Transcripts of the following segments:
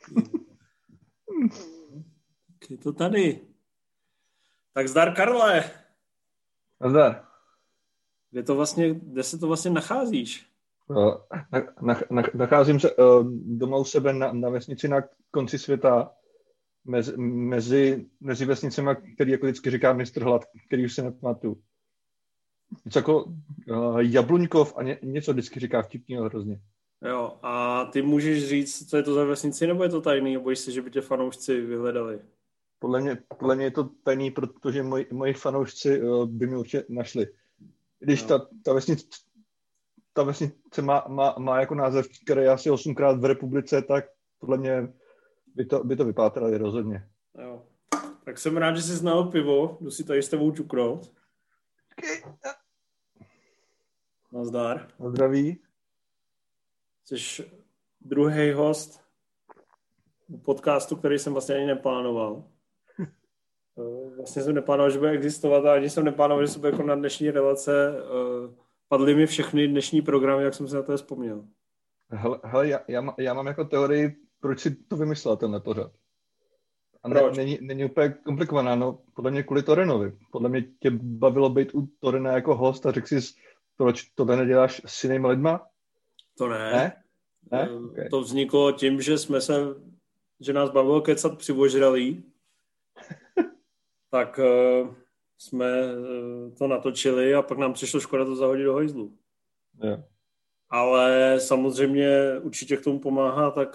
Je to tady. Tak zdar, Karle. Zdar. Kde se to vlastně nacházíš? Nacházím se doma u sebe na vesnici na konci světa, mezi vesnicemi, který jako vždycky říká mistr Hlad, který už se nepamatuju. Něco jako Jabluňkov a něco vždycky říká vtipného hrozně. Jo, a ty můžeš říct, co je to za vesnici, nebo je to tajný, a bojíš se, že by tě fanoušci vyhledali? Podle mě je to tajný, protože moji fanoušci by mě určitě našli. Když ta vesnice má jako název, který je asi 8krát v republice, tak podle mě by to vypátrali rozhodně. Jo. Tak jsem rád, že jsi znal pivo, jdu si tady s tebou čuknout. Nazdar. Na zdraví. Jsi druhý host podcastu, který jsem vlastně ani neplánoval. Vlastně jsem neplánoval, že bude existovat a ani jsem neplánoval, že se bude konat dnešní relace. Padly mi všechny dnešní programy, jak jsem si na to vzpomněl. Hele, já mám jako teorii, proč si to vymyslel tenhle pořad. A není úplně komplikovaná, no podle mě kvůli Torinovi. Podle mě tě bavilo být u Torina jako host a řekl jsi, proč tohle neděláš s jinýma lidma? To ne? Okay. To vzniklo tím, že nás bavilo kecat při ožralí. Tak jsme to natočili a pak nám přišlo škoda to zahodit do hajzlu. Yeah. Ale samozřejmě určitě k tomu pomáhá ta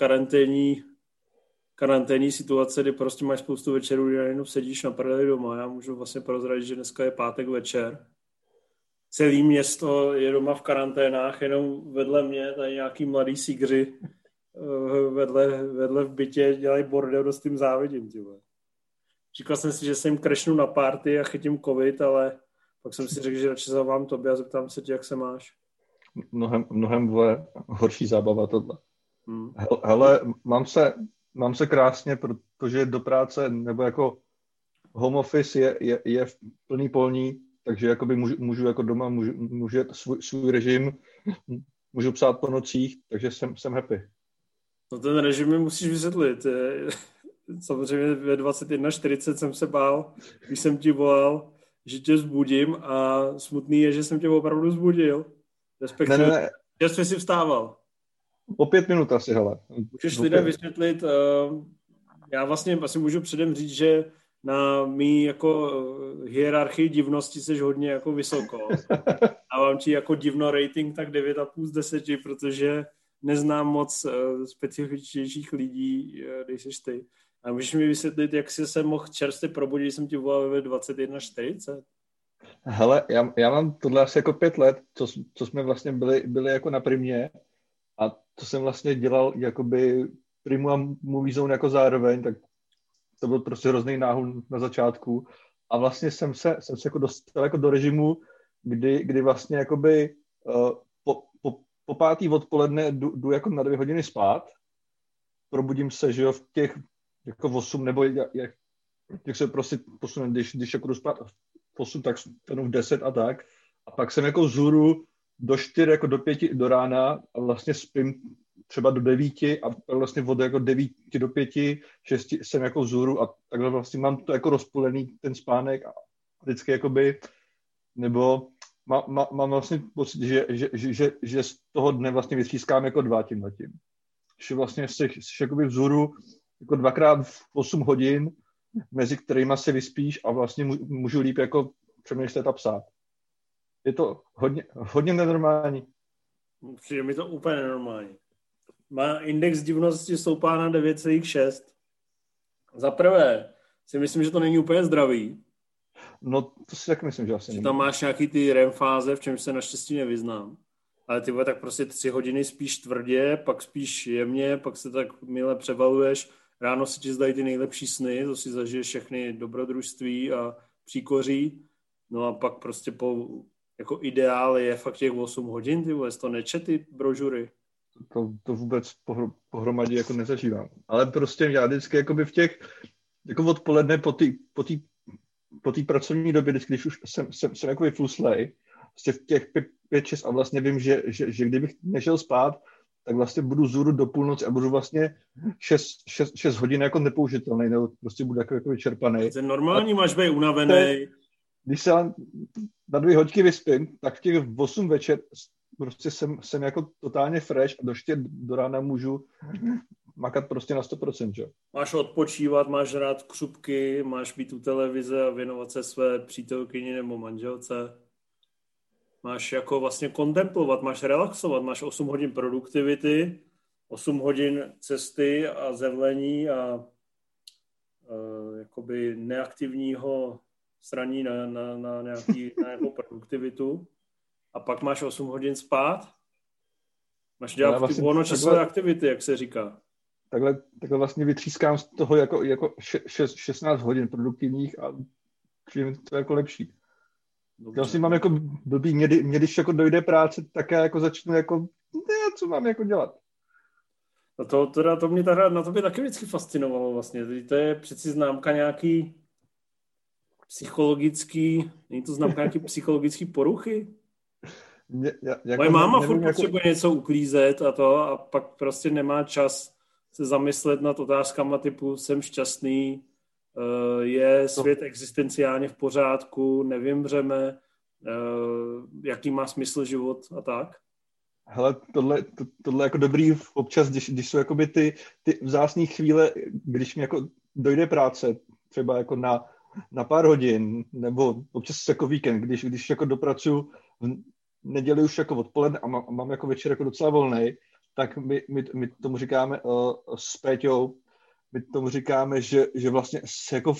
karanténní situace, kdy prostě máš spoustu večerů, kdy jenom sedíš na prdeli doma. Já můžu vlastně prozradit, že dneska je pátek večer. Celé město je doma v karanténách, jenom vedle mě tady nějaký mladý sígři vedle v bytě dělají bordel, dost tím závidím. Tyhle. Říkal jsem si, že se jim crashnu na party a chytím covid, ale pak jsem si řekl, že radši zavolám tobě a zeptám se tě, jak se máš. Mnohem horší zábava tohle. Hele, mám se krásně, protože do práce nebo jako home office je v plný polní, takže jakoby můžu jako doma, můžu jet svůj režim, můžu psát po nocích, takže jsem happy. No ten režim mi musíš vysvětlit. Samozřejmě ve 21:40 jsem se bál, když jsem ti volal, že tě vzbudím a smutný je, že jsem tě opravdu vzbudil. Respektive, ne. že jsi si vstával. O 5 minut asi, hele. Můžeš lidem vysvětlit, já vlastně asi můžu předem říct, že na mý jako hierarchii divnosti jsi hodně jako vysoko. A mám ti jako divno rating tak 9,5 z 10, protože neznám moc specifičnějších lidí, než jsi ty. A můžeš mi vysvětlit, jak jsi se mohl čerstvě probudit, když jsem ti volal ve 21:40? Hele, já mám tohle asi jako 5 let, co jsme vlastně byli jako na primě a to jsem vlastně dělal jakoby primu a movie zone jako zároveň, tak to byl prostě hrozný náhul na začátku a vlastně jsem se jako dostal jako do režimu, kdy vlastně jakoby po 5. odpoledne jdu jako na 2 hodiny spát, probudím se, že jo, v těch jako 8 nebo jak se prostě posune, když jako jdu spát v 8, tak stanu v 10 a tak. A pak jsem jako vzhůru do 4, jako do 5 do rána a vlastně spím třeba do 9 a pak vlastně od jako 9 do 5, 6 jsem jako vzhůru a takhle vlastně mám to jako rozpůlený ten spánek a vždycky jakoby, nebo mám vlastně pocit, že z toho dne vlastně vytřískám jako 2 tímhletím. Že vlastně jsi jakoby vzhůru jako 2x v 8 hodin, mezi kterýma se vyspíš a vlastně můžu líp jako přemýšlet a psát. Je to hodně nenormální. Přijde mi to úplně nenormální. Má index divnosti stoupá na 9,6. Za prvé si myslím, že to není úplně zdravý. No to si tak myslím, že asi není. Tam máš nějaký ty REM fáze, v čem se naštěstí nevyznám. Ale ty tak prostě 3 hodiny spíš tvrdě, pak spíš jemně, pak se tak mile převaluješ. Ráno se ti zdají ty nejlepší sny, to si zažiješ všechny dobrodružství a příkoří. No a pak prostě jako ideál je fakt těch 8 hodin, ty vůbec to nečet ty brožury. To vůbec pohromadě jako nezažívám. Ale prostě já vždycky jakoby v těch, jako odpoledne po té pracovní době, když už jsem jako vyfluslej, prostě v těch 5-6 a vlastně vím, že kdybych nešel spát, tak vlastně budu zůru do půlnoci a budu vlastně 6 hodin jako nepoužitelný, nebo prostě budu jako vyčerpaný. To je normální, máš být To unavený. je, když se na 2 hodiny vyspím, tak v těch 8 večer prostě jsem jako totálně fresh a do rána můžu makat prostě na 100%, že? Máš odpočívat, máš rád křupky, máš být u televize a věnovat se své přítelkyni nebo manželce. Máš jako vlastně kontemplovat, máš relaxovat, máš 8 hodin produktivity, 8 hodin cesty a zevlení a jakoby neaktivního sraní na nějakou produktivitu. A pak máš 8 hodin spát. Máš dělat vlastně ty volnočasové aktivity, jak se říká. Takhle vlastně vytřískám z toho jako 16 hodin produktivních a přijím to jako lepší. Dobře. Já si mám jako blbý, mě když jako dojde práce, tak já jako začnu jako, co mám jako dělat. No to mě ta hra na tobě taky vždycky fascinovalo vlastně. To je přeci známka nějaký psychologický, není to známka nějaký psychologický poruchy? Moje máma furt potřebuje něco uklízet a pak prostě nemá čas se zamyslet nad otázkama typu jsem šťastný, je svět existenciálně v pořádku, nevymřeme, jaký má smysl život a tak. Hele, tohle jako dobrý občas, když jsou jakoby ty vzácné chvíle, když mi jako dojde práce, třeba jako na pár hodin, nebo občas jako víkend, když jako dopracuju v neděli už jako odpoledne a mám jako večer jako docela volnej, tak my tomu říkáme s Péťou, my tomu říkáme, že vlastně se jako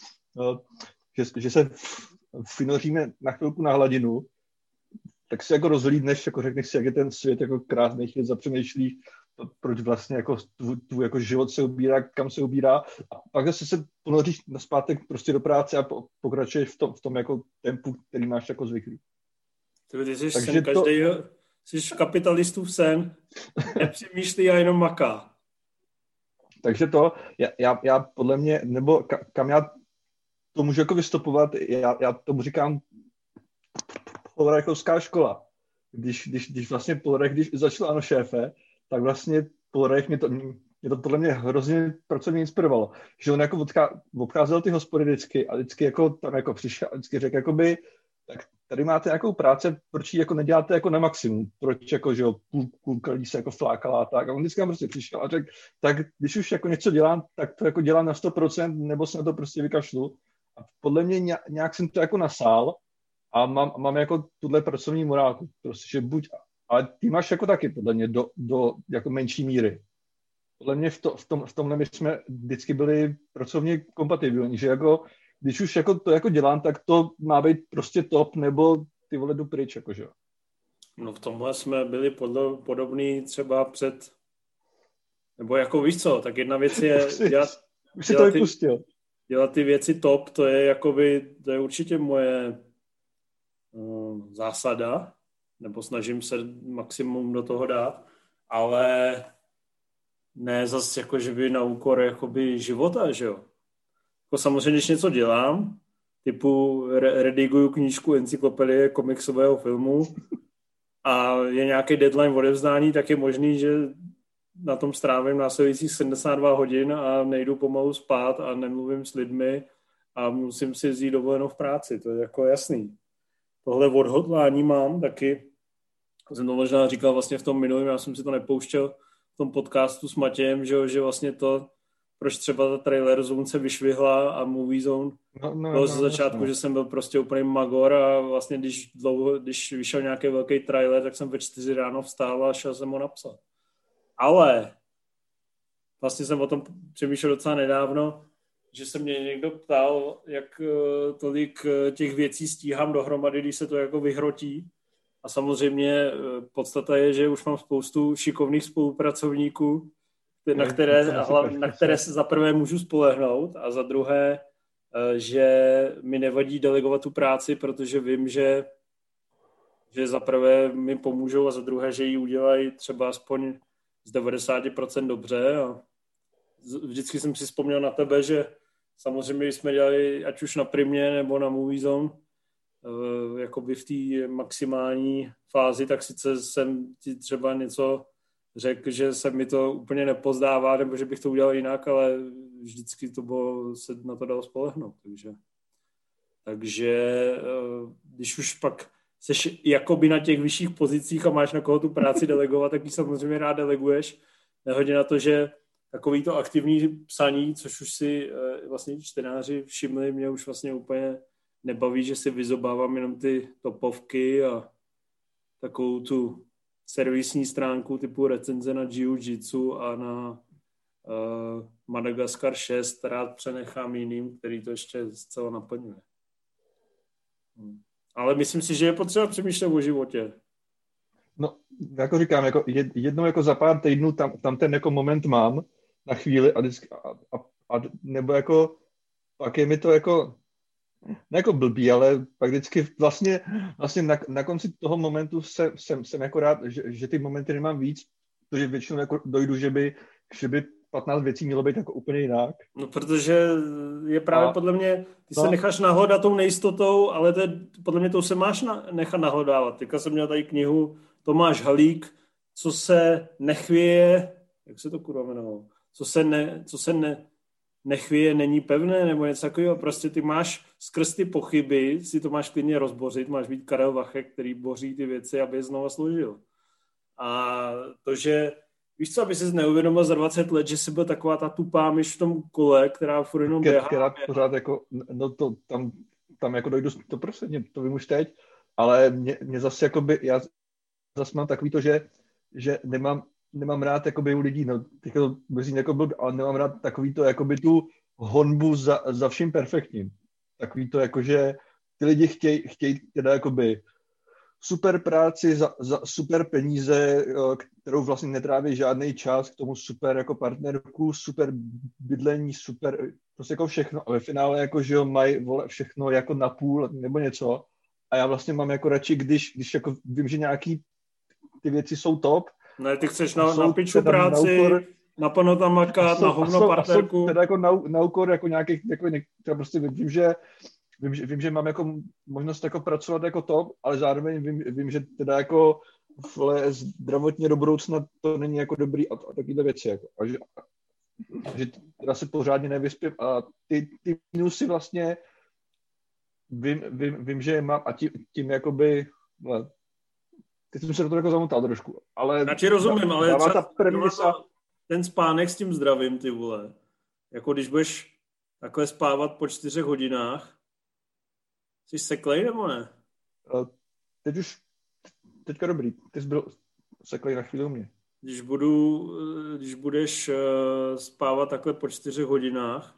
že se vynoříme na chvilku na hladinu, tak si jako rozhlídneš, jako řekneš si, jak je ten svět jako krásný, chvíli zapřemýšlíš, proč vlastně jako tvůj jako život se ubírá, kam se ubírá a pak zase se ponoříš nazpátek prostě do práce a pokračuješ v tom jako tempu, který máš jako zvyklý. Ty jsi sen jsi kapitalistův sen, nepřemýšlí a jenom maká. Takže to, já podle mě, nebo kam já to můžu jako vystupovat, já tomu říkám Polorajchovská škola. Když vlastně Polorajch, když začal Ano šéfe, tak vlastně Polorajch mě to podle mě hrozně pracovně inspirovalo. Že on jako obcházel ty hospody vždycky a vždycky jako tam jako přišel a vždycky řekl jakoby, tak tady máte nějakou práce, proč ji jako neděláte jako na maximum, proč jako, že jo, půlka lidí se jako flákala a tak. A on vždycky prostě přišel a řekl, tak když už jako něco dělám, tak to jako dělám na 100%, nebo se na to prostě vykašlu. A podle mě nějak jsem to jako nasál a mám jako tuhle pracovní morálku. Prostě, že buď, ale ty máš jako taky podle mě do jako menší míry. Podle mě v tomhle my jsme vždycky byli pracovně kompatibilní, že jako když už jako to jako dělám, tak to má být prostě top, nebo ty vole jdu pryč, jakože. No v tomhle jsme byli podobný třeba nebo jako víš co, tak jedna věc je dělat ty věci top, to je určitě moje zásada, nebo snažím se maximum do toho dát, ale ne zase jako, že by na úkor jakoby života, že jo. Jako samozřejmě, když něco dělám, typu rediguju knížku encyklopedie komiksového filmu a je nějaký deadline odevzdání, tak je možný, že na tom strávím následujících 72 hodin a nejdu pomalu spát a nemluvím s lidmi a musím si vzít dovolenou v práci. To je jako jasný. Tohle odhodlání mám taky. Jsem to možná říkal vlastně v tom minulém, já jsem si to nepouštěl v tom podcastu s Matějem, že vlastně to, proč třeba ta Trailer Zone se vyšvihla a Movie Zone bylo ze začátku, že jsem byl prostě úplný magor a vlastně když vyšel nějaký velký trailer, tak jsem ve 4 ráno vstál a šel jsem ho napsat. Ale vlastně jsem o tom přemýšlel docela nedávno, že se mě někdo ptal, jak tolik těch věcí stíhám dohromady, když se to jako vyhrotí. A samozřejmě podstata je, že už mám spoustu šikovných spolupracovníků, na které se za prvé můžu spolehnout a za druhé, že mi nevadí delegovat tu práci, protože vím, že za prvé mi pomůžou a za druhé, že ji udělají třeba aspoň z 90% dobře. A vždycky jsem si vzpomněl na tebe, že samozřejmě jsme dělali ať už na Primě nebo na Movie Zone, jakoby v té maximální fázi, tak sice jsem ti třeba něco řekl, že se mi to úplně nepozdává, nebo že bych to udělal jinak, ale vždycky to bylo, se na to dalo spolehnout. Takže když už pak seš jakoby na těch vyšších pozicích a máš na koho tu práci delegovat, tak ji samozřejmě rád deleguješ. Nehodě na to, že takový to aktivní psaní, což už si vlastně čtenáři všimli, mě už vlastně úplně nebaví, že si vyzobávám jenom ty topovky a takovou tu servisní stránku typu recenze na Jiu-Jitsu a na Madagaskar 6 rád přenechám jiným, který to ještě zcela naplňuje. Ale myslím si, že je potřeba přemýšlet o životě. No, jako říkám, jako jednou jako za pár týdnů tam ten jako moment mám na chvíli a nebo jako pak je mi to jako ne jako blbý, ale pak vždycky vlastně na konci toho momentu jsem jako rád, že ty momenty nemám víc, protože většinou jako dojdu, že by 15 věcí mělo být jako úplně jinak. No, protože je právě podle mě, ty se necháš nahodat tou nejistotou, ale podle mě to se máš nechat nahodávat. Teďka jsem měl tady knihu Tomáš Halík, co se nechvěje, jak se to kurva jmenovalo, co se nechvěje, není pevné, nebo něco takového. Prostě ty máš skrz ty pochyby, si to máš klidně rozbořit, máš být Karel Vachek, který boří ty věci, aby je znova složil. A to, že víš co, aby jsi neuvědomil za 20 let, že jsi byl taková ta tupá myš v tom kole, která furt jenom běhá. Která pořád jako, no to tam jako dojdu, to prostě, to vím už teď, ale mě zase jakoby, já zase mám takový to, že nemám rád jakoby u lidí, no, teď to bezí jako byl, ale nemám rád takový to, jakoby tu honbu za vším perfektním. Takový to, jakože ty lidi chtějí teda jakoby super práci za super peníze, kterou vlastně netráví žádný čas, k tomu super jako partnerku, super bydlení, super, prostě jako všechno. A ve finále jako, že jo, mají všechno jako na půl nebo něco. A já vlastně mám jako radši, když jako vím, že nějaký ty věci jsou top. Ne, ty chceš na piču práci, na plno tam makat, na hovno partnerku. Teda jako na úkor jako nějakých, jako třeba prostě vím, že mám jako možnost jako pracovat jako top, ale zároveň vím, že teda jako zdravotně do budoucna to není jako dobrý a takovýhle věci. Jako. A že teda se pořádně nevyspím a ty minusy vlastně vím, že je mám a tím jakoby teď jsem se do toho jako zamotal trošku, ale já ti rozumím, ale ta premisa, ten spánek s tím zdravím, ty vole. Jako když budeš takhle spávat po 4 hodinách, jsi seklej nebo ne? Teďka dobrý. Ty jsi byl seklej na chvíli u mě. Když budeš spávat takhle po 4 hodinách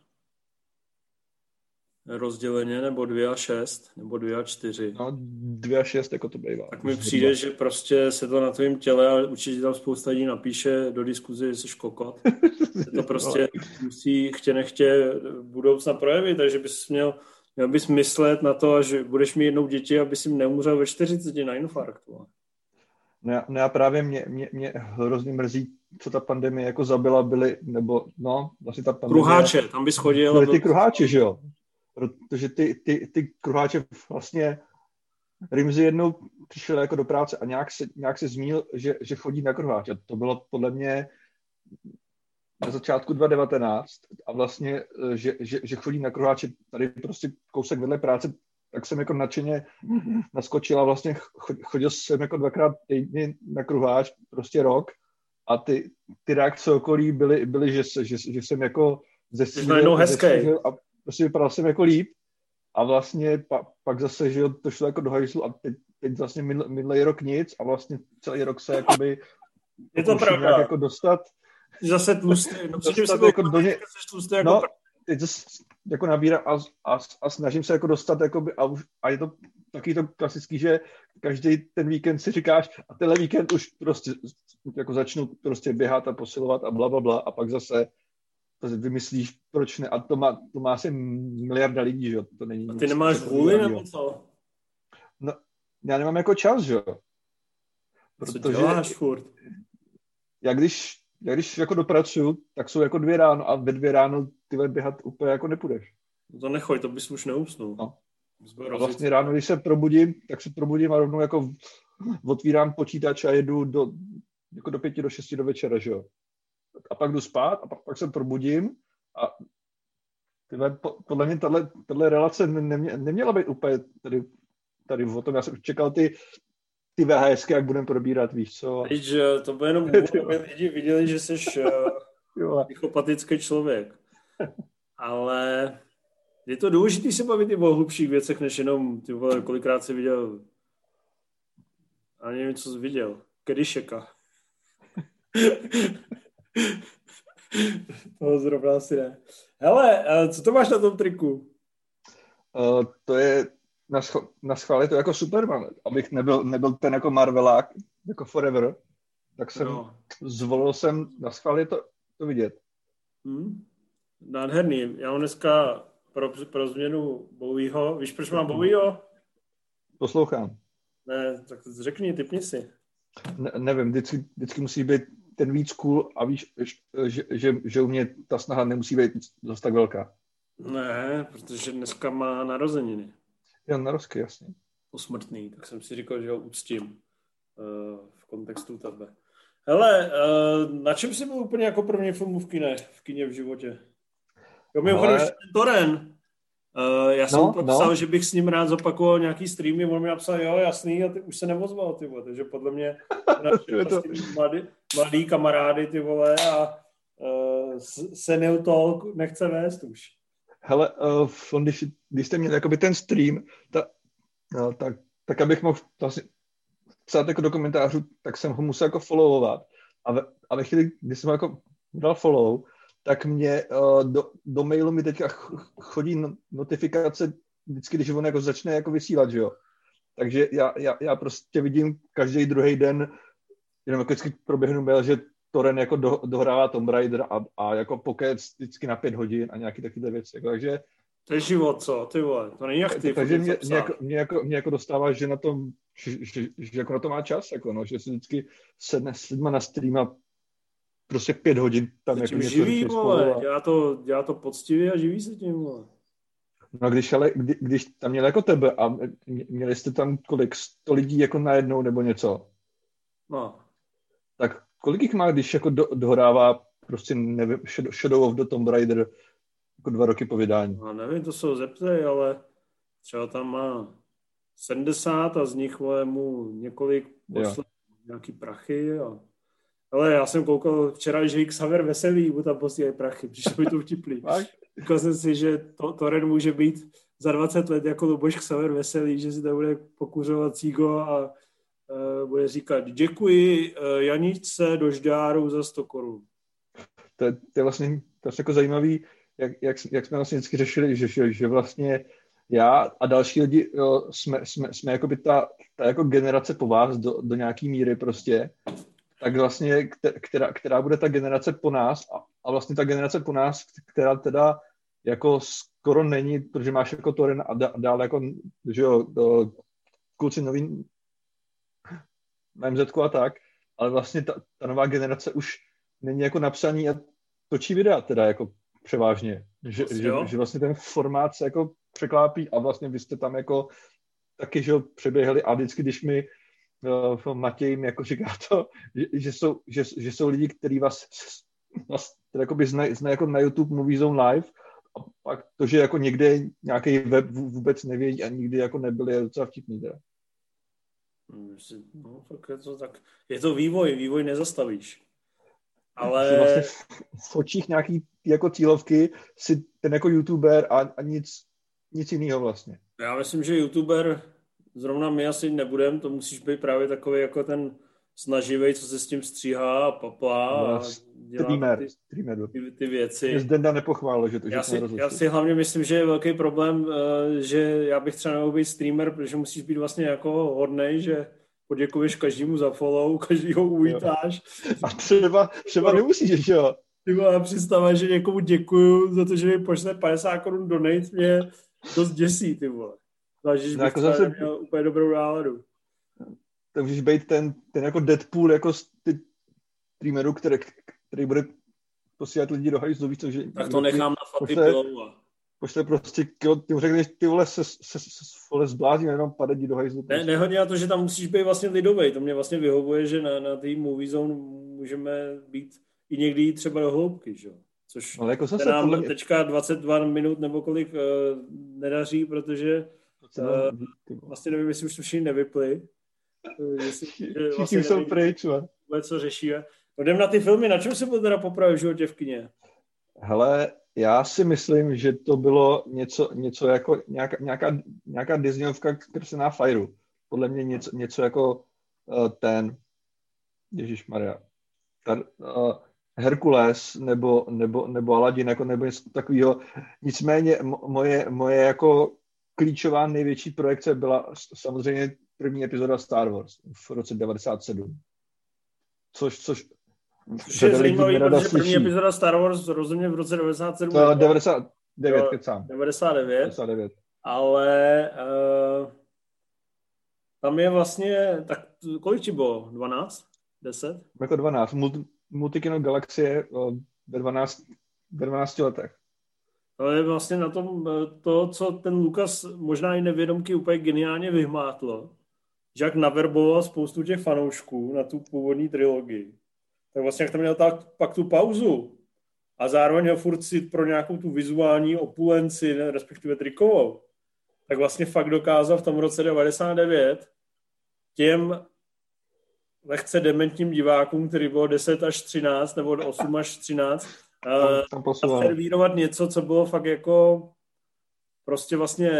rozděleně, nebo 2 a 6, nebo 2 a 4. No, 2 a 6, jako to bývá. Tak mi přijde, že prostě se to na tvém těle, ale určitě tam spousta lidí napíše do diskuze, že jsi kokot. To prostě musí chtě nechtě budoucna projevit, takže bys měl bys myslet na to, že budeš mít jednou děti, aby si neumřel ve 40 na infarktu. No já právě mě hrozně mrzí, co ta pandemie jako zabila, vlastně ta pandemie. Kruháče, tam bys chodil. Byly ty kruháče, že jo? Protože ty kruháče vlastně Rimzi jednou přišel jako do práce a nějak se zmínil, že chodí na kruháč. A to bylo podle mě na začátku 2019 a vlastně, že chodí na kruháče tady prostě kousek vedle práce, tak jsem jako nadšeně naskočil a vlastně chodil jsem jako 2krát týdně na kruháč, prostě rok a ty reakce okolí byly že jsem jako zesílil a prostě vypadal jsem jako líp a vlastně pak zase, že to šlo jako do hajzlu a teď vlastně minulý rok nic a vlastně celý rok se jakoby je to pravda. Jako dostat. Zase tlustý, předtím jsem jako tlustý jako teď jako nabírám a snažím se jako dostat jakoby, a je to taky to klasický, že každý ten víkend si říkáš a tenhle víkend už prostě jako začnu prostě běhat a posilovat a blablabla a pak zase vymyslíš, proč ne, a to má asi miliarda lidí, že jo, to není. A ty nemáš vůli nebo co? No, já nemám jako čas, že jo. Co děláš furt? Já když jako dopracuju, tak jsou jako 2 ráno a ve 2 ráno tyhle běhat úplně jako nepůjdeš. No to nechoj, to bys už neusnul. No. A vlastně ráno, když se probudím, tak se probudím a rovnou jako otvírám počítač a jedu jako do 5, do 6 do večera, že jo. A pak jdu spát a pak se probudím a podle mě tahle relace neměla být úplně tady o tom. Já jsem čekal ty VHSky, jak budeme probírat, víš co. Víš, to bylo jenom úvod, aby lidi viděli, že jsi psychopatický člověk. Ale je to důležité se bavit i o hlubších věcech, než jenom, ty vole, kolikrát jsi viděl, a nevím, co jsi viděl, Kedišeka. Toho zrovna asi ne. Hele, co to máš na tom triku? To je na schvál je to jako Superman. Abych nebyl ten jako Marvelák, jako Forever, tak jsem zvolil na schvál je to vidět. Nádherný. Já mám dneska pro změnu Bowieho. Víš, proč mám Bowieho? Poslouchám. Ne, tak řekni, tipni si. Nevím, vždycky musí být ten víc cool a víš, že u mě ta snaha nemusí být dost tak velká. Ne, protože dneska má narozeniny. Já narozky, jasně. Posmrtný, tak jsem si říkal, že ho uctím v kontextu tebe. Hele, na čem jsi byl úplně jako první film v kině v životě? Jo, mimochodem ještě ten Toren. Já jsem psal, že bych s ním rád zopakoval nějaký streamy, on mi napsal, jo, jasný, a ty už se nevozval, ty vole, takže podle mě mladý kamarády, ty vole, a Senil Talk nechce vést už. Hele, když jste měli jakoby ten stream, tak abych mohl vlastně psát jako do komentářů, tak jsem ho musel jako followovat. A ve chvíli, kdy jsem jako dal follow, tak mě do mailu mi teďka chodí notifikace vždycky, když on jako začne jako vysílat, že jo. Takže já prostě vidím každý druhý den, jenom jako vždycky proběhnu mail, že Toren jako dohrává Tomb Raider a jako pokec vždycky na 5 hodin a nějaký takovýhle věci. Jako, takže to je život, co? Ty vole, to není jak ty. Takže mě jako dostává, že na tom, že jako na to má čas, jako no, že si vždycky sedne s lidma na stream a prostě 5 hodin tam jako něco živí, vole, dělá to poctivě a živí se tím, vole. No a když tam měli jako tebe a měli jste tam kolik, 100 lidí jako najednou nebo něco, no. Tak kolik jich má, když jako dohrává prostě, nevím, Shadow of the Tomb Raider jako 2 roky po vydání? No, nevím, to jsou zeptej, ale třeba tam má 70 a z nich vole, mu několik poslal nějaký prachy. Ale já jsem koukal včera, že Xaver Veselý mu tam posílají prachy, přišlo mi to vtiplý. Říkal jsem si, že Toren může být za 20 let jako Luboš Xaver Veselý, že si tam bude pokuřovat cígo a bude říkat děkuji Janičce Dožďáru za 100 korun. To je vlastně jako zajímavý, jak jsme vlastně vždycky řešili, že vlastně já a další lidi jsme jakoby ta jako generace po vás do nějaký míry prostě, tak vlastně, která bude ta generace po nás a vlastně ta generace po nás, která teda jako skoro není, protože máš jako Toren a dál jako, že jo, kluci nový na MZ-ku a tak, ale vlastně ta nová generace už není jako napsaný a točí videa teda jako převážně. Že vlastně ten formát se jako překlápí a vlastně vy jste tam jako taky, že přeběhli a vždycky, když mi Matěj mi jako říká to, že jsou lidi, kteří vás teda znají jako na YouTube Movie Zone Live a pak to, že jako někde nějaký web vůbec nevědí a nikdy jako nebyli, je docela vtipný teda. No, tak je to vývoj nezastavíš. Ale vlastně v očích nějaký jako cílovky si ten jako YouTuber a nic jiného vlastně. Já myslím, že YouTuber zrovna my asi nebudem, to musíš být právě takový jako ten snaživej, co se s tím stříhá a paplá a dělá ty věci. Mě Zdenda nepochválil, že to já si hlavně myslím, že je velký problém, že já bych třeba nemohl být streamer, protože musíš být vlastně jako hodnej, že poděkuješ každému za follow, každýho uvítáš. A třeba nemusíš, že jo? Ty vole, představa, že někomu děkuju za to, že mi pošle 50 korun donate, mě dost děsí, ty vole. Takže bych jako zase měl úplně dobrou náladu. To můžeš být ten jako Deadpool, jako streameru, který bude posílat lidi do hajzlu, víš co, že... Tak to nechám na Faty Pilova. pošle prostě, ty mu řekneš, ty vole, vole zblázní, jenom padení do hajzlu. Ne, nehodně na to, že tam musíš být vlastně lidovej. To mě vlastně vyhovuje, že na té Movie Zone můžeme být i někdy třeba do hloubky, že? Což ale jako se nám teďka 22 minut nebo kolik nedaří, protože vlastně nevím, jestli už to všichni nevypli. Všichni jsou pryč. Co řešíme. Jdem na ty filmy, na čem se byl teda poprvé v životě v kině? Hele, já si myslím, že to bylo něco jako nějaká Disneyovka Krsená Fireu. Podle mě něco jako ten Ježišmarja. Herkules nebo Aladdin, jako nebo něco takového. Nicméně moje jako klíčová největší projekce byla samozřejmě první epizoda Star Wars v roce 97. Což je zajímavý, protože první epizoda Star Wars rozhodně v roce 97. 99, kecám. 99. Ale tam je vlastně, tak kolik ti bylo? 12? 10? Jako 12. Multikino Galaxie ve 12 letech. To je vlastně na tom to, co ten Lucas možná i nevědomky úplně geniálně vyhmátl, že jak naverboval spoustu těch fanoušků na tu původní trilogii. Tak vlastně jak tam měl pak tu pauzu a zároveň ho furt si pro nějakou tu vizuální opulenci, respektive trikovou, tak vlastně fakt dokázal v tom roce 99 těm lehce dementním divákům, který bylo 10 až 13 nebo 8 až 13, servírovat něco, co bylo fakt jako prostě vlastně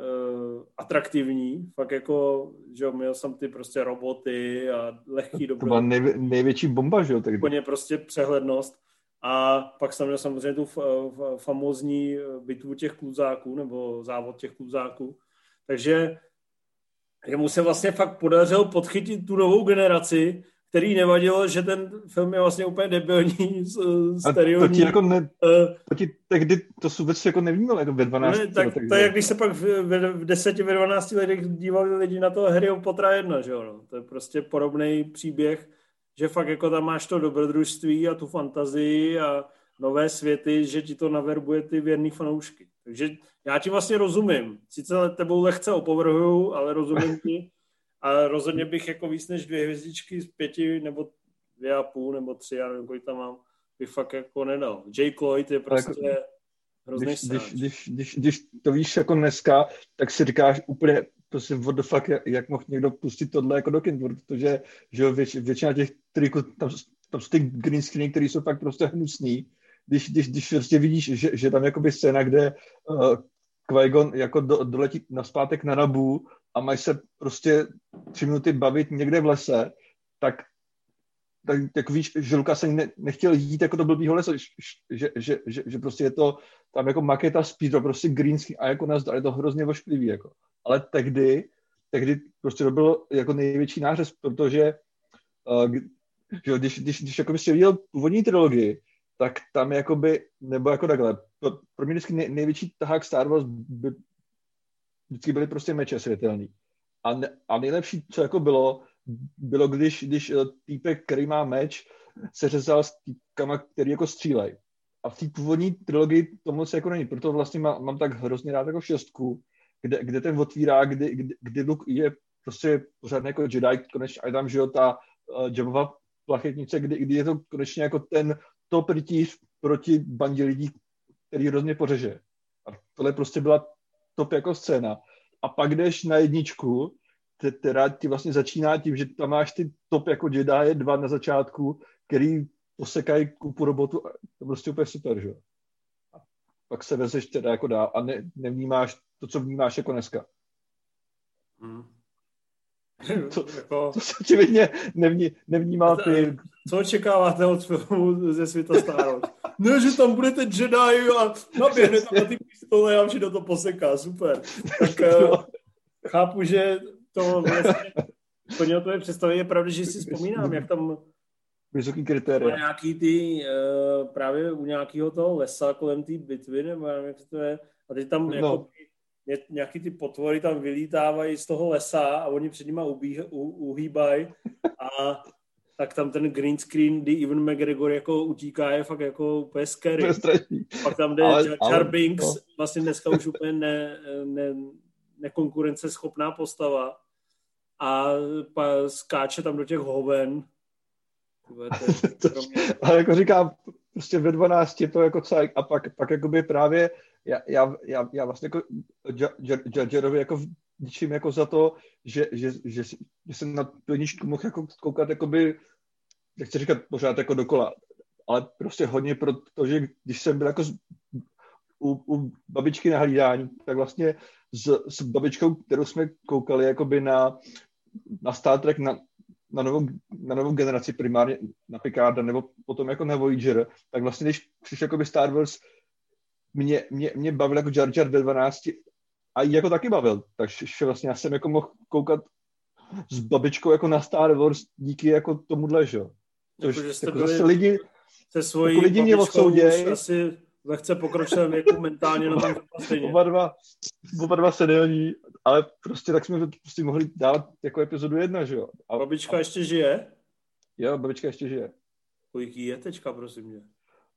atraktivní, fakt jako, že měl jsem ty prostě roboty a lehký dobro. To byla největší bomba, že jo? Úplně prostě přehlednost. A pak jsem měl samozřejmě tu famózní bitvu těch kluzáků, nebo závod těch kluzáků. Takže mu se vlastně fakt podařilo podchytit tu novou generaci, který nevadilo, že ten film je vlastně úplně debilní, stereoní. To ti tehdy to vůbec jako nevnímal, jako ve 12 letech. To je, jak když se pak v 10, ve 12 letech dívali lidi na toho Harryho Pottera 1, že jo, no. To je prostě podobný příběh, že fakt jako tam máš to dobrodružství a tu fantazii a nové světy, že ti to naverbuje ty věrný fanoušky. Takže já ti vlastně rozumím. Sice tebou lehce opovrhuju, ale rozumím ti. A rozhodně bych jako víc než 2 hvězdičky z 5 nebo 2,5 nebo 3, já nevím, kolik tam mám, bych fakt jako nedal. Jake Lloyd je prostě hrozný sráč. Když to víš jako dneska, tak si říkáš úplně prostě what the fuck, jak mohl někdo pustit tohle jako do kin, protože že většina těch triků, tam jsou ty green screeny, které jsou fakt prostě hnusný. Když prostě vidíš, že tam jakoby scéna, kde Qui-Gon jako doletí naspátek na Naboo a mají se prostě 3 minuty bavit někde v lese, tak jako víš, že Lukas se nechtěl jít jako do blbýho lesa, že prostě je to tam jako maketa speedro, prostě green screen a jako nazdar, je to hrozně vošklivý, jako. Ale tehdy prostě to bylo jako největší nářez, protože když jako byste viděl původní trilogii, tak tam jakoby, nebo jako takhle, pro mě vždycky největší tahák Star Wars vždycky byly prostě meče světelný. A nejlepší, co jako bylo, když týpek, který má meč, se řezal s týpkama, který jako střílej. A v té původní trilogii to moc jako není, proto vlastně mám tak hrozně rád jako 6, kde ten otvírá, kdy Luke je prostě pořád jako Jedi, konečně a je tam, že jo, ta Jabbova plachetnice, kdy je to konečně jako ten top rytíř proti bandě lidí, který hrozně pořeže. A tohle prostě byla top jako scéna. A pak jdeš na 1, která ti vlastně začíná tím, že tam máš ty top jako Jedi 2 na začátku, který posekají kupu robotu. To prostě úplně super, že jo. A pak se vezeš teda jako dál a nevnímáš to, co vnímáš jako dneska. To se očividně nevnímá ty... Co očekáváte od filmu ze světa Star Wars? Ne, že tam budete Jedi a naběhne tam na ty pistole a všechno to poseká, super. Tak chápu, že to vlastně splnilo tvoje představy. Je pravda, že si vzpomínám, jak tam vysoký kritéria. Nějaký ty, právě u nějakého toho lesa kolem té bitvy, nebo nevím, jak to je, a teď tam jako nějaký ty potvory tam vylítávají z toho lesa a oni před nima uhýbají a tak tam ten green screen, kdy Ewan McGregor jako utíká, je fakt jako úplně scary. To je strašný. Pak tam jde Jar Jar Binks, vlastně dneska už úplně nekonkurenceschopná postava a skáče tam do těch hoven. Ale jako říkám, prostě ve 12 je to jako cajk a pak jakoby právě já vlastně jako Jar Jarovi jako vděčím jako za to, že jsem na tu jedničku mohl jako koukat jakoby, jak chci říkat, pořád jako dokola, ale prostě hodně, protože když jsem byl jako u babičky na hlídání, tak vlastně s babičkou, kterou jsme koukali jakoby na Star Trek, na novou generaci, primárně na Picarda, nebo potom jako na Voyager, tak vlastně, když přišel jakoby Star Wars, mě bavil jako Jar Jar ve 12 a jako taky bavil, takže vlastně já jsem jako mohl koukat s babičkou jako na Star Wars díky jako tomuhle, že jo. Jako zase lidi mě odsoudějí. Asi lehce pokročilém věku mentálně na tom zapasení. Oba dva seniorní, ale prostě tak jsme prostě mohli dávat jako epizodu 1, že jo. Babička ještě žije? Jo, babička ještě žije. Kolik jí je teďka, prosím mě?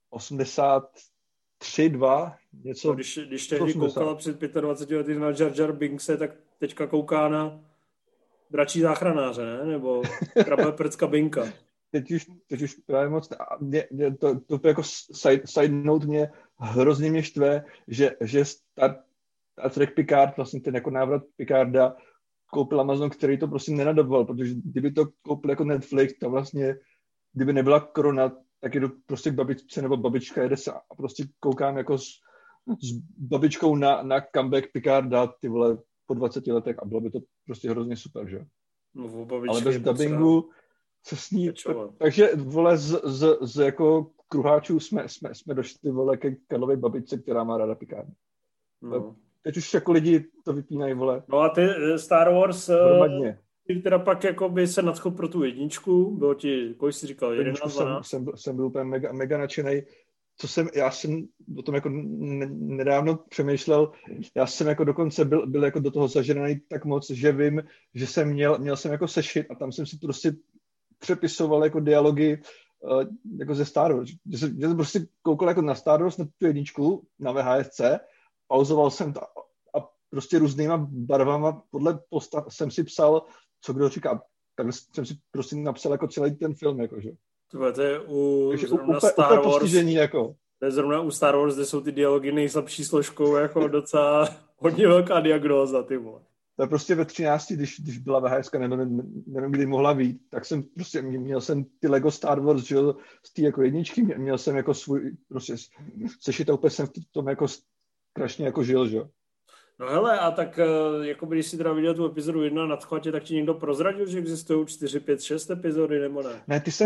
83, 2, něco. Když tehdy koukala před 25 lety na Jar Jar Binkse, tak teďka kouká na Dračí záchranáře, ne? Nebo Krabé prcka Binka. Teď už právě moc, mě to jako side note mě hrozně štve, že Star Trek Picard, vlastně ten jako návrat Picarda, koupil Amazon, který to prostě nenadoboval, protože kdyby to koupil jako Netflix, tak vlastně, kdyby nebyla korona, tak jdu prostě k babičce, nebo babička jede se a prostě koukám jako s babičkou na comeback Picarda, ty vole, po 20 letech a bylo by to prostě hrozně super, že? No, ale bez dubbingu se sní, takže vole z jako kruháčů jsme došli vole ke Karlově babičce, která má ráda Picarda. No. Teď už jako lidi to vypínají, vole. No a ty Star Wars ty teda pak jako by se nadchl pro tu jedničku, bylo ti, kolik jsi říkal, 11, 12? Jsem byl úplně mega nadšenej. Já jsem o tom jako nedávno přemýšlel, já jsem jako dokonce byl jako do toho zaženaný tak moc, že vím, že jsem měl jsem jako sešit a tam jsem si prostě přepisoval jako dialogy jako ze Star Wars. Že jsem prostě koukal jako na Star Wars, na tu jedničku, na VHSC, pauzoval jsem to a prostě různýma barvama podle postav jsem si psal, co kdo říká. Takhle jsem si prostě napsal jako celý ten film, jakože. To je u Star Wars, jako. To je zrovna u Star Wars, kde jsou ty dialogy nejslabší složkou, jako docela hodně velká diagnóza, ty vole. To je prostě ve 13, když byla VHS, nevím, kdy mohla být, tak jsem prostě, měl jsem ty Lego Star Wars, že jo, z té jako jedničky, měl jsem jako svůj, prostě sešit a úplně jsem v tom jako strašně jako žil, že jo. No hele, a tak jako když jsi teda viděl tu epizodu 1 na Chvatě, tak ti někdo prozradil, že existují 4, 5, 6 epizody, nebo ne? Ne, ty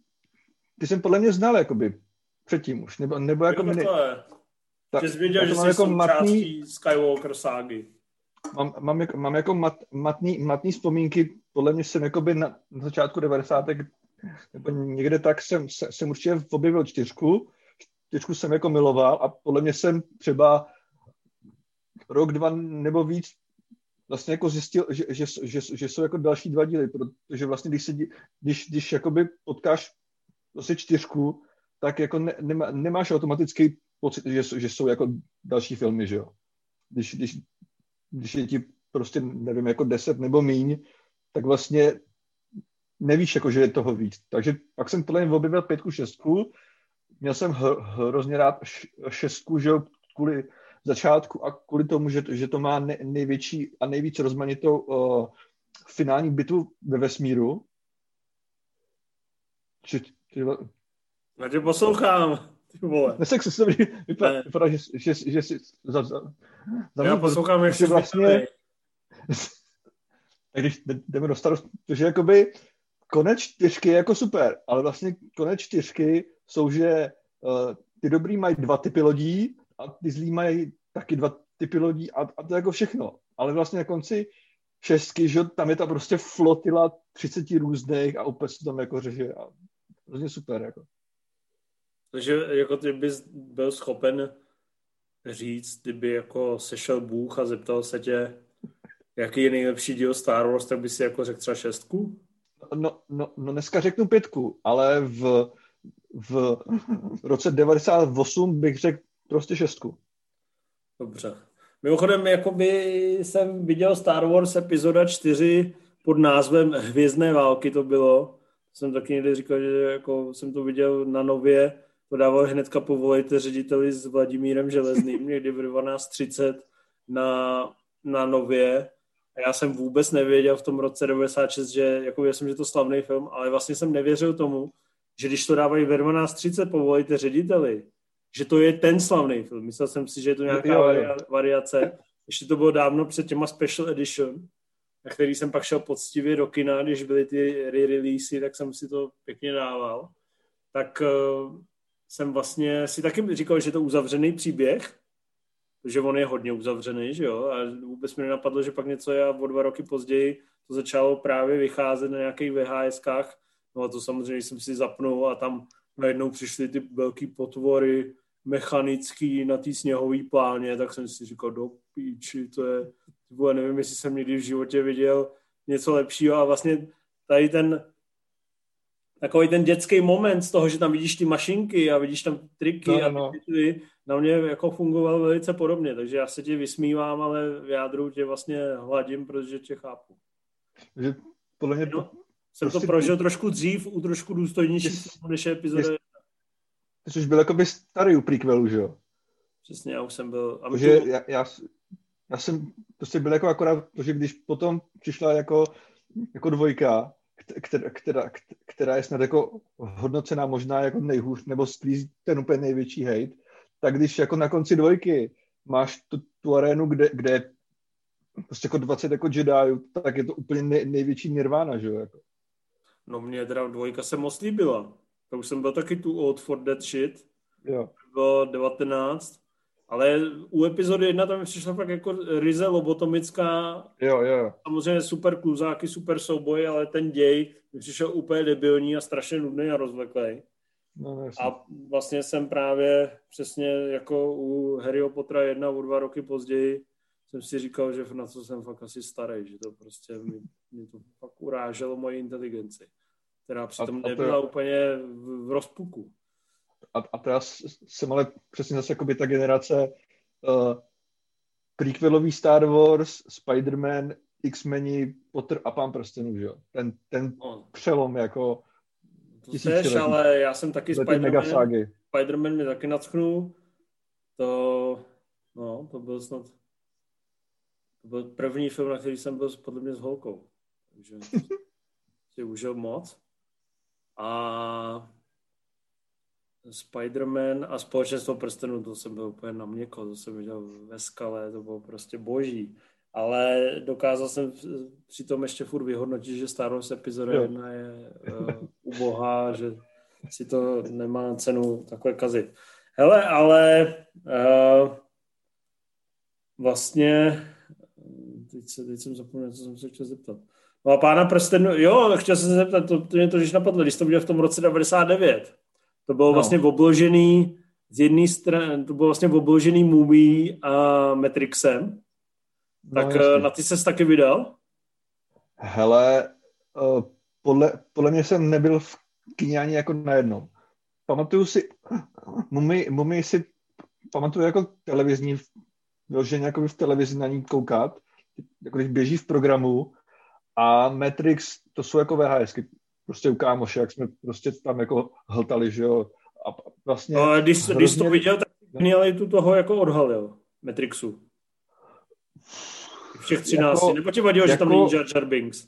jsem podle mě znal, jakoby, předtím už, nebo jako... Jo, to je. Že jsi věděl, že jsi jako součástí Skywalker ságy. Mám jako matný vzpomínky, podle mě jsem jakoby na začátku 90. nebo někde tak jsem určitě objevil 4 jsem jako miloval a podle mě jsem třeba rok, 2 nebo víc vlastně jako zjistil, že jsou jako další 2 díly, protože vlastně když jakoby potkáš vlastně 4, tak jako nemáš automatický pocit, že jsou jako další filmy, že jo. Když je ti prostě, nevím, jako 10 nebo míň, tak vlastně nevíš, jako, že je toho víc. Takže pak jsem podle mě objevil 5, 6. Měl jsem hrozně rád 6, že jo, kvůli začátku a kvůli tomu, že to má největší a nejvíc rozmanitou finální bitvu ve vesmíru. Já tě poslouchám, ty vole. Nesex se vypadá, že si já poslouchám, jak jsi vlastně. Když jdeme do starosti, protože jakoby konec 4 je jako super, ale vlastně konec 4 jsou, že ty dobrý mají 2 typy lodí a ty zlí mají taky 2 typy lodí a to je jako všechno. Ale vlastně na konci 6, že tam je ta prostě flotila 30 různých a úplně se tam jako řeší a hrozně super jako. Takže jako ty bys byl schopen říct, kdyby jako sešel Bůh a zeptal se tě, jaký je nejlepší díl Star Wars, tak by si jako řekl třeba 6? No dneska řeknu 5, ale v roce 98 bych řekl prostě 6. Dobře. Mimochodem, jakoby jsem viděl Star Wars epizoda 4 pod názvem Hvězdné války to bylo. Jsem taky někdy říkal, že jako jsem to viděl na Nově, to dával hnedka po Volejte řediteli s Vladimírem Železným, někdy v 12:30 na Nově. A já jsem vůbec nevěděl v tom roce 96, že jako já jsem, že to slavný film, ale vlastně jsem nevěřil tomu, že když to dávají ve 12:30 po Volejte řediteli, že to je ten slavný film. Myslel jsem si, že je to nějaká variace. Ještě to bylo dávno před těma special edition, na který jsem pak šel poctivě do kina, když byly ty re-releasy, tak jsem si to pěkně dával. Tak jsem vlastně si taky říkal, že je to uzavřený příběh, že on je hodně uzavřený, že jo, a vůbec mi nenapadlo, že pak něco já o 2 roky později to začalo právě vycházet na nějakých VHSkách, no a to samozřejmě jsem si zapnul a tam najednou přišly ty velký potvory mechanický na té sněhové pláně, tak jsem si říkal, do píči, to je, nevím, jestli jsem někdy v životě viděl něco lepšího a vlastně tady takový ten dětský moment z toho, že tam vidíš ty mašinky a vidíš tam triky a ty na mě jako fungoval velice podobně, takže já se tě vysmívám, ale v jádru tě vlastně hladím, protože tě chápu. Že podle mě jsem to prožil trošku dřív, u trošku důstojnějších filmů, než je epizoda 1. Ty jsi byl jakoby starý u prequelu, že jo? Přesně, já už jsem byl... Takže já jsem prostě byl jako akorát, protože když potom přišla jako 2, která je snad jako hodnocená možná jako nejhůř, nebo sklízí ten úplně největší hejt, tak když jako na konci 2 máš tu arénu, kde je prostě jako 20 jako Jediů, tak je to úplně největší nirvana, že jo? Jako. No mě teda 2 se moc líbila. To už jsem byl taky tu old for that shit. Jo. Bylo 19. Ale u epizody 1 tam přišla fakt jako ryze lobotomická. Jo. Samozřejmě super kluzáky, super souboj, ale ten děj mi přišel úplně debilní a strašně nudný a rozvleklej. No, a vlastně jsem právě přesně jako u Harryho Pottera 1 o 2 roky později jsem si říkal, že na to jsem fakt asi starý, že to prostě mě to fakt uráželo moji inteligenci, která přitom nebyla úplně v rozpuku. A to já jsem ale přesně zase jakoby ta generace prequelový Star Wars, Spider-Man, X-meni, Potter a Pán prstenů, že jo? Ten přelom jako to seš, ale já jsem taky Spider-Man mě taky nadchnul. To byl snad to byl první film, na který jsem byl podle mě s holkou. Takže si užil moc. A Spider-Man a Společenstvo prstenů, to jsem byl úplně na měko, to jsem viděl ve Skale, to bylo prostě boží. Ale dokázal jsem přitom ještě furt vyhodnotit, že Star Wars epizoda 1 je ubohá, že si to nemá cenu takhle kazit. Hele, ale vlastně teď jsem zapomněl, co jsem se chtěl zeptat. No a Pána prstenů, jo, chtěl jsem se zeptat, to mě to když napadlo, když to viděl v tom roce 99. To bylo vlastně obložený z jedné strany, to bylo vlastně obložený Mumií a Matrixem. Tak na ty ses taky vydal? Hele, podle mě jsem nebyl v kyně ani jako na jednom. Pamatuju si, Mumii si pamatuju jako televizní, že jako v televizi na ní koukat, jako když běží v programu, a Matrix, to jsou jako VHSky, prostě u kámoše, jak jsme prostě tam jako hltali, že jo. A vlastně... No, když to viděl, tak měli tu toho jako odhalil, Matrixu. Všech 13. Nebo ti vadilo, že tam není Jar Jar Binks?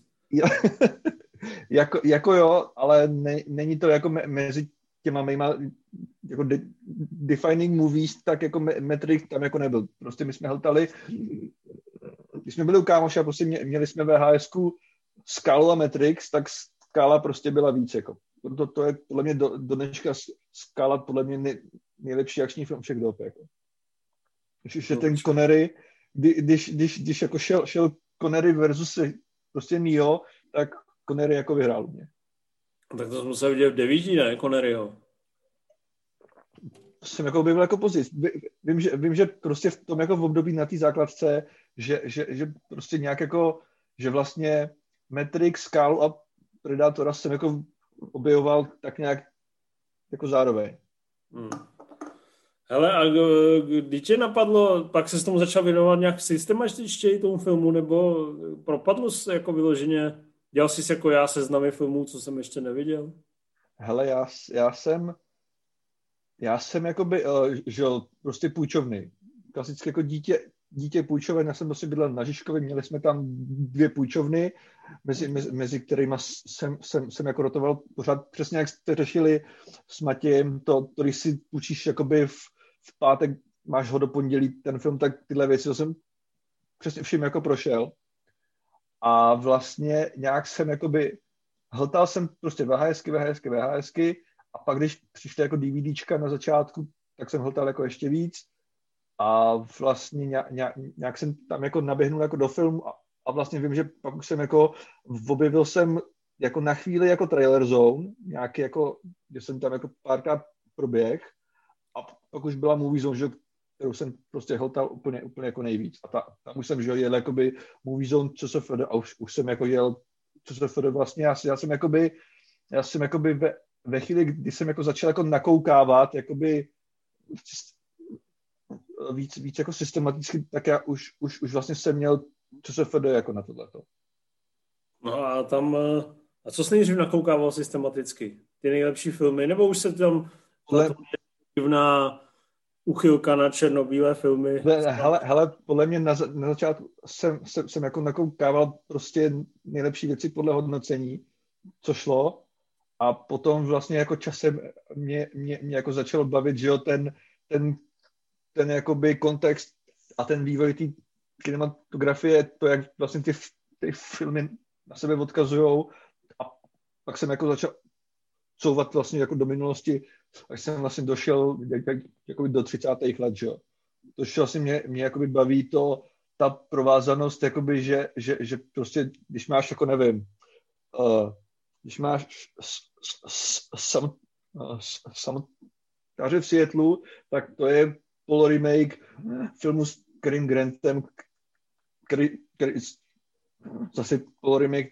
jako jo, ale není to jako mezi těma mýma jako defining movies, tak jako Matrix tam jako nebyl. Prostě my jsme hltali, když jsme byli u kámoše a prostě měli jsme VHSku Skalu a Matrix, tak Skala prostě byla víc. Jako. To je podle mě do dneška Skala podle mě nejlepší akční film všech dob. Jako. Když je ten Connery, když jako šel Connery versus prostě Neo, tak Connery jako vyhrál mě. Tak to jsme se viděli v 9, ne? Conneryho. Jsem jako objevil jako později. Vím, že prostě v tom jako v období na té základce, že prostě nějak jako, že vlastně Matrix, Skálu a Predátora jsem jako objevoval tak nějak jako zároveň. Hele, a kdy tě napadlo, pak se s tomu začal věnovat nějak systematičtěji tomu filmu, nebo propadlo se jako vyloženě, dělal jsi jako já seznamy filmů, co jsem ještě neviděl? Hele, já jsem jakoby, že jo, prostě půjčovny. Klasicky jako dítě půjčoven, já jsem prostě bydlel na Žižkově, měli jsme tam 2 půjčovny, mezi kterými jsem jako rotoval pořád, přesně jak jste řešili s Matějem, to když si půjčíš jakoby v pátek, máš ho do pondělí ten film, tak tyhle věci, to jsem přesně všim jako prošel. A vlastně nějak jsem jakoby, hltal jsem prostě VHSky, a pak když přišly jako DVDčka na začátku, tak jsem hltal jako ještě víc a vlastně nějak jsem tam jako naběhnul jako do filmu a vlastně vím, že pak už jsem jako objevil jsem jako na chvíli jako Trailer Zone, nějaký jako, kde jsem tam jako párkrát proběh a pak už byla Movie Zone, že, kterou jsem prostě hltal úplně jako nejvíc. A tam už jsem že jel jakoby Movie Zone CSFD a už jsem jako jel CSFD vlastně, já jsem jakoby ve chvíli, kdy jsem jako začal jako nakoukávat, jakoby víc jako systematicky, tak já už vlastně jsem měl CSFD jako na tohleto. No a tam, a co jsi nejdřív nakoukával systematicky? Ty nejlepší filmy, nebo už se tam divná uchylka na černobílé filmy? Hele, podle mě na začátku jsem jako nakoukával prostě nejlepší věci podle hodnocení, co šlo, a potom vlastně jako časem mě jako začalo bavit, že jo, ten jakoby kontext a ten vývoj té kinematografie, to, jak vlastně ty filmy na sebe odkazujou, a pak jsem jako začal couvat vlastně jako do minulosti, až jsem vlastně došel jakoby do 30. let, že jo. To vlastně mě jakoby baví ta provázanost, jakoby, že prostě, když máš jako nevím, když máš samotáře v Seattlu, tak to je remake filmu s Cary Grantem, který zase remake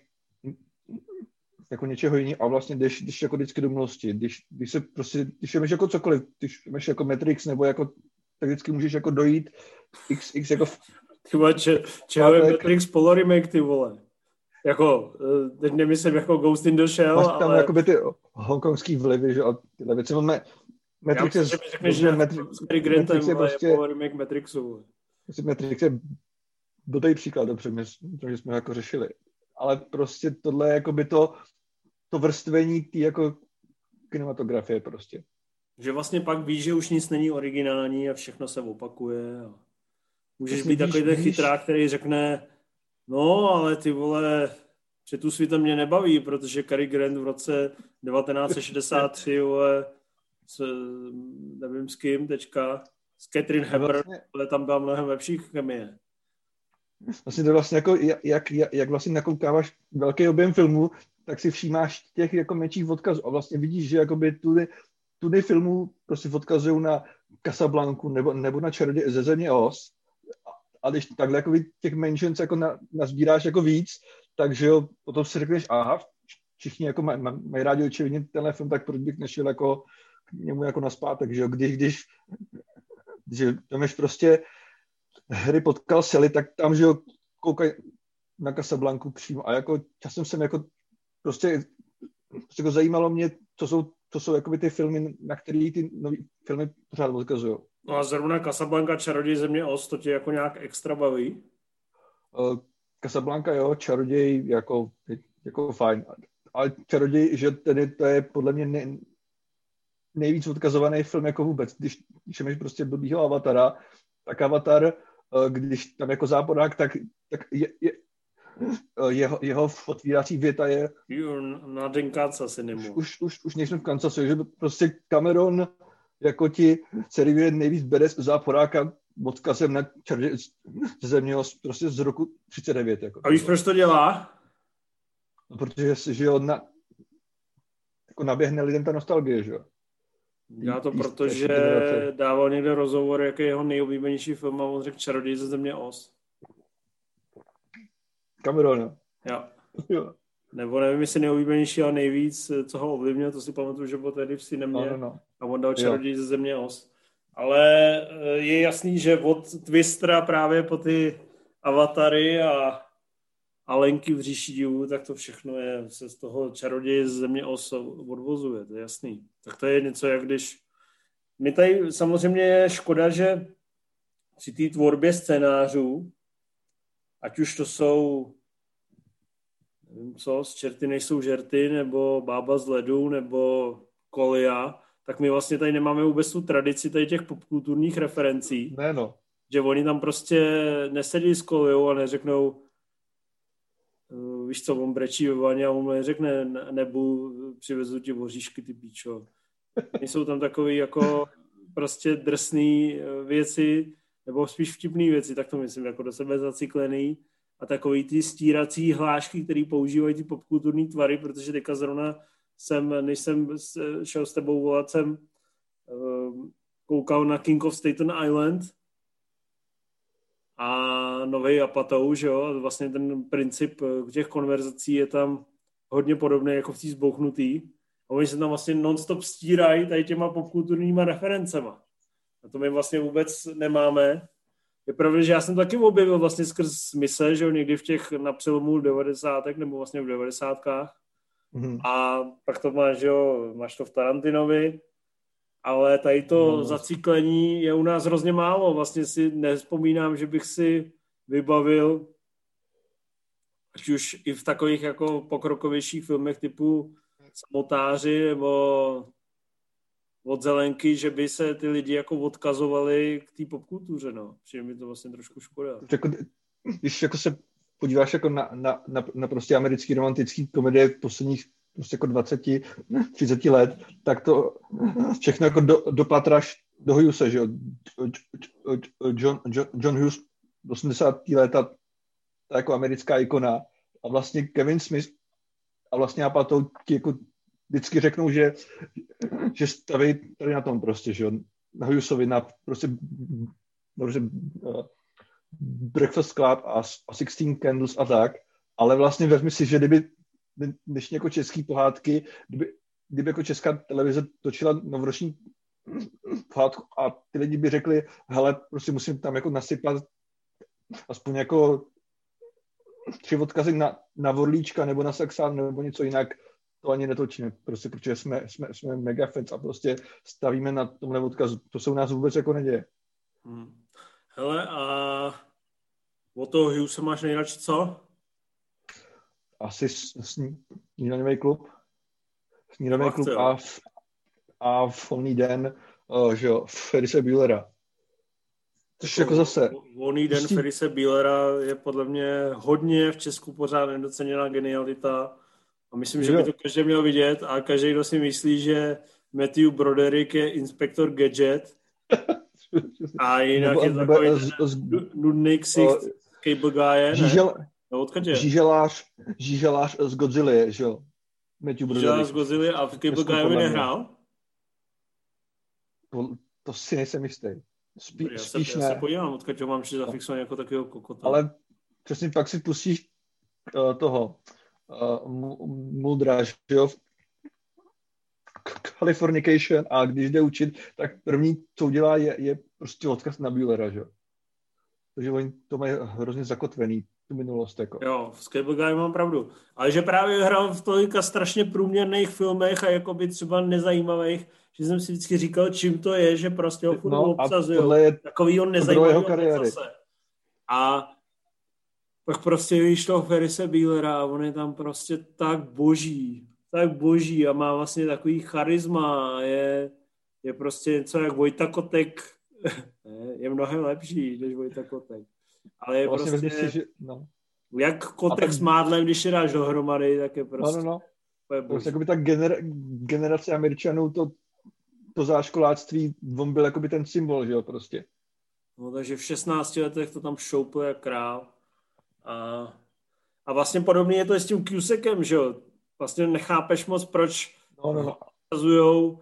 jako něčeho jiného a vlastně jdeš jako vždycky do minulosti. Když máš jako cokoliv, když máš jako Matrix nebo jako, tak vždycky můžeš jako dojít x jako... Ty vole, čeho je Matrix remake, ty vole? Jako, teď nemyslím jako Ghost in the Shell, ale... tam ale... jakoby ty hongkongský vlivy, že a tyhle věci. Matrix je... S Cary Grantem je prostě remake Matrixu. Matrix je dobrý příklad, dobře, že jsme jako řešili. Ale prostě tohle je jakoby to vrstvení té jako kinematografie prostě. Že vlastně pak víš, že už nic není originální a všechno se opakuje. A můžeš být takový ten chytrák, který řekne, no, ale ty vole, Před úsvitem mě nebaví, protože Cary Grant v roce 1963, vole, nevím s kým, s Catherine Hepburn, ale tam byla mnohem lepší chemie. Vlastně to vlastně jako, jak vlastně nakoukáváš velký objem filmů, tak si všímáš těch jako menších odkazů a vlastně vidíš, že jakoby tudy filmů prostě odkazují na Casablancu nebo na Čaroděje ze země Oz. A když takhle jako těch menšins jako nazbíráš jako víc, takže jo, potom si řekneš, aha, všichni jako mají rádi očividně tenhle film, tak proč bych nešel jako k němu jako naspátek, že jo, když tam ješ prostě Harry potkal Sally, tak tam, že jo, koukaj na Casablancu přímo a jako časem jsem jako prostě jako zajímalo mě, co jsou jakoby ty filmy, na který ty nový filmy pořád odkazují. No a zrovna Casablanca, Čaroděj země Oz, to tě jako nějak extra baví? Casablanca, jo, Čaroděj jako fajn. Ale Čaroděj, že tedy to je podle mě nejvíc odkazovaný film jako vůbec. Když máš prostě blbýho Avatara, tak Avatar, když tam jako záporák, tak jeho otvírací věta je... Na den Kansas nemůžu. Už nejsme v Kansasu, že prostě Cameron jako ti servíruje nejvíc bere z záporáka odkazem na Čaroděj ze země prostě z roku 39. Jako. A víš, proč to dělá? No, protože že on jako naběhne lidem ta nostalgie, že jo. Já to protože dával někde rozhovor, jaký je jeho nejoblíbenější film a on řekl Čaroděj ze země Oz. Cameron, jo. Jo. nebo nevím, jestli nejoblíbenější, ale nejvíc, co ho ovlivnil, to si pamatuju, že byl tehdy v Cinemě a on dal Čaroděj ze země Oz. Ale je jasný, že od Twistera právě po ty Avatary a Lenky v říši divů, tak to všechno se z toho Čaroděje ze země Oz odvozuje, to je jasný. Tak to je něco, jak když... My tady samozřejmě je škoda, že při té tvorbě scénářů, ať už to jsou nevím co, z Čerty nejsou žerty, nebo Bába z ledu, nebo Kolia, tak my vlastně tady nemáme vůbec tu tradici tady těch popkulturních referencí. Ne, no. Že oni tam prostě nesedí s Koliou a neřeknou víš co, on brečí ve vaně a on mu neřekne nebu, přivezu ti voříšky, ty píčo. Nejsou tam takový jako prostě drsný věci, nebo spíš vtipný věci, tak to myslím, jako do sebe zacyklený a takový ty stírací hlášky, který používají ty popkulturní tvary, protože teďka zrovna než jsem šel s tebou volat, jsem koukal na King of Staten Island a Novej Apatou, že jo, a vlastně ten princip těch konverzací je tam hodně podobný jako v té zbouchnutý. A oni se tam vlastně non-stop stírají tady těma popkulturníma referencema. A to my vlastně vůbec nemáme. Je pravda, že já jsem taky objevil vlastně skrz mise, že jo, někdy v těch na přelomu 90. nebo vlastně v 90. A pak to máš, že jo, máš to v Tarantinovi, ale tady to zacyklení je u nás hrozně málo. Vlastně si nevzpomínám, že bych si vybavil, ať už i v takových jako pokrokovějších filmech typu Samotáři nebo od Zelenky, že by se ty lidi jako odkazovali k té popkultuře, no. Přijde mi to vlastně trošku škoda. Když jako se podíváš jako na prostě americký romantický komedie posledních prostě jako 20-30 let, tak to všechno jako dopatráš do Hughese, že jo. John Hughes 80. léta, ta jako americká ikona a vlastně Kevin Smith a vlastně Apatow ti jako vždycky řeknou, že staví tady na tom prostě, že jo, na Hughesovi, na prostě Breakfast Club a 16 Candles a tak, ale vlastně vezmi si, že kdyby dnešní jako český pohádky, kdyby jako česká televize točila novoroční pohádku a ty lidi by řekli, hele, prostě musím tam jako nasypat aspoň jako 3 odkazy na Vorlíčka nebo na Saxán nebo něco jinak, to ani netočíme, prostě, protože jsme mega fans a prostě stavíme na tomhle odkazu. To se u nás vůbec jako neděje. Hele, a od toho Hughese máš nejradši co? Asi Snídaňový klub. Snídaňový klub a Volný den, že jo, Ferrise Buellera. Což jako zase... Volný den Ferrise Buellera je podle mě hodně v Česku pořád nedoceněná genialita. A myslím, že by to každý měl vidět a každý, kdo si myslí, že Matthew Broderick je inspektor Gadget a jinak je takový nudný ksicht Cable Guy, Žíželář z Godzilla, že jo? Matthew Broderick. Žíželář z Godzilla a v Cable Guy nehrál? To si nejsem jistý. Spíš já se podívám, odkud ho mám zafixovaný jako takového kokota. Ale přesně pak si pustíš toho Muldra, že jo, Californication a když jde učit, tak první, co udělá, je prostě odkaz na Buellera, že jo. Takže oni to mají hrozně zakotvený, tu minulost, jako. Jo, v Cable Guy mám pravdu. Ale že právě hrál v tolika strašně průměrných filmech a jakoby třeba nezajímavých, že jsem si vždycky říkal, čím to je, že prostě ho furt obsazují. Takovýho nezajímavého zase. A pak prostě víš toho Ferrise Buellera a on je tam prostě tak boží a má vlastně takový charisma, je prostě něco jak Vojta Kotek, je mnohem lepší než Vojta Kotek. Ale je vlastně prostě, si, že, jak Kotek s Mádlem, když je dáš dohromady, tak je prostě prostě jakoby ta generace Američanů, to záškoláctví, on byl jakoby ten symbol, že jo, prostě. No takže v 16 letech to tam šoupl jak král. A vlastně podobně je to i s tím Cusackem, že jo. Vlastně nechápeš moc, proč ukazujou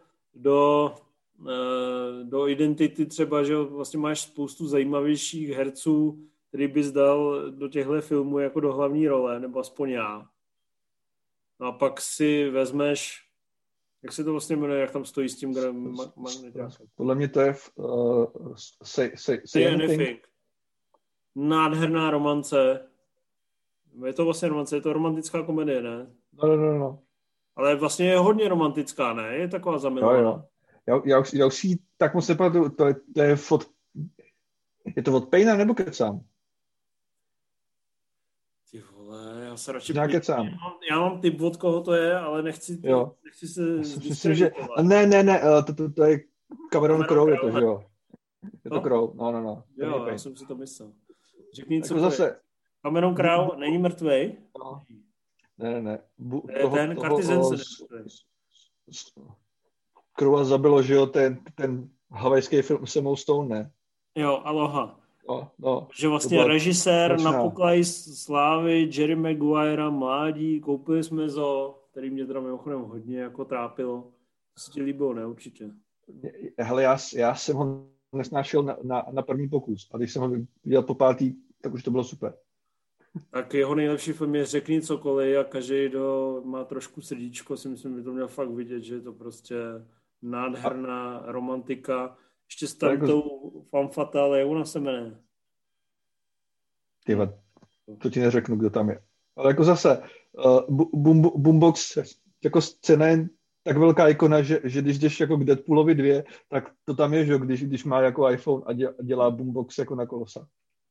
do identity třeba, že jo, vlastně máš spoustu zajímavějších herců, který bys dal do těchto filmů jako do hlavní role, nebo aspoň já. No a pak si vezmeš, jak se to vlastně jmenuje, jak tam stojí s tím magneťákem? Podle mě to je Say Anything. Nádherná romance. Je to vlastně romance, je to romantická komedie, ne? No. Ale vlastně je hodně romantická, ne? Je taková zamilovaná. Jo. Já už si tak moc nepamatuju, to je je to od Payna nebo kecám? Ty vole, já se radši kecám. Já mám typ, od koho to je, ale nechci se myslím, že ne, to je Cameron Crowe, je to, že jo? Je to Crowe, no. Jo, já jsem si to myslel. Řekni, co jako to je. Cameron Crowe není mrtvej? No. Ne. Ten Curtis Hanson. Crowe zabilo, že jo, ten havajský film s Emma Stone, ne? Jo, Aloha. No. Že vlastně režisér na pokraji slávy Jerry Maguire, mládí, koupili jsme zo, který mě teda mimochodem hodně jako trápilo. To se ti líbilo, ne? Určitě. Hele, já jsem ho nesnášel na první pokus. A když jsem ho viděl po pátý, tak už to bylo super. Tak jeho nejlepší film je Řekni cokoliv a každý, kdo má trošku srdíčko, si myslím, že to měl fakt vidět, že je to prostě nádherná romantika. Ještě s tamtou femme fatale, jak ona se jmenuje? Tyva, to ti neřeknu, kdo tam je. Ale jako zase, Boombox jako scéna je tak velká ikona, že když jdeš jako k Deadpoolovi 2, tak to tam je, že když má jako iPhone a dělá Boombox jako na kolesa.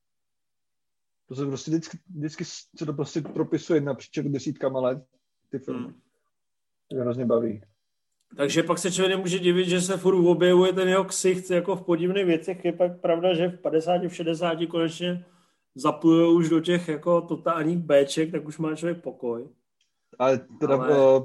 To se prostě vždycky se to prostě propisuje napříč desítkama let, ty filmy. To mě hrozně baví. Takže pak se člověk nemůže divit, že se furt objevuje ten jeho ksicht jako v podivných věcech. Je pak pravda, že v 50, v 60 konečně zapluje už do těch jako totálních béček, tak už má člověk pokoj. Ale teda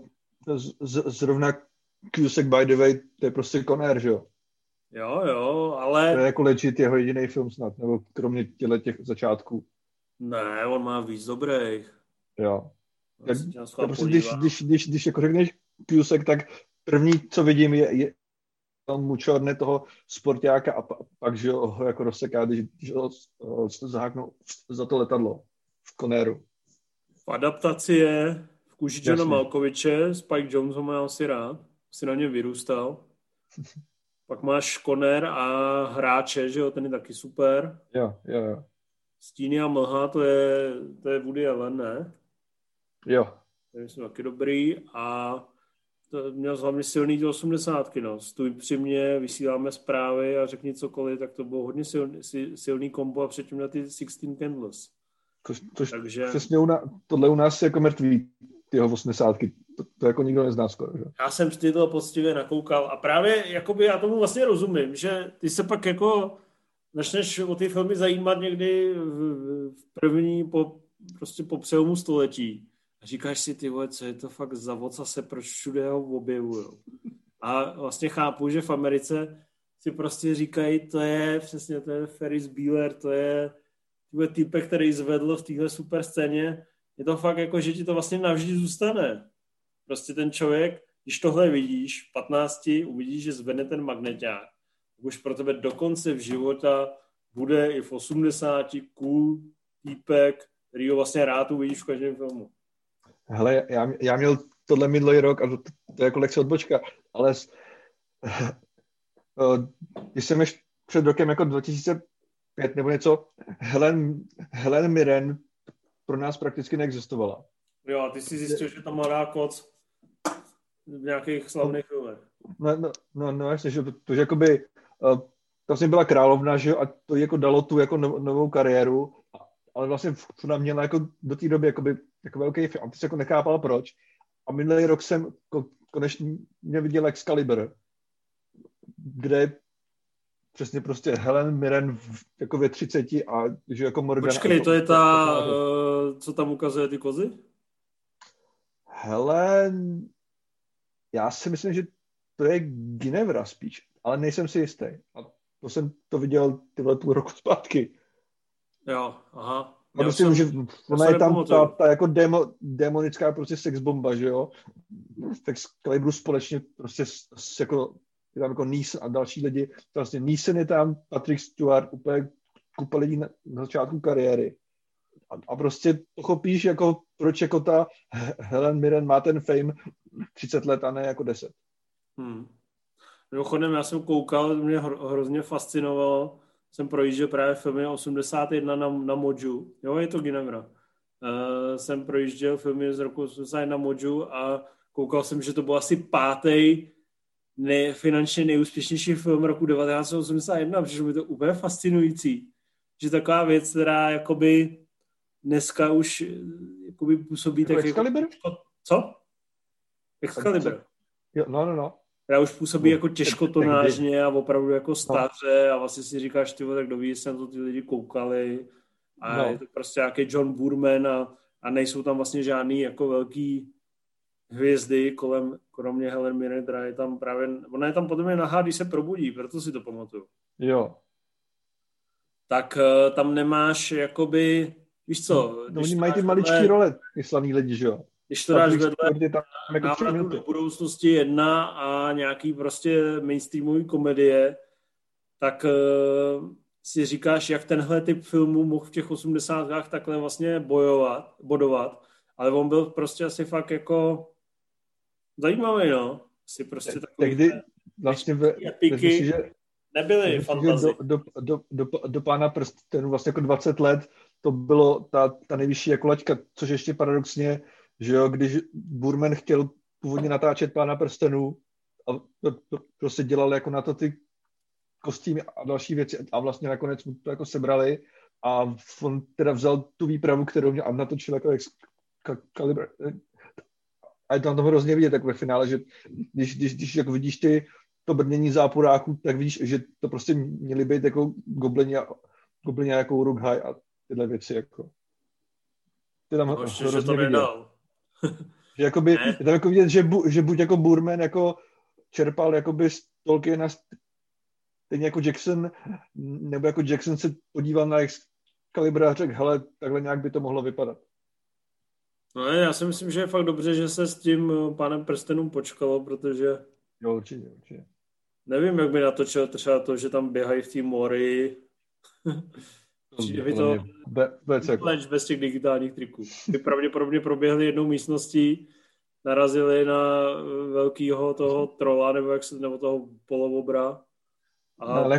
zrovna Cusack by the way, to je prostě Conner, že jo? Jo, ale... To je jako legit jeho jediný film snad, nebo kromě těch začátků. Ne, on má víc dobrých. Jo. Prostě, když jako řekneš Cusack, tak první, co vidím, je mu čorné toho sportáka a pak, že ho jako rozseká, když ho zaháknou za to letadlo v Conneru. V adaptaci je v kůži Johna Malkoviče, Spike Jonze ho má asi rád, si na něm vyrůstal. Pak máš Conner a Hráče, že jo, ten je taky super. Jo. Stíny a mlha, to je Woody Allen, ne? Jo. To je taky dobrý a to měl hlavně silný ty 80, no. Stůj při mě, vysíláme zprávy a řekni cokoliv, tak to bylo hodně silný kombo a předtím na ty 16 Candles. Takže... Přesně tohle u nás je jako mrtvý, tyho 80. To jako nikdo nezná skoro, že? Já jsem si to poctivě nakoukal a právě jakoby já tomu vlastně rozumím, že ty se pak jako začneš o ty filmy zajímat někdy v první po přelomu století. A říkáš si, ty vole, co je to fakt za vocase, proč všude ho objevujou. A vlastně chápu, že v Americe si prostě říkají, to je Ferris Bueller, to je týpek, který zvedl v téhle super scéně. Je to fakt jako, že ti to vlastně navždy zůstane. Prostě ten člověk, když tohle vidíš, 15, uvidíš, že zvedne ten magneťák. Už pro tebe do konce v života bude i v 80 cool týpek, který ho vlastně rád uvidíš v každém filmu. Hele, já měl tohle minulý rok a to je jako lekce odbočka, ale když jsem ještě před rokem jako 2005 nebo něco, Helen Mirren pro nás prakticky neexistovala. Jo, a ty jsi zjistil, že tam má koc v nějakých slavných filmech. No jasně, že to jakoby to vlastně byla královna, že jo, a to jako dalo tu jako novou kariéru, ale vlastně ona měla jako do té doby jako velký film a ty se jako nechápal proč. A minulý rok jsem konečně viděl Excalibur, kde přesně prostě Helen Mirren jako ve 30 a že jako Morgan. Počkej, to je ta, co tam ukazuje ty kozy? Helen, já si myslím, že to je Ginevra spíš, ale nejsem si jistý. A to jsem to viděl tyhle půl roku zpátky. Jo, aha. A myslím, že ona je tam ta jako démonická prostě sexbomba, že jo? Tak s Calibru společně prostě jako je tam jako Neeson a další lidi. Vlastně Neeson je tam, Patrick Stewart, úplně kupa lidí na začátku kariéry. a prostě pochopíš, jako proč jako ta Helen Mirren má ten fame 30 let a ne jako 10. Mimochodem, já jsem koukal, mě hrozně fascinovalo, jsem projížděl právě filmy 81 na Moju, jo, je to Ginevra. Jsem projížděl filmy z roku 81 na Moju a koukal jsem, že to byl asi 5. finančně nejúspěšnější film roku 1981, protože mi to úplně fascinující, že taková věc, která jakoby dneska už jakoby působí jako tak Excalibur? jako... Co? Excalibur. Jo, no. Která už působí jako těžkotonážně a opravdu jako staře a vlastně si říkáš, tyvo, tak doví, jsem to ty lidi koukali a je to prostě nějaký John Boorman a nejsou tam vlastně žádný jako velký hvězdy kromě Helen Mirren, která je tam právě, ona je tam potom je nahá, když se probudí, proto si to pamatuju. Jo. Tak tam nemáš jakoby, víš co? No, oni mají ty maličký role, ty slavní lidi, že jo? Když to dáš vedle jako Návratu do budoucnosti 1 a nějaký prostě mainstreamový komedie, tak si říkáš, jak tenhle typ filmů mohl v těch 80kách takhle vlastně bodovat, ale on byl prostě asi fakt jako zajímavý, no. Si prostě takový... Tehdy vlastně epiky nebyly fantazy. Do Pána prstenů vlastně jako 20 let to bylo ta nejvyšší jako laťka, což ještě paradoxně, že jo, když Boorman chtěl původně natáčet Pána prstenů a prostě dělal jako na to ty kostýmy a další věci a vlastně nakonec mu to jako sebrali a on teda vzal tu výpravu, kterou měl a natočil jako Excalibur. A je tam toho hrozně vidět jako ve finále, že když jako vidíš to brnění záporáků, tak vidíš, že to prostě měly být jako goblini jako Uruk-hai a tyhle věci jako. Ty tam hrozně vidět. Že jakoby, je tam jako vidět, že buď jako Boorman jako čerpal jakoby z Tolkiena stejně jako Jackson, nebo jako Jackson se podíval na Excalibur a řekl, hele, takhle nějak by to mohlo vypadat. No já si myslím, že je fakt dobře, že se s tím Pánem prstenům počkalo, protože... Jo, určitě. Nevím, jak by natočil třeba to, že tam běhají v té mori. Přijde mi to bez těch digitálních triků. By pravděpodobně proběhli jednou místností, narazili na velkýho toho trola, nebo toho polovobra. Ale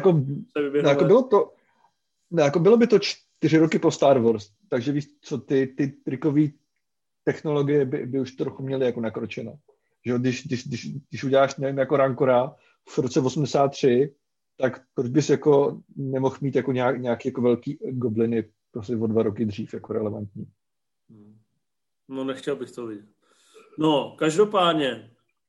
bylo by to 4 roky po Star Wars, takže víš co, ty trikové technologie by už trochu měly jako nakročeno. Že když uděláš, nevím, jako Rancora v roce 83, tak proč bys jako nemohl mít jako nějaký jako velký gobliny prostě o 2 roky dřív jako relevantní. No nechtěl bych to vidět. No, každopádně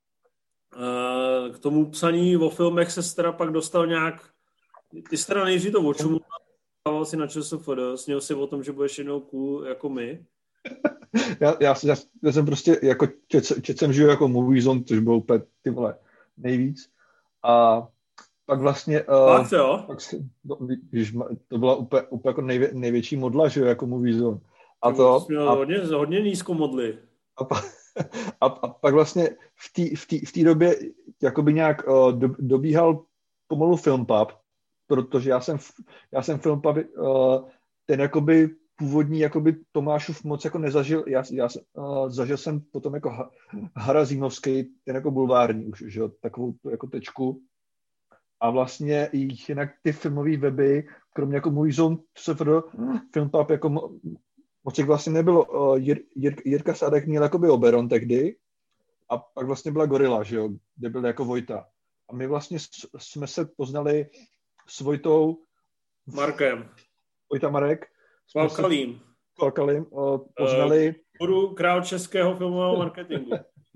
k tomu psaní o filmech se teda pak dostal nějak, ty jsi teda nejdřív to očumoval, dával si na ČSFD, sněl si o tom, že budeš jednou cool jako my. Já jsem prostě jako čet jsem žil jako Movie Zone, což bylo úplně ty vole nejvíc. A pak vlastně... Fakt jo? To byla úplně jako největší modla, že jo, jako Movie Zone. A to hodně nízko modly. A pak vlastně v té době jakoby nějak dobíhal pomalu Filmpub, protože já jsem Filmpub ten jakoby původní jakoby Tomášův moc jako nezažil. Zažil jsem potom jako Harazímovský, ten jako bulvární už, že jo, takovou jako tečku. A vlastně jinak ty filmové weby, kromě jako Movie Zone, Filmpub jako moc jak vlastně nebylo. Jirka Sadek měl jakoby Oberon tehdy a pak vlastně byla Gorilla, že jo, kde byl jako Vojta. A my vlastně jsme se poznali s Vojtou Markem. Vojta Marek. Kvalkalím. Poznali... Budu král českého filmového marketingu.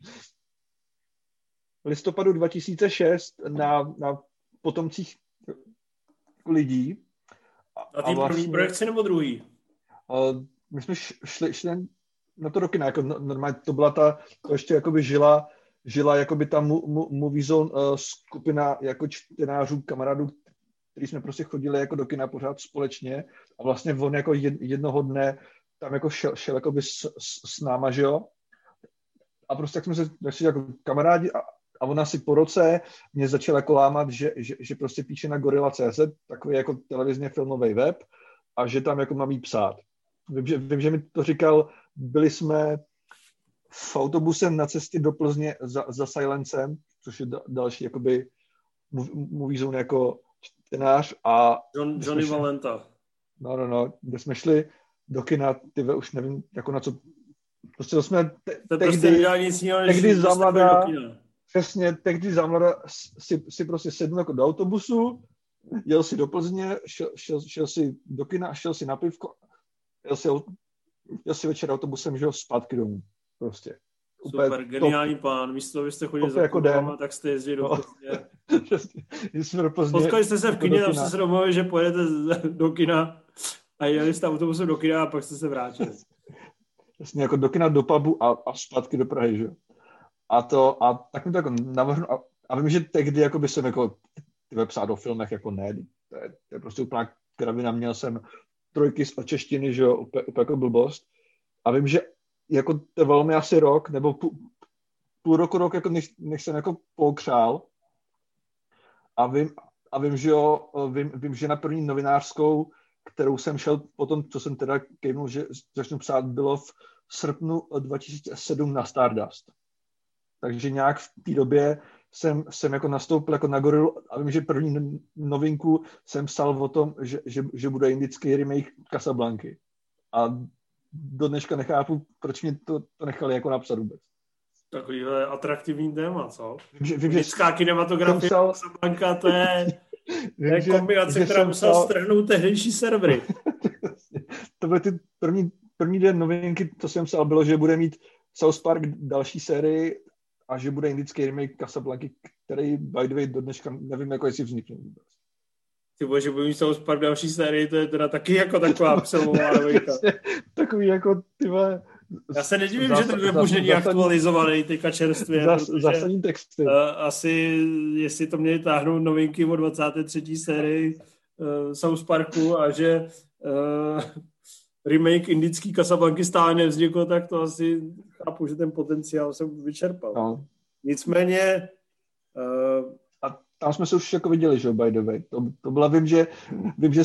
V listopadu 2006 na Potomcích lidí. A tým vlastně, první projekci nebo druhý? My jsme šli na to do kina, jako normálně to byla to ještě jakoby žila jakoby ta Movie Zone skupina jako čtenářů, kamarádů, který jsme prostě chodili jako do kina pořád společně a vlastně on jako jednoho dne tam jako šel jakoby s náma, že jo? A prostě jak jsme se jako kamarádi a on asi po roce mě začal jako lámat, že prostě píše na Gorilla.cz, takový jako televizně filmový web a že tam jako mám jí psát. Vím, že mi to říkal, byli jsme v autobusem na cestě do Plzně za Silencem, což je další jakoby movie zone jako čtenář a... Johnny Valenta. No, kde jsme šli do kina, už nevím, jako na co... Prostě jsme tehdy za mladá, přesně, tehdy za mladá si prostě sednul jako do autobusu, jel si do Plzně, šel si do kina, šel si na pivko, jel si večer autobusem, že jo, zpátky domů. Prostě. Super, geniální plán. Místo, abyste chodili za jako klubama, tak jste jezdili do Plzně. Potkali jste se v kině, tam jste se domluvili, že pojedete do kina a jeli jste autobusem do kina a pak jste se vrátili. Jasně, jako do kina, do pubu a zpátky do Prahy, že jo. A tak mi to jako navrhnu a vím, že tehdy jako by jsem jako psát o filmech, jako ne, to je prostě úplná kravina, měl jsem 3 z češtiny, že jo, úplně jako blbost. A vím, že jako trvalo mi asi rok, nebo půl roku, jako než jsem jako pokřál. A vím, že jo, vím, že na první novinářskou, kterou jsem šel potom, co jsem teda kejvnul, že začnu psát, bylo v srpnu 2007 na Stardust. Takže nějak v té době jsem jako nastoupil jako na Gorilu a vím, že první novinku jsem psal o tom, že bude indický remake Casablanky. A do dneška nechápu, proč mě to nechali jako napsat vůbec. Takovýhle atraktivní téma, co? Indická kinematografie Casablanka, to je kombinace, která musela strhnout tehdejší servery. To byly ty první den novinky, co jsem psal, bylo, že bude mít South Park další sérii a že bude indický remake Casablanky, který by the way do dneška nevím, jako jestli vznikne vůbec. Ty bože, že bude mít South Park další sérii, to je teda taky jako taková pselová novinka. Takový jako tyhle... Já se nedivím, že ten web už není aktualizovaný teďka čerstvě, zásadní texty. Asi, jestli to měli táhnout novinky o 23. sérii South Parku a že remake indický Casablanky stále nevznikl, tak to asi chápu, že ten potenciál se vyčerpal. No. Nicméně... A tam jsme se už jako viděli, že by the way. To byla, vím, že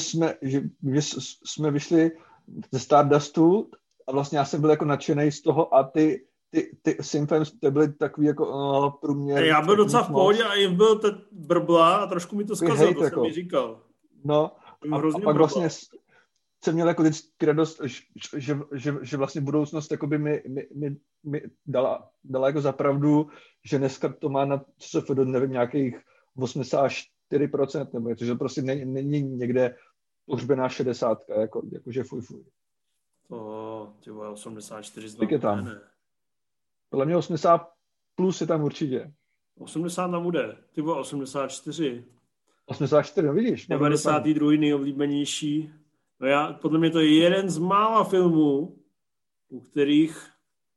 jsme vyšli ze Stardustu a vlastně já jsem byl jako nadšenej z toho a ty Simfems, to byly takový jako průměr. Já byl docela v pohodě a jim byl ten brbla a trošku mi to zkazil, to jako, jsem mi říkal. No a pak vlastně jsem měl jako vždycky radost, že vlastně budoucnost jakoby mi dala jako zapravdu, že dneska to má na CSFD, nevím, nějakých 84%, nebo něco, že prostě není někde pohřbená 60, jakože fuj. Ty vole, 84 znamená. Je tam. Ne. Podle mě 80 plus je tam určitě. 80 tam bude. Ty vole, 84. 84, no vidíš. 92. nejoblíbenější. No podle mě to je jeden z mála filmů, u kterých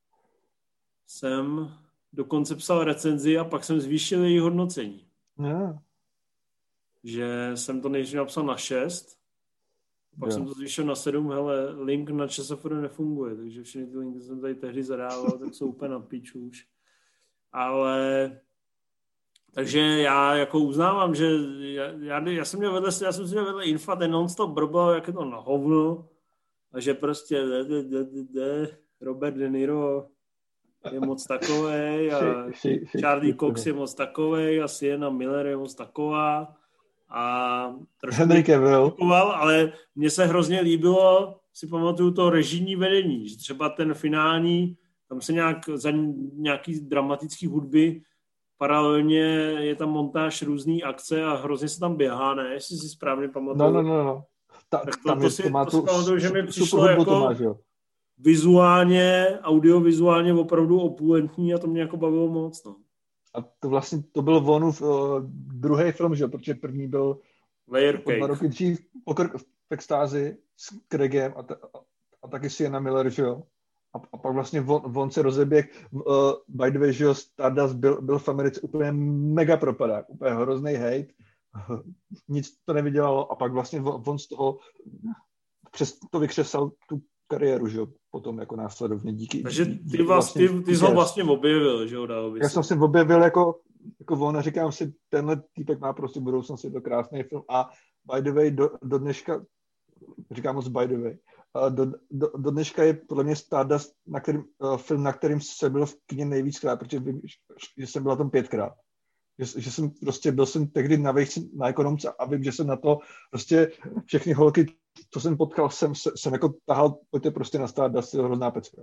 jsem dokonce psal recenzi a pak jsem zvýšil její hodnocení. Yeah. Že jsem to nejdřív napsal na 6, pak jsem to zvýšil na 7, hele, link na ČSFD nefunguje, takže všechny ty linky jsem tady tehdy zadával, tak jsou úplně na piču už. Ale takže já jako uznávám, že já jsem měl vedle Infa, ten non-stop brbal, jak je to na hovno a že prostě Robert De Niro je moc takovej a Charlie Cox je moc takovej a Sienna Miller je moc taková a trošku Henry Cavill, ale mně se hrozně líbilo, si pamatuju to režijní vedení, že třeba ten finální, tam se za nějaký dramatický hudby paralelně je tam montáž různý akce a hrozně se tam běhá, ne? Jestli si správně pamatuju. No. To pamatuju, že mi přišlo jako vizuálně, audiovizuálně opravdu opulentní a to mě jako bavilo moc, no. A to vlastně, to byl Vonův druhý film, že? Protože první byl Layer Cake. 2 roky dřív v extázi s Craigem a taky Sienna Miller, že jo? A pak vlastně on se rozeběh, by the way, že jo, Stardust byl v Americe úplně mega propadák, úplně hrozný hejt, nic to nevydělalo a pak vlastně on z toho přes to vykřesal tu kariéru, že jo, potom jako následovně díky. Takže ty jsi ho vlastně objevil, že jo, dalo by se. Já jsem si objevil jako on a říkám si, tenhle týpek má prostě budoucnost, je to krásný film a by the way, do dneška, říkám moc by the way, do dneška je podle mě Stardust film, na kterým jsem byl v kině nejvíckrát, protože vím, že jsem byl na tom 5krát. Že jsem prostě byl jsem tehdy na vejšce na ekonomce a vím, že jsem na to prostě všechny holky, co jsem potkal, jsem jako tahal, pojďte prostě na Stardust, je hrozná pecka.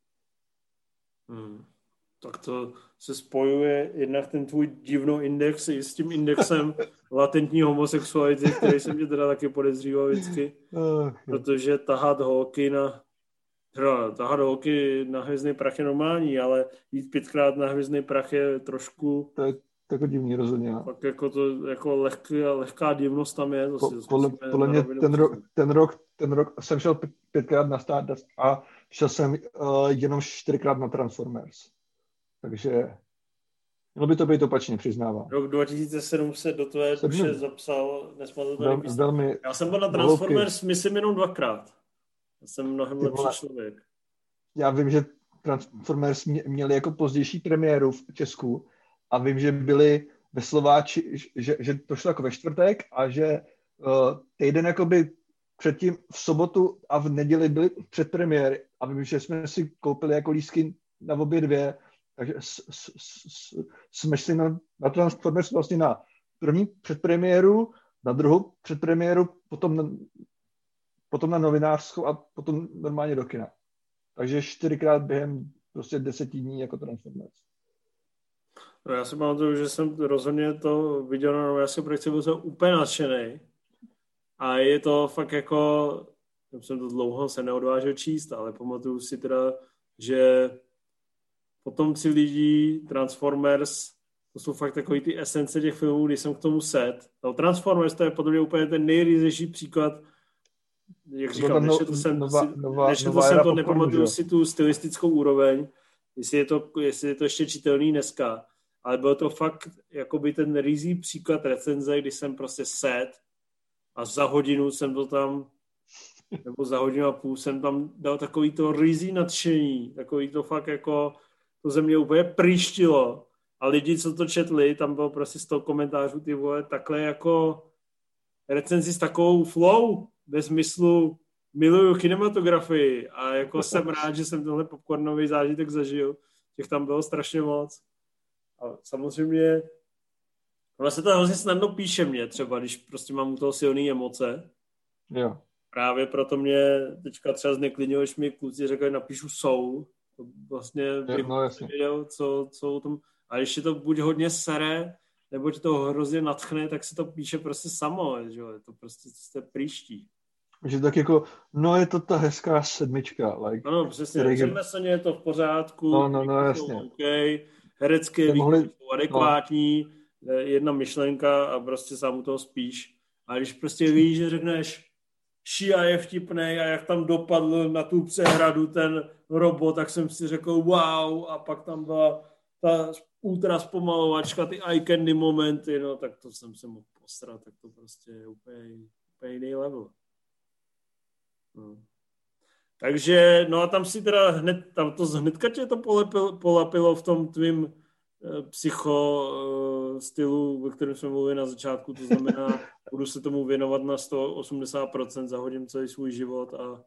Tak to se spojuje jednak ten tvůj divnou index i s tím indexem latentní homosexuality, který jsem tě teda taky podezříval vždycky, protože tahat holky na hvězdný prach je normální, ale jít 5krát na hvězdný prach je trošku... To je jako divný rozhodně. Tak jako to jako lehká divnost tam je. Podle mě ten rok jsem šel 5krát na Stardust a šel jsem jenom 4krát na Transformers. Takže mělo by to být opačně, přiznávám. Rok 2007 se do tvé duše zapsal nesmazatelný. Já jsem byl na Transformers, myslím, jenom 2krát. Já jsem mnohem lepší člověk. Já vím, že Transformers měli jako pozdější premiéru v Česku a vím, že byli ve Slováči, že to šlo jako ve čtvrtek a že týden jakoby předtím v sobotu a v neděli byly předpremiéry a vím, že jsme si koupili jako lístky na obě dvě. Takže jsme šli na Transformers vlastně na první předpremiéru, na druhou předpremiéru, potom na novinářskou a potom normálně do kina. Takže 4krát během prostě 10 dní jako Transformers. No já si pamatuju, že jsem rozhodně to viděl na novinářské projekci, byl jsem úplně nadšenej. A je to fakt jako, jsem to dlouho se neodvážil číst, ale pamatuju si teda, že potomci lidí, Transformers, to jsou fakt takový ty esence těch filmů, když jsem k tomu set. No, Transformers, to je podle mě úplně ten nejryzejší příklad, jak říkám, nečetl jsem to, nepamatuju si tu stylistickou úroveň, jestli je to ještě čitelný dneska, ale byl to fakt jakoby ten ryzí příklad recenze, když jsem prostě set a za hodinu jsem to tam, nebo za hodinu a půl jsem tam dal takový to ryzí nadšení, takový to fakt jako to ze mě úplně prýštilo. A lidi, co to četli, tam bylo prostě 100 komentářů, ty vole, takhle jako recenzi s takovou flow, ve smyslu miluju kinematografii a jako jsem rád, že jsem tenhle popcornový zážitek zažil. Těch tam bylo strašně moc. A samozřejmě vlastně to hrozně snadno píše mě třeba, když prostě mám u toho silný emoce. Jo. Právě proto mě teďka třeba zneklidnilo, když mi kluci řekli, napíšu soul. To vlastně bych věděl, co o tom... A když je to buď hodně sere, nebo ti to hrozně nadchne, tak se to píše prostě samo, že jo? Je to prostě jste příští. Že tak jako, no je to ta hezká sedmička. Like, ano, přesně, řemeslně je to v pořádku, no jasně. Okay, herecké výkony jsou adekvátní, jedna myšlenka a prostě sám u toho spíš. A když prostě víš, že řekneš, Šia je vtipnej a jak tam dopadl na tu přehradu ten robot, tak jsem si řekl wow a pak tam byla ta ultra zpomalovačka, ty eye candy momenty, no tak to jsem se mohl posrat, tak to prostě je úplně jiný level. No. Takže, no a tam si teda hnedka tě to polapilo v tom tvým psycho stylu, ve kterém jsme mluvili na začátku, to znamená, budu se tomu věnovat na 180%, zahodím celý svůj život a...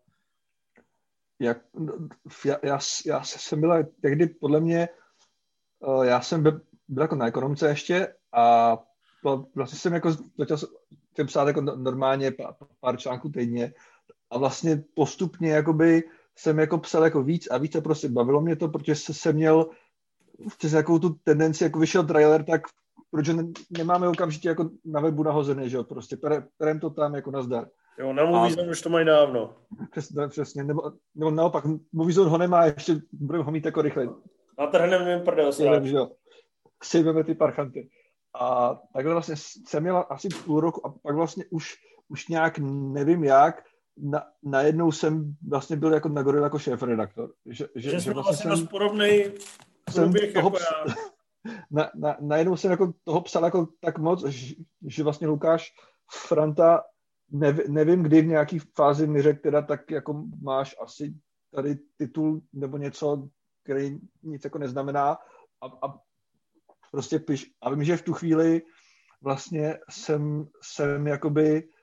Já jsem byl tehdy podle mě, já jsem byl jako na ekonomce ještě a vlastně jsem jako začal jsem psát jako normálně pár článků týdně a vlastně postupně jakoby jsem jako psal jako víc a víc a prostě bavilo mě to, protože jsem měl přes jakou tu tendenci, jako vyšel trailer, tak protože nemáme okamžitě jako na webu nahozený, že jo, prostě perem to tam jako nazdar. Jo, na Moviezone už to mají dávno. Přesně, nebo naopak, Moviezone ho nemá, ještě budeme ho mít jako rychle. Natrhneme jim prdel, sejmeme ty parchanty. A takhle vlastně jsem měl asi půl roku a pak vlastně už nějak nevím jak, najednou jsem vlastně byl jako na Gorilla jako šéfredaktor. Že jsme vlastně dost podobnej průběh jako já. Najednou jsem jako toho psal jako tak moc, že vlastně Lukáš Franta, nevím kdy v nějaký fázi mi řekl teda, tak jako máš asi tady titul nebo něco, který nic jako neznamená a prostě piš. A vím, že v tu chvíli vlastně jsem jakoby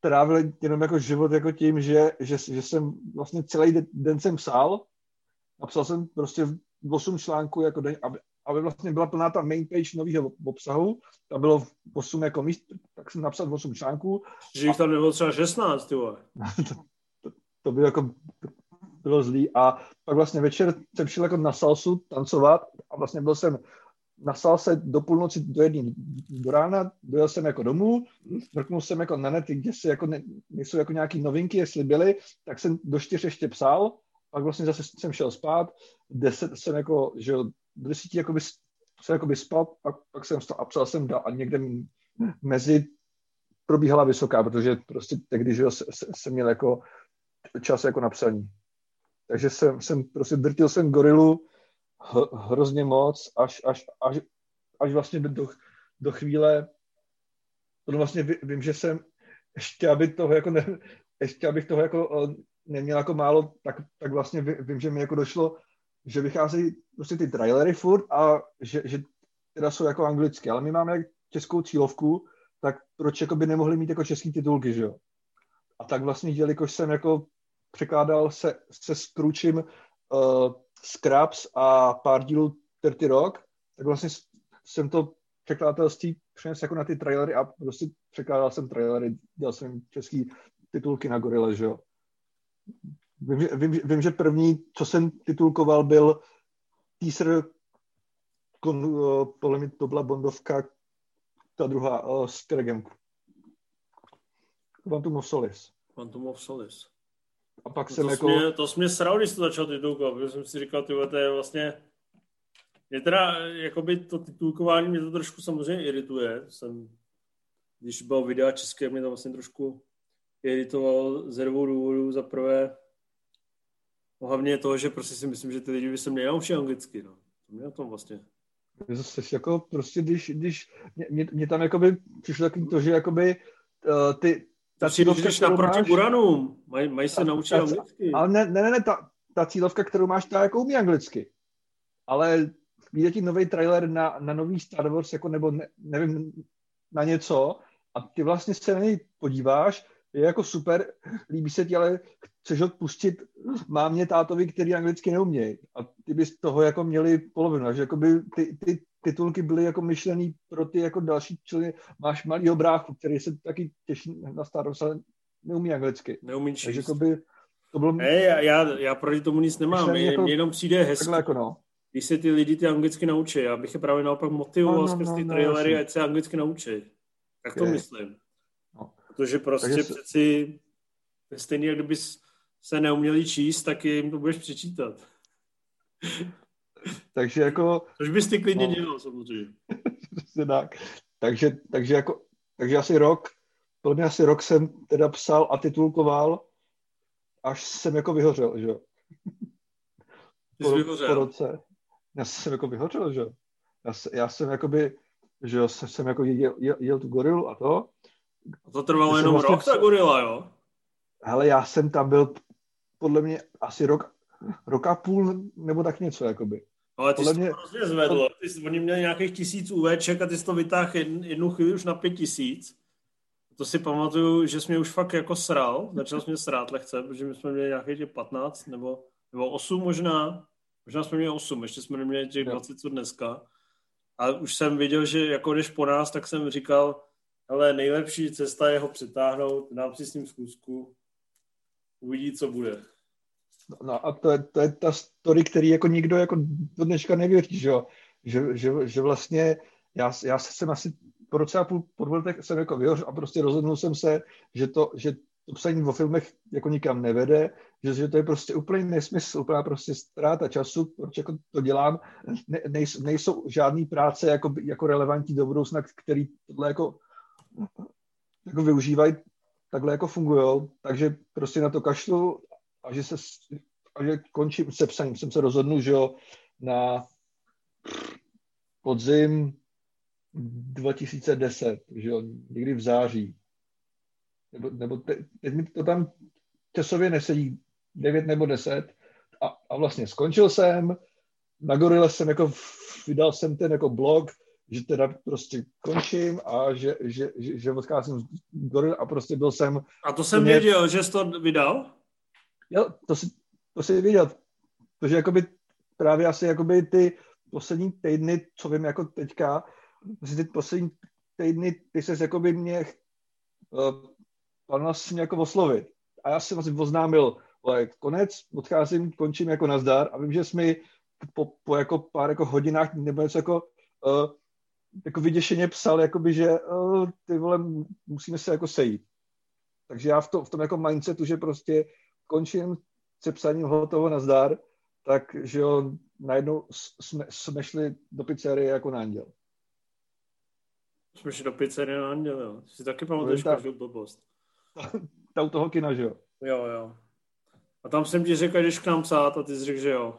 trávil jenom jako život jako tím, že jsem vlastně celý den jsem psal. Napsal jsem prostě 8 článků jako den, aby vlastně byla plná ta main page nového obsahu. Tam bylo 8 jako míst, tak jsem napsal 8 článků. Že jich tam nebylo třeba 16, ty vole. To by jako bylo zlý. A pak vlastně večer jsem šel jako na salsu tancovat a vlastně byl jsem na salse do půlnoci do 1 do rána, dojel jsem jako domů, mrknul jsem jako na net, kde se jako nejsou jako nějaký novinky, jestli byly, tak jsem do 4 ještě psal, pak vlastně zase jsem šel spát, 10 jsem jako, že do 10 jakoby spal, pak jsem vstal a psal jsem dál a někde mezi probíhala vysoká, protože prostě tehdy, že jsem měl jako čas jako napsaní. Takže jsem prostě drtil jsem gorilu hrozně moc, až vlastně do chvíle, to vlastně vím, že jsem ještě, abych toho jako neměl jako málo, tak vlastně vím, že mi jako došlo, že vycházejí prostě ty trailery furt a že teda jsou jako anglicky, ale my máme českou cílovku, tak proč jako by nemohli mít jako český titulky, že jo? A tak vlastně, jelikož jsem jako překládal se Scroočem Scraps a pár dílů 30 Rock, tak vlastně jsem to překladatelství přinesl jako na ty trailery a prostě překládal jsem trailery, dělal jsem český titulky na Gorile, že jo. Vím, že první, co jsem titulkoval, byl teaser, podle mě to byla Bondovka, ta druhá s Craigem. Quantum of Solace. Quantum of Solace. A pak No jsem to jsi mě sral, když to začal titulkovat, protože jsem si říkal, tyhle, to je vlastně... Mě teda, jakoby to titulkování mě to trošku samozřejmě irituje. Když byl videa české, mě to vlastně trošku iritovalo ze 2 důvodů. Za prvé, hlavně toho, že prostě si myslím, že ty lidi by se měli naučit anglicky, no. To mě na tom vlastně. Zase jako prostě, když mě tam jakoby přišlo takový to, že jakoby ty... Ta cílovka, kterou naproti Buranům. Mají se naučit anglicky. Ale ne, ta cílovka, kterou máš, ta jako umí anglicky. Ale vyjde ti nový trailer na nový Star Wars, jako nebo nevím, na něco a ty vlastně se na něj podíváš, je jako super, líbí se ti, ale chceš odpustit mámě, tátovi, který anglicky neumějí. A ty bys toho jako měli polovinu. Takže jakoby ty titulky byly jako myšlený pro ty jako další, čili máš malýho bráchu, který se taky těší na Star Wars, ale neumí anglicky. Neumí číst. Takže jakoby to bylo... Já proti tomu nic nemám. Mně jenom přijde hezky. Jako no. Když se ty lidi ty anglicky naučí, já bych je právě naopak motivoval skrz ty trailery, ať se anglicky naučí. Tak to myslím. No. Protože prostě přeci stejně, jak kdybys se neuměli číst, tak jim to budeš přečítat. Takže jako... Což bys ty klidně dělal, samozřejmě. Tak. Takže asi rok, podle mě asi rok jsem teda psal a titulkoval, až jsem jako vyhořel, že jo. Po roce. Já jsem jako vyhořel, že jo. Já jsem jakoby, že jo, jsem jako jel tu gorilu a to. A to trvalo jenom vlastně rok, ta gorila, jo? Hele, já jsem tam byl podle mě asi rok a půl, nebo tak něco, jakoby. Ale ty jsi to hrozně zvedl. Oni měli nějakých 1000 UVček a ty jsi to vytáhl jednu chvíli už na 5000. To si pamatuju, že jsi mě už fakt jako sral. Začal jsi mě srát lehce, protože my jsme měli nějakých 15 nebo 8 možná. Možná jsme měli 8, ještě jsme neměli těch 20 co dneska. A už jsem viděl, že jako jdeš po nás, tak jsem říkal, hele, nejlepší cesta je ho přitáhnout, dám si s ním schůzku, uvidí, co bude. No a to je ta story, který jako nikdo jako do dneška nevěří, že jo? Že vlastně já jsem asi po roce a půl, po 2 letech jsem jako vyhořel a prostě rozhodnul jsem se, že to psaní o filmech jako nikam nevede, že to je prostě úplný nesmysl, úplná prostě ztráta času, proč jako to dělám, nejsou žádný práce jako relevantní do budoucna, který tohle jako využívají, takhle jako fungujou, takže prostě na to kašlu a že končím se psaním. Jsem se rozhodnul, že jo, na podzim 2010, že jo, někdy v září. Nebo teď mi to tam časově nesedí 9 nebo 10 a vlastně skončil jsem, na Gorile jsem jako, vydal jsem ten jako blog, že teda prostě končím a že odcházím z Goril a prostě byl jsem... A to jsem věděl, že jsi to vydal? Jo, to si věděl. Protože jakoby právě asi jakoby ty poslední týdny, co vím jako teďka, ty poslední týdny, ty ses jakoby mě plánoval si mě jako oslovit. A já jsem vlastně oznámil, konec, odcházím, končím jako nazdar a vím, že jsi mi po jako pár jako hodinách nebo něco jako vyděšeně psal, jakoby, že ty vole, musíme se jako sejít. Takže já v tom jako mindsetu, že prostě končím se psaním hotovo nazdar, tak, že jo, najednou jsme šli do pizzerie jako na anděl. Jsme šli do pizzerie na anděl, jo. Si taky pamatuješ každou blbost. Ta u toho kina, že jo? Jo. A tam jsem ti řekl, jdeš k nám psát a ty jsi řekl, že jo.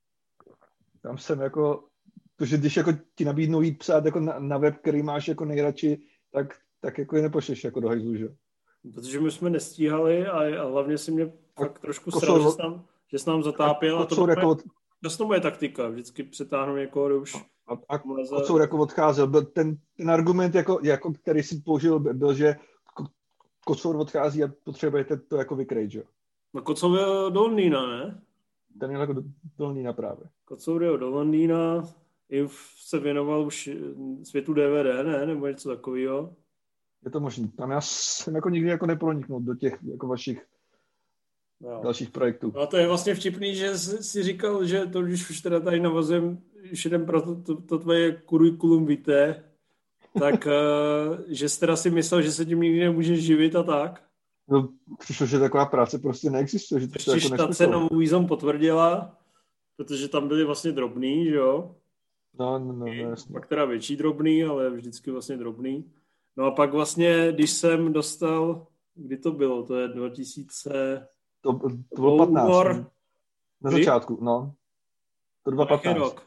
Tam jsem jako, protože když jako ti nabídnou jít psát jako na web, který máš jako nejradši, tak jako je nepošleš jako do hajzlu, že jo? Protože my jsme nestíhali a hlavně si mě fakt trošku sral, že jsi nám zatápěl a to je moje taktika, vždycky přetáhnu někoho, kdo už... A Kocour jako odcházel, byl ten argument, jako který si použil, byl, že Kocour odchází a potřebujete to jako vykrejt, že jo? No Kocour je do Londýna, ne? Ten je jako do Londýna právě. Kocour je do Londýna, se věnoval už světu DVD, ne? Nebo něco takového. Je to možný. Tam já jsem jako nikdy jako neproniknul do těch jako vašich dalších projektů. No a to je vlastně vtipný, že si říkal, že to, když už teda tady navazujeme, už jdem pro to tvoje kurikulum vitae, tak že jsi teda si myslel, že se tím nikdy nemůžeš živit a tak. No, přišlo, že taková práce prostě neexistuje. Že to ještě jako ta cena Moviezone potvrdila, protože tam byly vlastně drobný, že jo? No, jasně. Pak teda větší drobný, ale vždycky vlastně drobný. No a pak vlastně, když jsem dostal, kdy to bylo? To je 2000... To bylo 15. Na začátku, no. To 2015. Rok?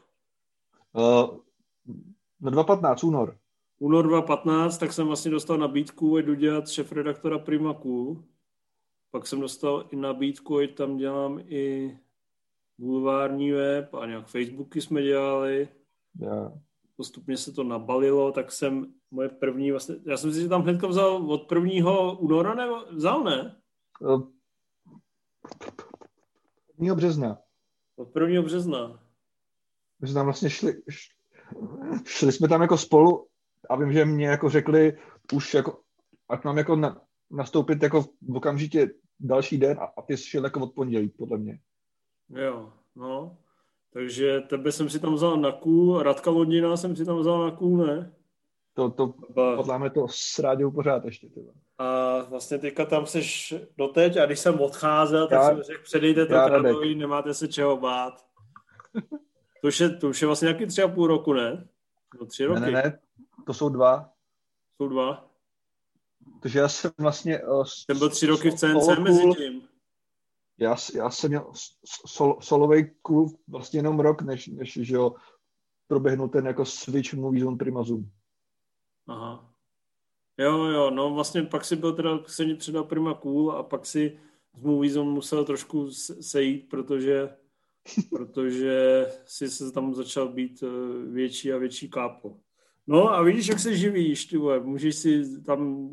Na 2015, únor. Únor 2015, tak jsem vlastně dostal nabídku, ať jdu dělat šéfredaktora Prima Cool. Pak jsem dostal i nabídku, ať tam dělám i bulvární web a nějak Facebooky jsme dělali. Yeah. Postupně se to nabalilo, tak jsem moje první vlastně, já jsem si tam hnedka vzal od 1. února, nebo vzal, ne? 1. března. Od 1. března. My jsme tam vlastně šli jsme tam jako spolu a vím, že mě jako řekli už jako, ať mám jako nastoupit jako v okamžitě další den a ty jsi šel jako od pondělí, podle mě. Jo, no. Takže tebe jsem si tam vzal na kůl, Radka Lodina jsem si tam vzal na kůl, ne? To podle mě to s Ráďou pořád ještě. Tyba. A vlastně teďka tam seš doteď a když jsem odcházel, tak jsem řekl, předejte to Radovi, nemáte se čeho bát. To už je vlastně nějaký 3,5 roku, ne? No 3 roky. Ne, to jsou 2. Jsou 2. Takže já jsem vlastně... Ten byl 3 roky v CNC mezi tím. Já jsem měl solovej cool vlastně jenom rok, než že jo, proběhnul ten jako switch Moviezone Prima Zoom. Aha. Jo, no vlastně pak si byl teda, se předal Prima Cool a pak si z Moviezone musel trošku sejít, protože si se tam začal být větší a větší kápo. No a vidíš, jak se živíš, ty vole, můžeš si tam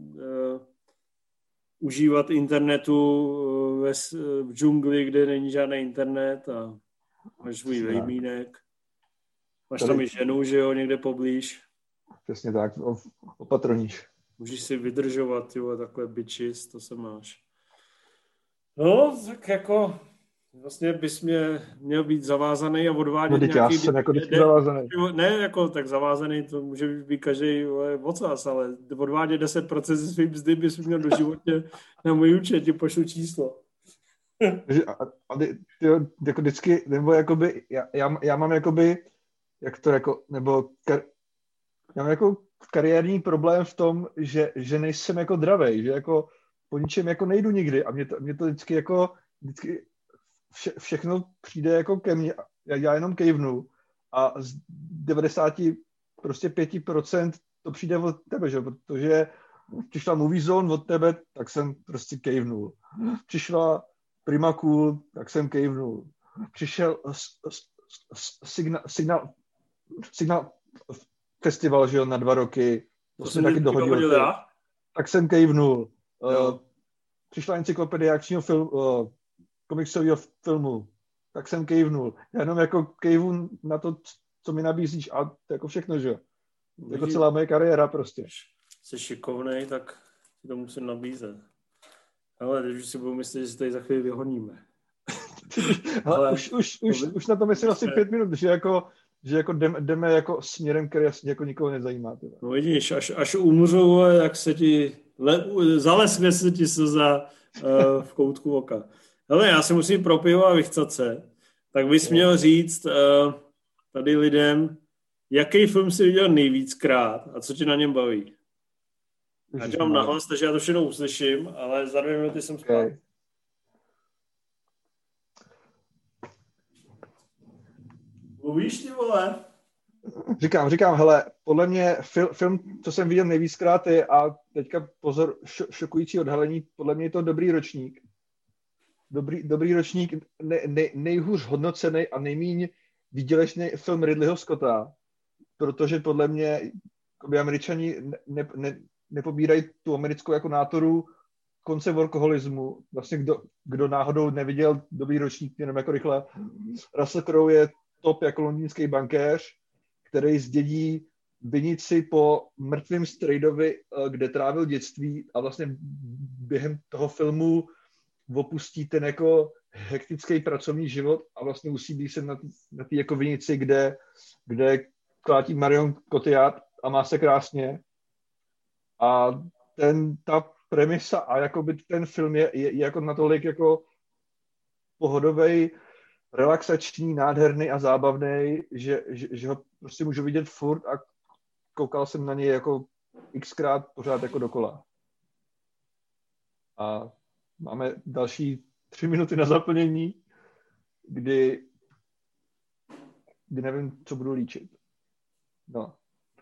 užívat internetu v džungli, kde není žádný internet a máš svůj vejmínek. Máš tam i ženu, že jo, někde poblíž. Přesně tak, opatroníš. Můžeš si vydržovat, jo, takhle bitches, to se máš. No, tak jako vlastně bys měl být zavázaný a odvádět nějaký... No, já jsem jako vždycky zavázaný. Ne jako tak zavázaný, to může být každý ocas, ale odvádět 10% ze svým mzdy bys měl doživotně na můj účet, ti pošlu číslo. A ty jako vždycky, nebo jakoby, já mám jakoby, jak to jako, nebo já mám jako kariérní problém v tom, že nejsem jako dravej, že jako po ničem jako nejdu nikdy a mě to vždycky jako všechno přijde jako ke mně, já jenom kejvnu a z 95% to přijde od tebe, že? Protože přišla Moviezone od tebe, tak jsem prostě kejvnul. Přišla Prima Cool, tak jsem kejvnul. Přišel signál festival, že jo, na 2 roky. To jsem taky dohodil já. Tak jsem kejvnul. Přišla encyklopedie akčního komiksového filmu. Tak jsem kejvnul. Já jenom jako kejvu na to, co mi nabízíš a to jako všechno, že jo. Jako celá moje kariéra prostě. Jsi šikovnej, tak si to musím nabízet. Ale teď už si budu myslet, že si tady za chvíli vyhoníme. Ale už na to myslím asi 5 minut, že jako jdeme jako směrem, který asi jako nikoho nezajímá. Teda. No vidíš, až umřou, jak se ti zaleskne se ti slza v koutku oka. Hele, já si musím pro pivo a vychcat se. Tak bys měl říct tady lidem, jaký film jsi viděl nejvíckrát a co tě na něm baví. Já tě mám nahlas, takže já to všechno uslyším, ale za 2 minuty jsem spát. Okay. Mluvíš, ty vole? Říkám, hele, podle mě film, co jsem viděl nejvíckrát je, a teďka pozor, šokující odhalení, podle mě je to Dobrý ročník. Dobrý ročník, nejhůř hodnocený a nejméně výdělečný film Ridleyho Scotta, protože podle mě Američani nepobírají tu americkou jako nátoru konce workoholismu. Vlastně kdo náhodou neviděl Dobrý ročník, jenom jako rychle, Russell Crowe je top jako londýnský bankéř, který zdědí vinici po mrtvém strejdovi, kde trávil dětství a vlastně během toho filmu opustí ten jako hektický pracovní život a vlastně usídlí se na té jako vinici, kde klátí Marion Cotillard a má se krásně. A ta premisa a jakoby ten film je jako natolik jako pohodovej, relaxační, nádherný a zábavný, že ho prostě můžu vidět furt a koukal jsem na něj jako xkrát pořád jako dokola. A máme další 3 minuty na zaplnění, kdy nevím, co budu líčit. No.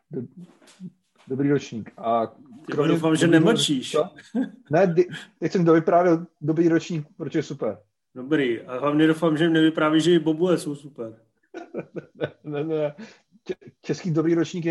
Dobrý ročník. A doufám, že nemlčíš. Ne, teď jsem dovyprávěl Dobrý ročník, protože je super. Dobrý. A hlavně doufám, že nevypráví, že i bobule jsou super. Ne. Český Dobrý ročník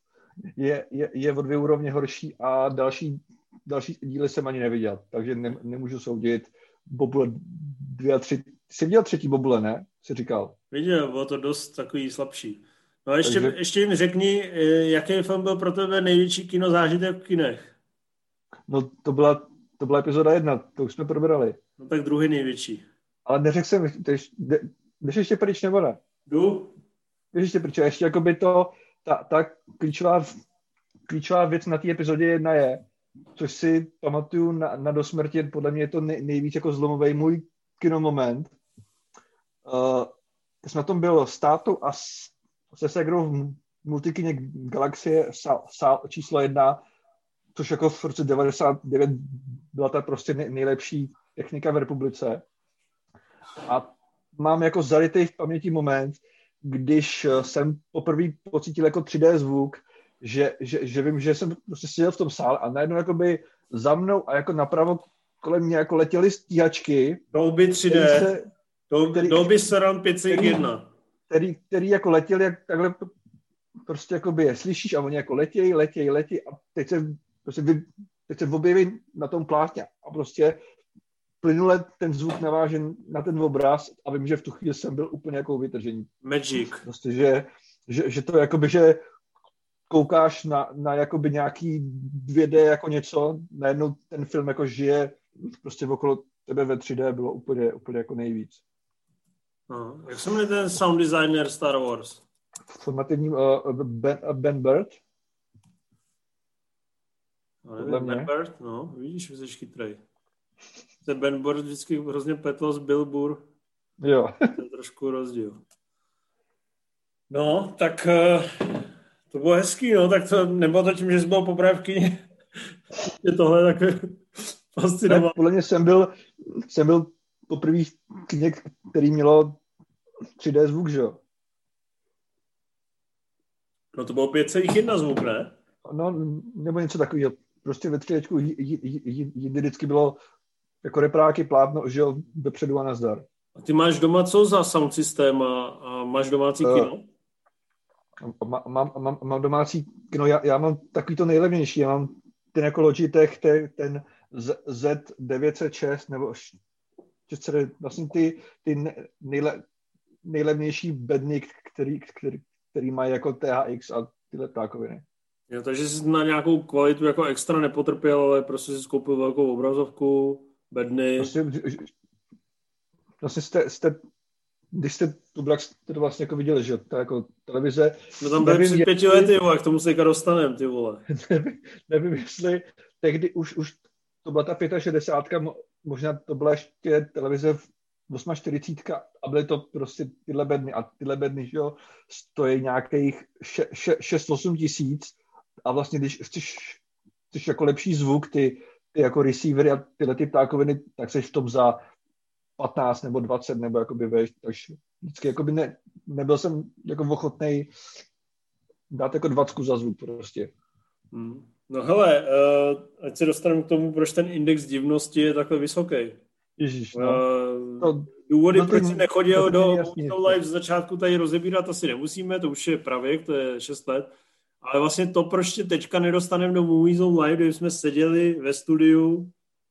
je o 2 úrovně horší a další díly jsem ani neviděl, takže nemůžu soudit. Bobule 2 a 3. Jsi viděl 3. bobule, ne? Jsi říkal. Viděl, bylo to dost takový slabší. No a ještě jim řekni, jaký film byl pro tebe největší kinozážitek v kinech? No to byla epizoda 1, to už jsme probrali. No tak druhý největší. Ale neřekl jsem, jdeš ještě pryč nebo ne? Jdu. Jdeš ještě pryč, ještě jakoby to, ta klíčová věc na té epizodě 1 je, což si pamatuju na dosmrti, podle mě je to nejvíc jako zlomový můj kinomoment. Jsem na tom byl s tátou a se ségrou v multikině Galaxie sál číslo 1, což jako v roce 99 byla ta prostě nejlepší technika v republice. A mám jako zarytej v paměti moment, když jsem poprvé pocítil jako 3D zvuk, že vím, že jsem prostě seděl v tom sále a najednou jakoby za mnou a jako napravo kolem mě jako letěly stíhačky. Dolby 3D. Dolby Surround 5.1. Který jako letěli, jak takhle prostě jakoby je slyšíš a oni jako letějí a teď se objeví na tom plátně a prostě plynule ten zvuk navážen na ten obraz a vím, že v tu chvíli jsem byl úplně jako vytržení. Magic. Prostě, že to jakoby, že koukáš na jakoby nějaký 2D jako něco, najednou ten film jako žije prostě okolo tebe ve 3D bylo úplně jako nejvíc. No, jak se jmenuje ten sound designer Star Wars? Formativní Ben Burtt. Ben Burtt, no, vidíš, že jsi chytrej. Ten Ben Burtt vždycky hrozně pletl s Bill Burr. Jo. To je trošku rozdíl. No, tak to bylo hezký, no, tak to nebylo to tím, že jsi byl poprvé v kyně. Tohle tak fascinovalo. Podle mě jsem byl poprvé v kyně, který mělo 3D zvuk, že jo? No to bylo 5,1 zvuk, ne? No, nebo něco takového. Prostě ve 3Dčku vždycky bylo jako repráky, plátno, že jo, dopředu a nazdar. A ty máš doma co za sound systém a máš domácí kino? Mám domácí, no já mám takový to nejlevnější, já mám ten jako Logitech, ten Z906 nebo 600, vlastně ty nejlevnější bedny, který mají jako THX a tyhle ptákoviny. Jo, takže jsi na nějakou kvalitu jako extra nepotrpěl, ale prostě jsi koupil velkou obrazovku, bedny. Vlastně když jste tu Black, jste to vlastně jako viděli, že to jako televize. No tam byly před 5 lety, vole, k tomu se dostanem, ty vole. nevím, jestli tehdy už to byla ta 65, možná to byla ještě televize v 48 a byly to prostě tyhle bedny. A tyhle bedny, že jo, stojí nějakých 6-8 tisíc a vlastně, když chceš jako lepší zvuk, ty jako receivery a tyhle ty ptákoviny, tak seš v tom za 15 nebo 20 nebo jakoby vejš, takže vždycky jakoby nebyl jsem jako ochotnej dát jako 20 za zvuk prostě. No hele, ať se dostaneme k tomu, proč ten index divnosti je takhle vysoký. Ježíš, no. Důvody, proč jsi nechodil do Live z začátku tady rozebírat, asi nemusíme, to už je pravěk, to je 6 let. Ale vlastně to, proč tě teďka nedostaneme do Movie Zone Live, kde jsme seděli ve studiu,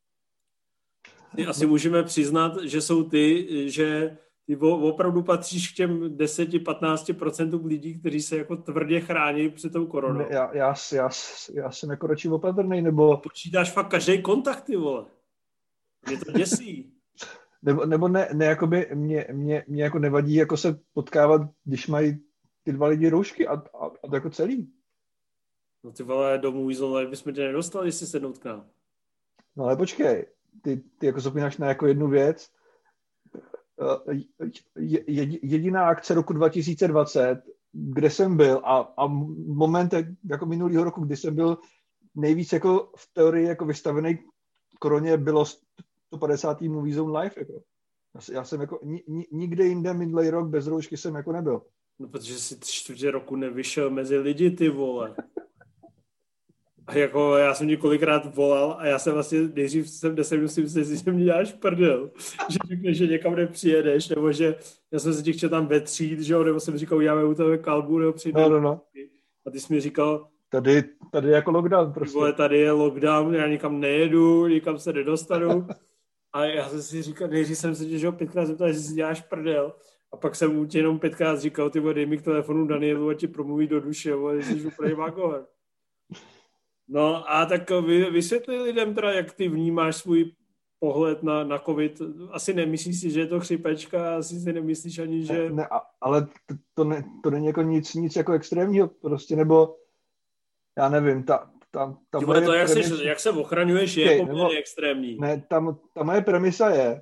asi můžeme přiznat, že jsou že ty opravdu patříš k těm 10-15% lidí, kteří se jako tvrdě chrání před tou koronou. Já jsem jako radši opatrnej, nebo... A počítáš fakt každý kontakt, ty vole. Mě to děsí. nebo ne jakoby mě jako nevadí jako se potkávat, když mají ty dva lidi roušky a to jako celý. No ty vole, do Movie Zone Live bychom tě nedostali, jestli sednout k nám. No ale počkej, ty jako zapínáš na jako jednu věc. Jediná akce roku 2020, kde jsem byl a moment jako minulýho roku, kdy jsem byl nejvíc jako v teorii jako vystavený koroně, bylo 150. Movie Zone Live. Jako. Já jsem jako nikde jinde minulý rok bez roušky jsem jako nebyl. No protože si 4 roku nevyšel mezi lidi, ty vole. A jako já jsem ti kolikrát volal a já jsem vlastně nejdřív jsem 10 minut si myslel, že mě děláš prdel, že řekneš, že někam nepřijedeš, nebo že já jsem se ti chtěl tam vetřít, že jo, nebo jsem říkal, uděláme u tebe kalbu, nebo přijdu. No. A ty jsi mi říkal, tady je jako lockdown prostě. Vole, tady je lockdown, já nikam nejedu, nikam se nedostanu. A já jsem si říkal, nejdřív jsem se tě, že jo, 5krát zeptal, že si děláš prdel. A pak jsem ti jenom 5krát říkal, ty vole, dej mi k telefonu Danielu a ti promluví do duše, vole, jsi úplně magor. No a tak vysvětli lidem teda, jak ty vnímáš svůj pohled na covid. Asi nemyslíš si, že je to chřipečka, asi si nemyslíš ani, že... Ne, ale to není jako nic jako extrémního prostě, nebo já nevím, ta moje to, jak se ochraňuješ, je poměrně extrémní. Ne, ta moje premisa je,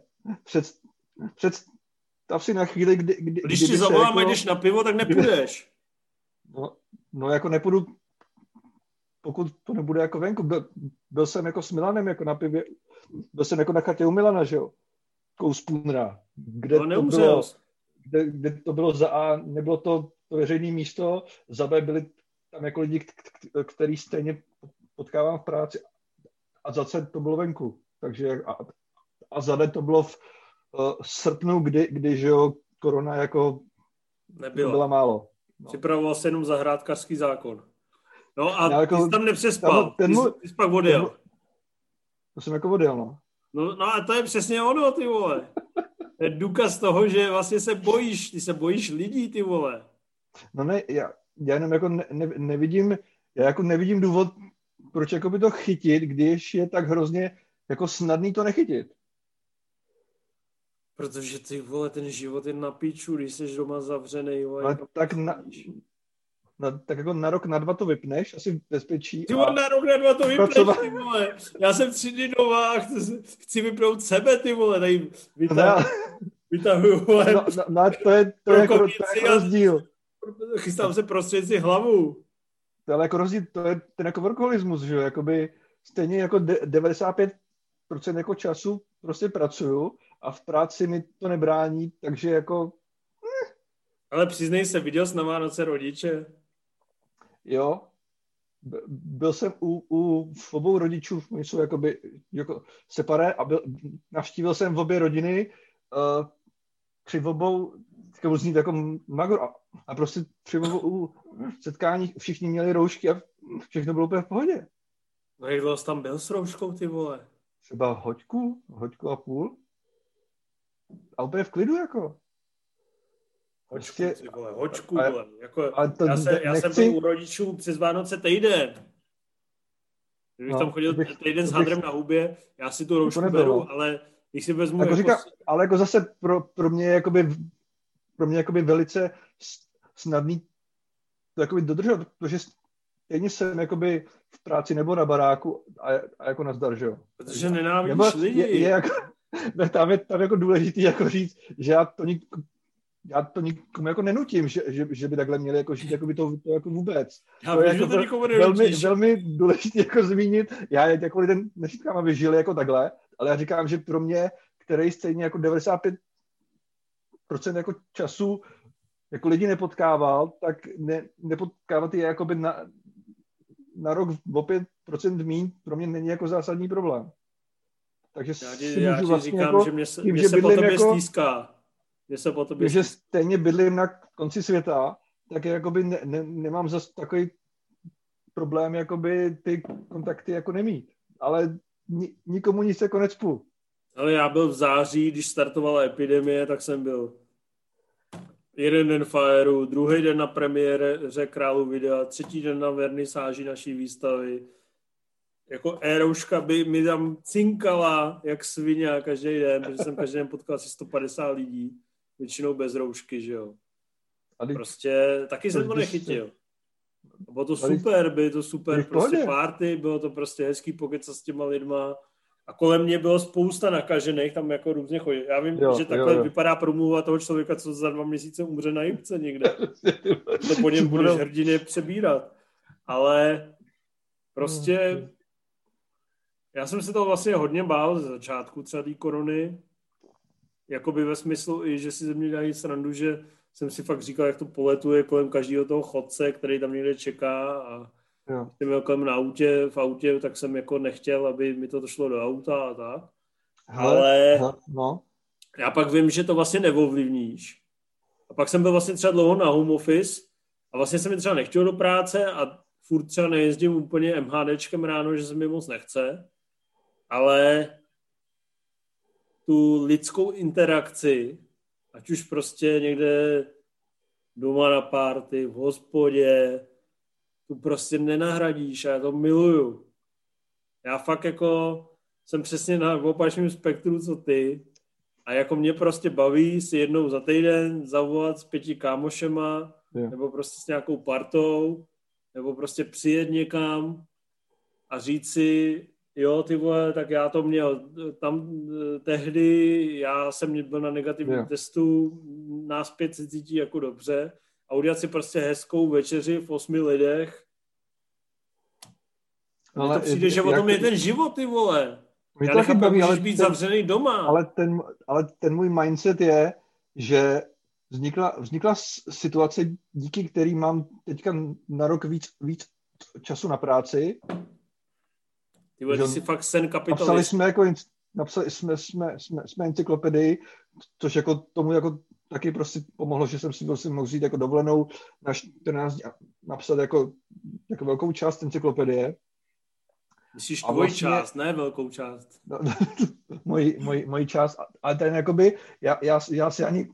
představ si na chvíli, kdy když ti zavolám jako, a jdeš na pivo, tak nepůjdeš. No jako nepůjdu, pokud to nebude jako venku. Byl jsem jako s Milanem jako na pivě, byl jsem jako na chatě u Milana, že jo? Kouspůnra. Kde to bylo za A, nebylo to veřejné místo, za B byli tam jako lidi, který stejně potkávám v práci a za C to bylo venku. Takže a za D to bylo v srpnu, kdy že jo, korona jako byla málo. No. Připravoval se jenom zahrádkářský zákon. No a jako, ty jsi tam nepřespal, ty jsi pak odjel. To jsem jako odjel, no. No a to je přesně ono, ty vole. To je důkaz toho, že vlastně ty se bojíš lidí, ty vole. No ne, já jenom jako nevidím důvod, proč jako by to chytit, když je tak hrozně jako snadný to nechytit. Protože ty vole, ten život je na píču, když jsi doma zavřenej. Vole, no, tak jako na rok, na 2 to vypneš, asi v bezpečí. Ty vole, na rok, na 2 to vypneš, ty vole. Já jsem 3 dny doma a chci vypnout sebe, ty vole. Tady vytahuju, vole. No, to je jako rozdíl. Chystám se prostředci hlavu. To je jako rozdíl, to je ten jako workoholismus, že jo, jakoby stejně jako 95% jako času prostě pracuju a v práci mi to nebrání, takže jako... Ale přiznej se, viděl jsi na Vánoce rodiče? Jo, byl jsem u obou rodičů, oni jsou jakoby jako separé a navštívil jsem v obě rodiny, při obou teďka budu znít jako magor a prostě třeba u setkání všichni měli roušky a všechno bylo úplně v pohodě. No jak dlouho jsi tam byl s rouškou, ty vole? Třeba hoďku a půl. A úplně v klidu, jako. Hoďku, vole. Jako, já jsem byl u rodičů přes Vánoce týden. Kdybych tam chodil týden s hadrem na hubě, já si tu roušku beru, ale když si vezmu... Jako říká, ale jako zase pro mě jakoby velice snadný to jakoby dodržovat, protože stejně jsem jakoby v práci nebo na baráku a jako nazdar, že jo. Protože nenávidíš lidi. Tam je jako důležitý jako říct, že já to nikomu jako nenutím, že by takhle měli jako žít jako to jako vůbec. Já vím, že to nikomu nenutíš. Velmi důležité jako zmínit. Já jako lidem neříkám, aby žili jako takhle, ale já říkám, že pro mě, který stejně jako 95% jako času jako lidi nepotkával, tak nepotkávat je jakoby na rok o 5% míň pro mě není jako zásadní problém. Takže já ti vlastně říkám, jako, že mě se po tobě jako, stýská. Že stejně bydlím na konci světa, tak jakoby nemám zase takový problém jakoby ty kontakty jako nemít. Ale nikomu nic jako necpu. Ale já byl v září, když startovala epidemie, tak jsem byl jeden den v Aeru, druhý den na premiéře Králu videa, třetí den na vernisáži naší výstavy. Jako e-rouška by mi tam cinkala jak svině každý den, protože jsem každý den potkal asi 150 lidí, většinou bez roušky, že jo. Prostě taky jsem to nechytil. Bylo to super, prostě party, bylo to prostě hezký pokecat s těma lidma a kolem mě bylo spousta nakažených, tam jako různě chodí. Já vím, že takhle vypadá promluva toho člověka, co za 2 měsíce umře na jipce někde. To po něm budeš hrdině přebírat. Ale prostě já jsem se toho vlastně hodně bál ze začátku třeba té korony, jakoby ve smyslu i, že si ze mě dělají srandu, že jsem si fakt říkal, jak to poletuje kolem každého toho chodce, který tam někde čeká a jsem měl kolem v autě, tak jsem jako nechtěl, aby mi to šlo do auta a tak. Ale já pak vím, že to vlastně neovlivníš. A pak jsem byl vlastně třeba dlouho na home office a vlastně jsem mi třeba nechtěl do práce a furt třeba nejezdím úplně MHDčkem ráno, že se mi moc nechce, ale tu lidskou interakci, ať už prostě někde doma na party, v hospodě, tu prostě nenahradíš a já to miluju. Já fakt jako jsem přesně na opačném spektru, co ty a jako mě prostě baví si jednou za týden zavolat s 5 kámošema nebo prostě s nějakou partou nebo prostě přijet někam a říct si, jo, ty vole, tak já to měl tam tehdy, já jsem byl na negativním testu, nás 5 se cítí jako dobře a udělat si prostě hezkou večeři v 8 lidech. Mně to přijde, že o tom je ten život, ty vole. Já nechápu, můžeš být zavřený doma. Ale ten můj mindset je, že vznikla situace, díky který mám teďka na rok víc času na práci. Ty jsi fakt sen kapitalist. Napsali jsme encyklopedii, což jako tomu jako taky prostě pomohlo, že jsem si prostě mohl vzít jako dovolenou na 14 dní a napsat jako velkou část encyklopedie. Myslíš tvoji část, ne velkou část. No, moji část, ale ten jakoby, já si ani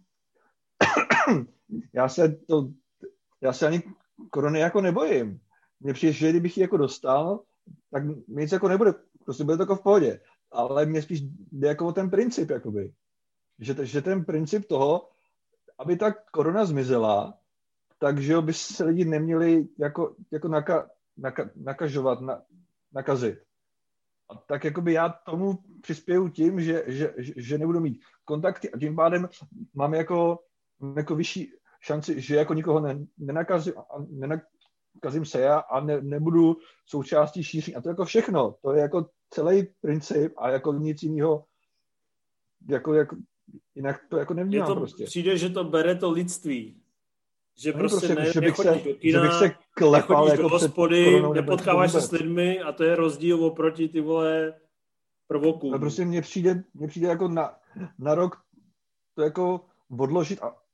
já se ani korony jako nebojím. Mně přijde, že kdybych ji jako dostal, tak nic jako nebude, prostě bude to jako v pohodě. Ale mě spíš jde jako o ten princip, jakoby. Že ten princip toho, aby ta korona zmizela, takže by se lidi neměli jako nakažovat, nakazit. A tak jakoby já tomu přispěju tím, že nebudu mít kontakty a tím pádem mám jako vyšší šanci, že jako nikoho nenakazím se já a nebudu součástí šíření. A to jako všechno. To je jako celý princip a jako nic jiného jako jinak to jako nevnímám to prostě. Přijde, že to bere to lidství. Že prostě nechodíš do kina, nechodíš do hospody, nepotkáváš se s lidmi a to je rozdíl oproti ty vole prvokům. Ale prostě mně přijde jako na rok to jako odložit a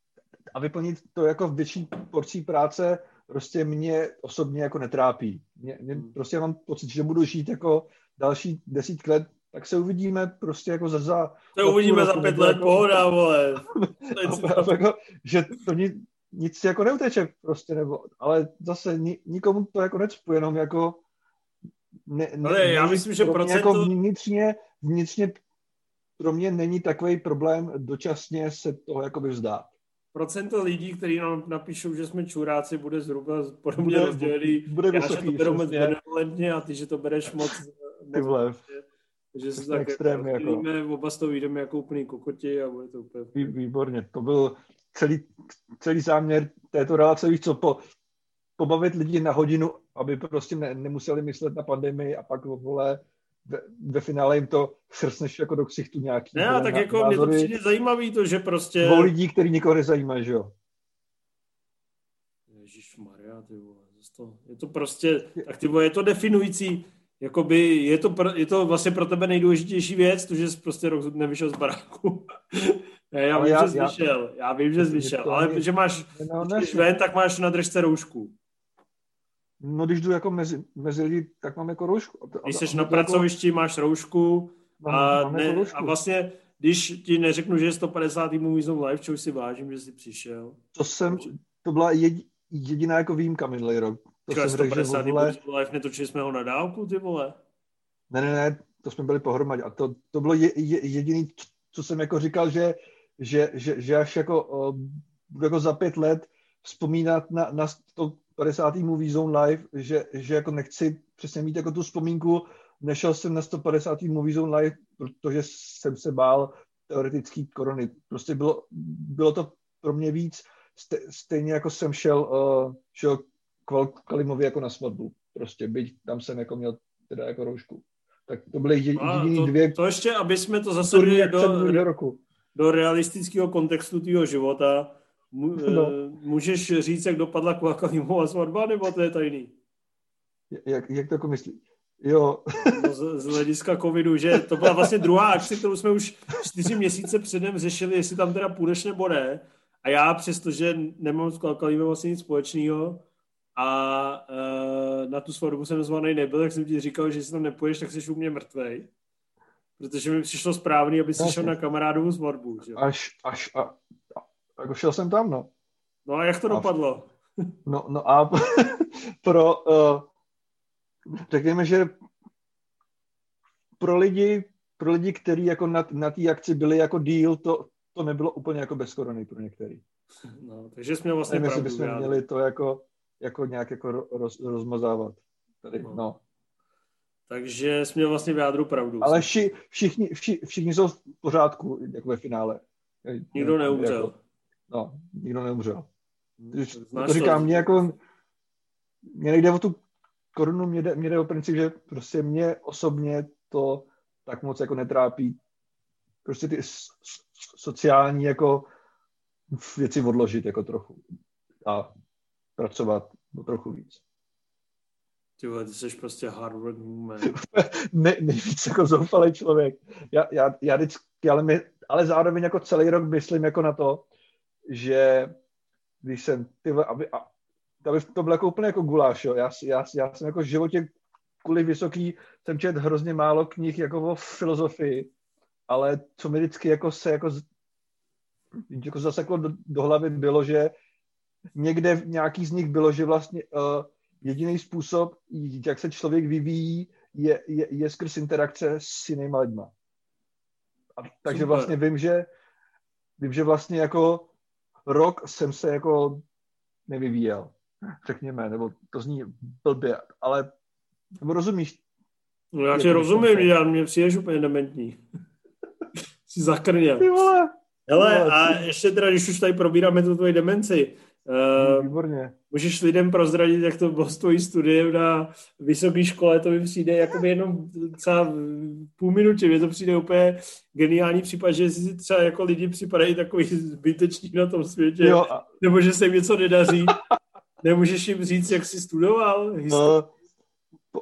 a vyplnit to jako větší porcí práce prostě mě osobně jako netrápí. Prostě mám pocit, že budu žít jako další 10 let, tak se uvidíme prostě jako za To uvidíme půl za roku, 5 nebo let, jako, pohoda, vole. jako, že to nic jako neuteče prostě, nebo, ale zase nikomu to jako necpu, jenom jako ale já myslím, že jako vnitřně pro mě není takový problém dočasně se toho jakoby vzdát. Procento lidí, kteří nám napíšou, že jsme čuráci, bude zhruba podobně rozdělený. Bude Já, vysoký, že to beru moc benevolentně a ty, že to bereš moc že se tak extrémně jako. Oba z toho vyjdeme jako úplný kokoti a bude to úplně... Výborně. To byl celý záměr této relace, víš co, pobavit lidi na hodinu, aby prostě nemuseli myslet na pandemii a pak vole ve finále jim to srsneš jako do ksichtu nějaký. Ne, tak jako mě to přijde zajímavý to, že prostě... Dvou lidí, který nikoho nezajímá, že jo? Ježišmarja, ty vole, je to prostě, tak ty vole, je to definující, jakoby, je to vlastně pro tebe nejdůležitější věc, to, že jsi prostě rok nevyšel z baráku. Ne, já vím, že jsi vyšel, ale že máš, když ven, tak máš na držce roušku. No, když jdu jako mezi lidi, tak mám jako roušku. Když jsi na pracovišti, máš roušku a vlastně, když ti neřeknu, že je 150. Movies on Live, čeho si vážím, že jsi přišel. To byla jediná jako výjimka minulý rok. To 150. Movies on Live, netočili jsme ho na dálku, ty vole? Ne, to jsme byli pohromadě. A to bylo jediný, co jsem jako říkal, že až jako, budu jako za 5 let vzpomínat na 150. Movie Zone Live, že jako nechci přesně mít jako tu vzpomínku, nešel jsem na 150. Movie Zone Live, protože jsem se bál teoretický korony. Prostě bylo to pro mě víc, stejně jako jsem šel k Kalimovi jako na svatbu. Prostě byť tam jsem jako měl teda jako roušku. Tak to byly jediný dvě... To ještě, aby jsme to zase do realistického kontextu tvýho života, můžeš říct, jak dopadla Kalimová svatba, nebo to je tajný? Jak to jako myslíš? Jo. No z hlediska covidu, že to byla vlastně druhá akce, kterou jsme už 4 měsíce předem řešili, jestli tam teda půjdeš nebo ne. A já, přestože nemám s Kalimem vlastně nic společného a na tu svatbu jsem zvaný nebyl, tak jsem ti říkal, že jestli tam nepůjdeš, tak jsi u mě mrtvej. Protože mi přišlo správný, aby si šel na kamarádovu svatbu. Že? Jako šel jsem tam, no. No a jak to dopadlo? No a řekněme, že pro lidi, kteří jako na té akci byli jako deal, to nebylo úplně jako bez korony pro některý. No, takže jsme vlastně pravdu. Bychom měli to jako nějak jako rozmazávat. Tady, no. Takže jsme měli vlastně v jádru pravdu. Ale všichni jsou v pořádku, jako ve finále. Nikdo neumřel. Nikdo neumřel. To říkám, mě nejde o tu korunu, mě jde o princip, že prostě mě osobně to tak moc jako netrápí. Prostě ty sociální jako věci odložit jako trochu a pracovat trochu víc. Ty jsi prostě hard work man. Nejvíc jako zoufalý člověk. Já vždycky, ale zároveň jako celý rok myslím jako na to, že když jsem, aby to bylo jako úplně jako guláš, jo. Já jsem jako v životě kvůli vysoký, jsem četl hrozně málo knih jako o filozofii, ale co mi vždycky jako se jako zaseklo do hlavy bylo, že někde v nějaký z nich bylo, že vlastně jediný způsob, jak se člověk vyvíjí, je skrz interakce s jinýma lidma. Takže vlastně vím, že vlastně jako rok jsem se jako nevyvíjel, řekněme, nebo to zní blbě, ale nebo rozumíš? No já tě rozumím, já mě přijdeš úplně dementní. Jsi zakrněl. Hele, a ještě teda, když už tady probíráme tu tvoji demenci, výborně. Můžeš lidem prozradit, jak to bylo s tvojí studiem na vysoké škole, to mi přijde jakoby jenom třeba půl minuty, mně to přijde úplně geniální případ, že si třeba jako lidi připadají takový zbyteční na tom světě, jo. Nebo že se jim něco nedaří. Nemůžeš jim říct, jak jsi studoval?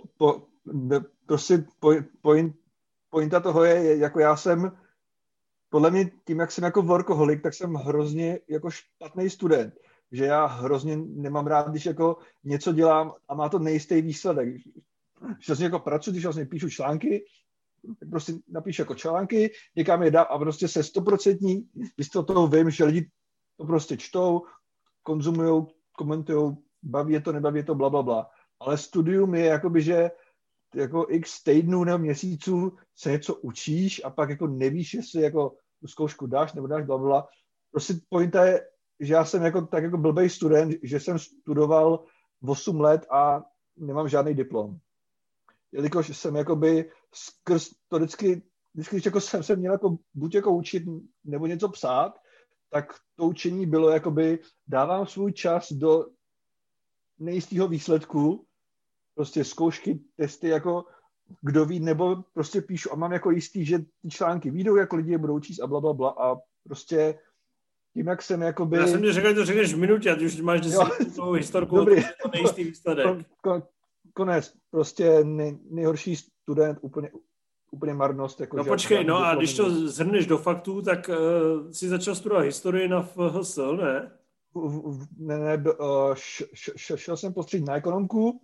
Prostě pointa toho je, jako já jsem podle mě tím, jak jsem jako workoholik, tak jsem hrozně jako špatný student. Že já hrozně nemám rád, když jako něco dělám a má to nejistý výsledek. Když vlastně jako pracuji, když vlastně píšu články, tak prostě napíšu jako články, někam je dám a prostě se 100% jistotou vím, že lidi to prostě čtou, konzumujou, komentujou, baví je to, nebaví je to, bla, bla, bla. Ale studium je jakoby, že jako x týdnů nebo měsíců se něco učíš a pak jako nevíš, jestli jako tu zkoušku dáš nebo dáš, bla, bla. Prostě pointa je, že já jsem jako, tak jako blbej student, že jsem studoval 8 let a nemám žádný diplom. Jelikož jsem jakoby skrz to vždycky když jako jsem se měl jako buď jako učit nebo něco psát, tak to učení bylo jakoby dávám svůj čas do nejistého výsledku, prostě zkoušky, testy, jako kdo ví, nebo prostě píšu a mám jako jistý, že ty články vyjdou, jako lidi je budou číst a blablabla a prostě tím, jak jsem jakoby... Já jsem ti řekl, že to řekneš v minutě a ty už máš 10-minutovou historku, dobrý. To nejistý výsledek. Konec, prostě nejhorší student, úplně marnost. Jako no počkej, no a když to zhrneš do faktů, tak si začal studovat historii na FHS, ne? Ne, šel jsem postřídit na ekonomku,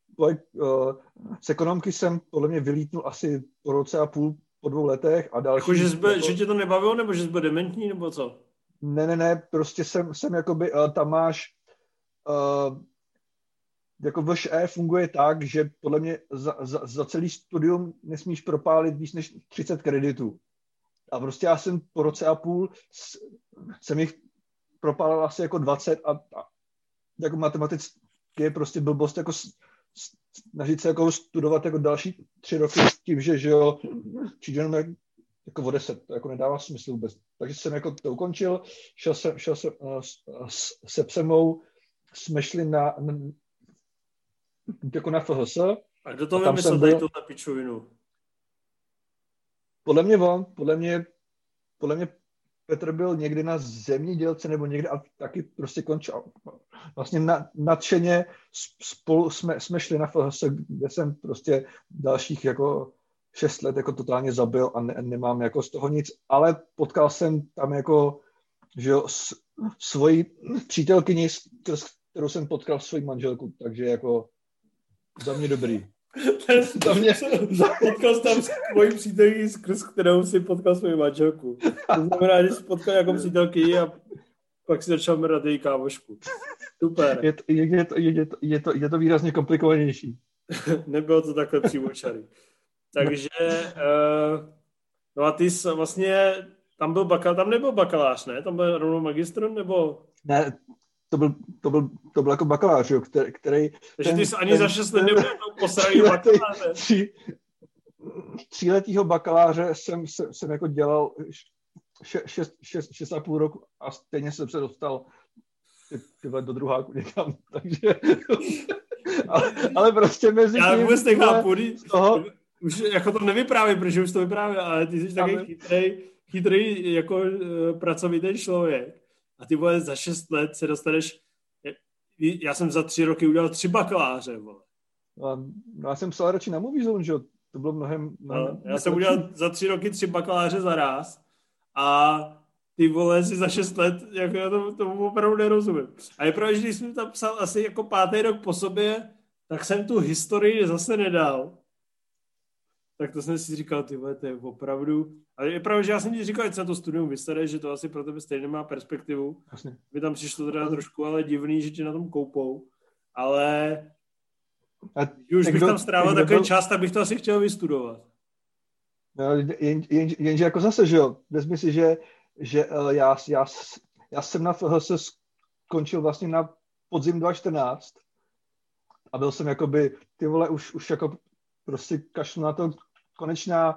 z ekonomky jsem podle mě vylítnul asi po roce a půl, po 2 letech a další. Že tě to nebavilo, nebo že jsi byl dementní, nebo co? Ne, prostě jsem jakoby, tam máš jako VŠE funguje tak, že podle mě za celý studium nesmíš propálit víc než 30 kreditů. A prostě já jsem po roce a půl jsem jich propálil asi jako 20 a jako matematicky je prostě blbost jako snažit se jako studovat jako další 3 roky s tím, že jo, přijde jenom jako o 10, to jako nedává smysl vůbec. Takže jsem jako to ukončil, šel jsem se psemou, jsme šli jako na FHS. A kdo to vymyslel tady tu pičovinu? Podle mě Petr byl někdy na zemědělce nebo někde a taky prostě končil. Vlastně nadšeně spolu jsme šli na FHS, kde jsem prostě dalších jako 6 let jako totálně zabil a nemám jako z toho nic, ale potkal jsem tam jako, že jo, svoji přítelkyni, kterou jsem potkal svoji manželku, takže jako za mě dobrý. Potkal jsi tam s tvojí přítelkyní, skrz kterou si potkal svoji manželku. To znamená, že jsi potkal jako přítelkyni a pak si začal mrdat její kámošku. Super. Je to výrazně komplikovanější. Nebylo to takhle přímočarý. Takže, no a ty jsi vlastně, tam nebyl bakalář, ne? Tam byl rovnou magistr, nebo? Ne, to byl jako bakalář, jo, který... Takže ty jsi ani za 6 let nebyl posradý bakaláře. 3letýho bakaláře jsem jako dělal 6,5 roku a stejně jsem se dostal do druháku někam, takže... ale prostě mezi tím... Já vůbec nechápu, už jako to nevypráví, protože už to vypráví, ale ty jsi takový chytrý jako pracovitý člověk. A ty vole za 6 let se dostaneš, já jsem za 3 roky udělal 3 bakaláře, vole. No, já jsem psal radši na Movie Zone, že jo, to bylo mnohem já jsem udělal za 3 roky 3 bakaláře za raz a ty vole si za 6 let, jako já tomu opravdu nerozumím. A je pravda, že když jsem tam psal asi jako 5. rok po sobě, tak jsem tu historii zase nedal. Tak to jsem si říkal, ty vole, to je opravdu... Ale je pravda, že já jsem ti říkal, že se na to studium vystareš, že to asi pro tebe stejně má perspektivu. Jasně. By tam přišlo teda trošku ale divný, že ti na tom koupou. Ale už bych tam strávil takový čas, tak bych to asi chtěl vystudovat. No, jenže jako zase, že jo, vezmi si, že já jsem na FHS skončil vlastně na podzim 2014 a byl jsem jakoby, ty vole, už jako prostě kašlu na to konečná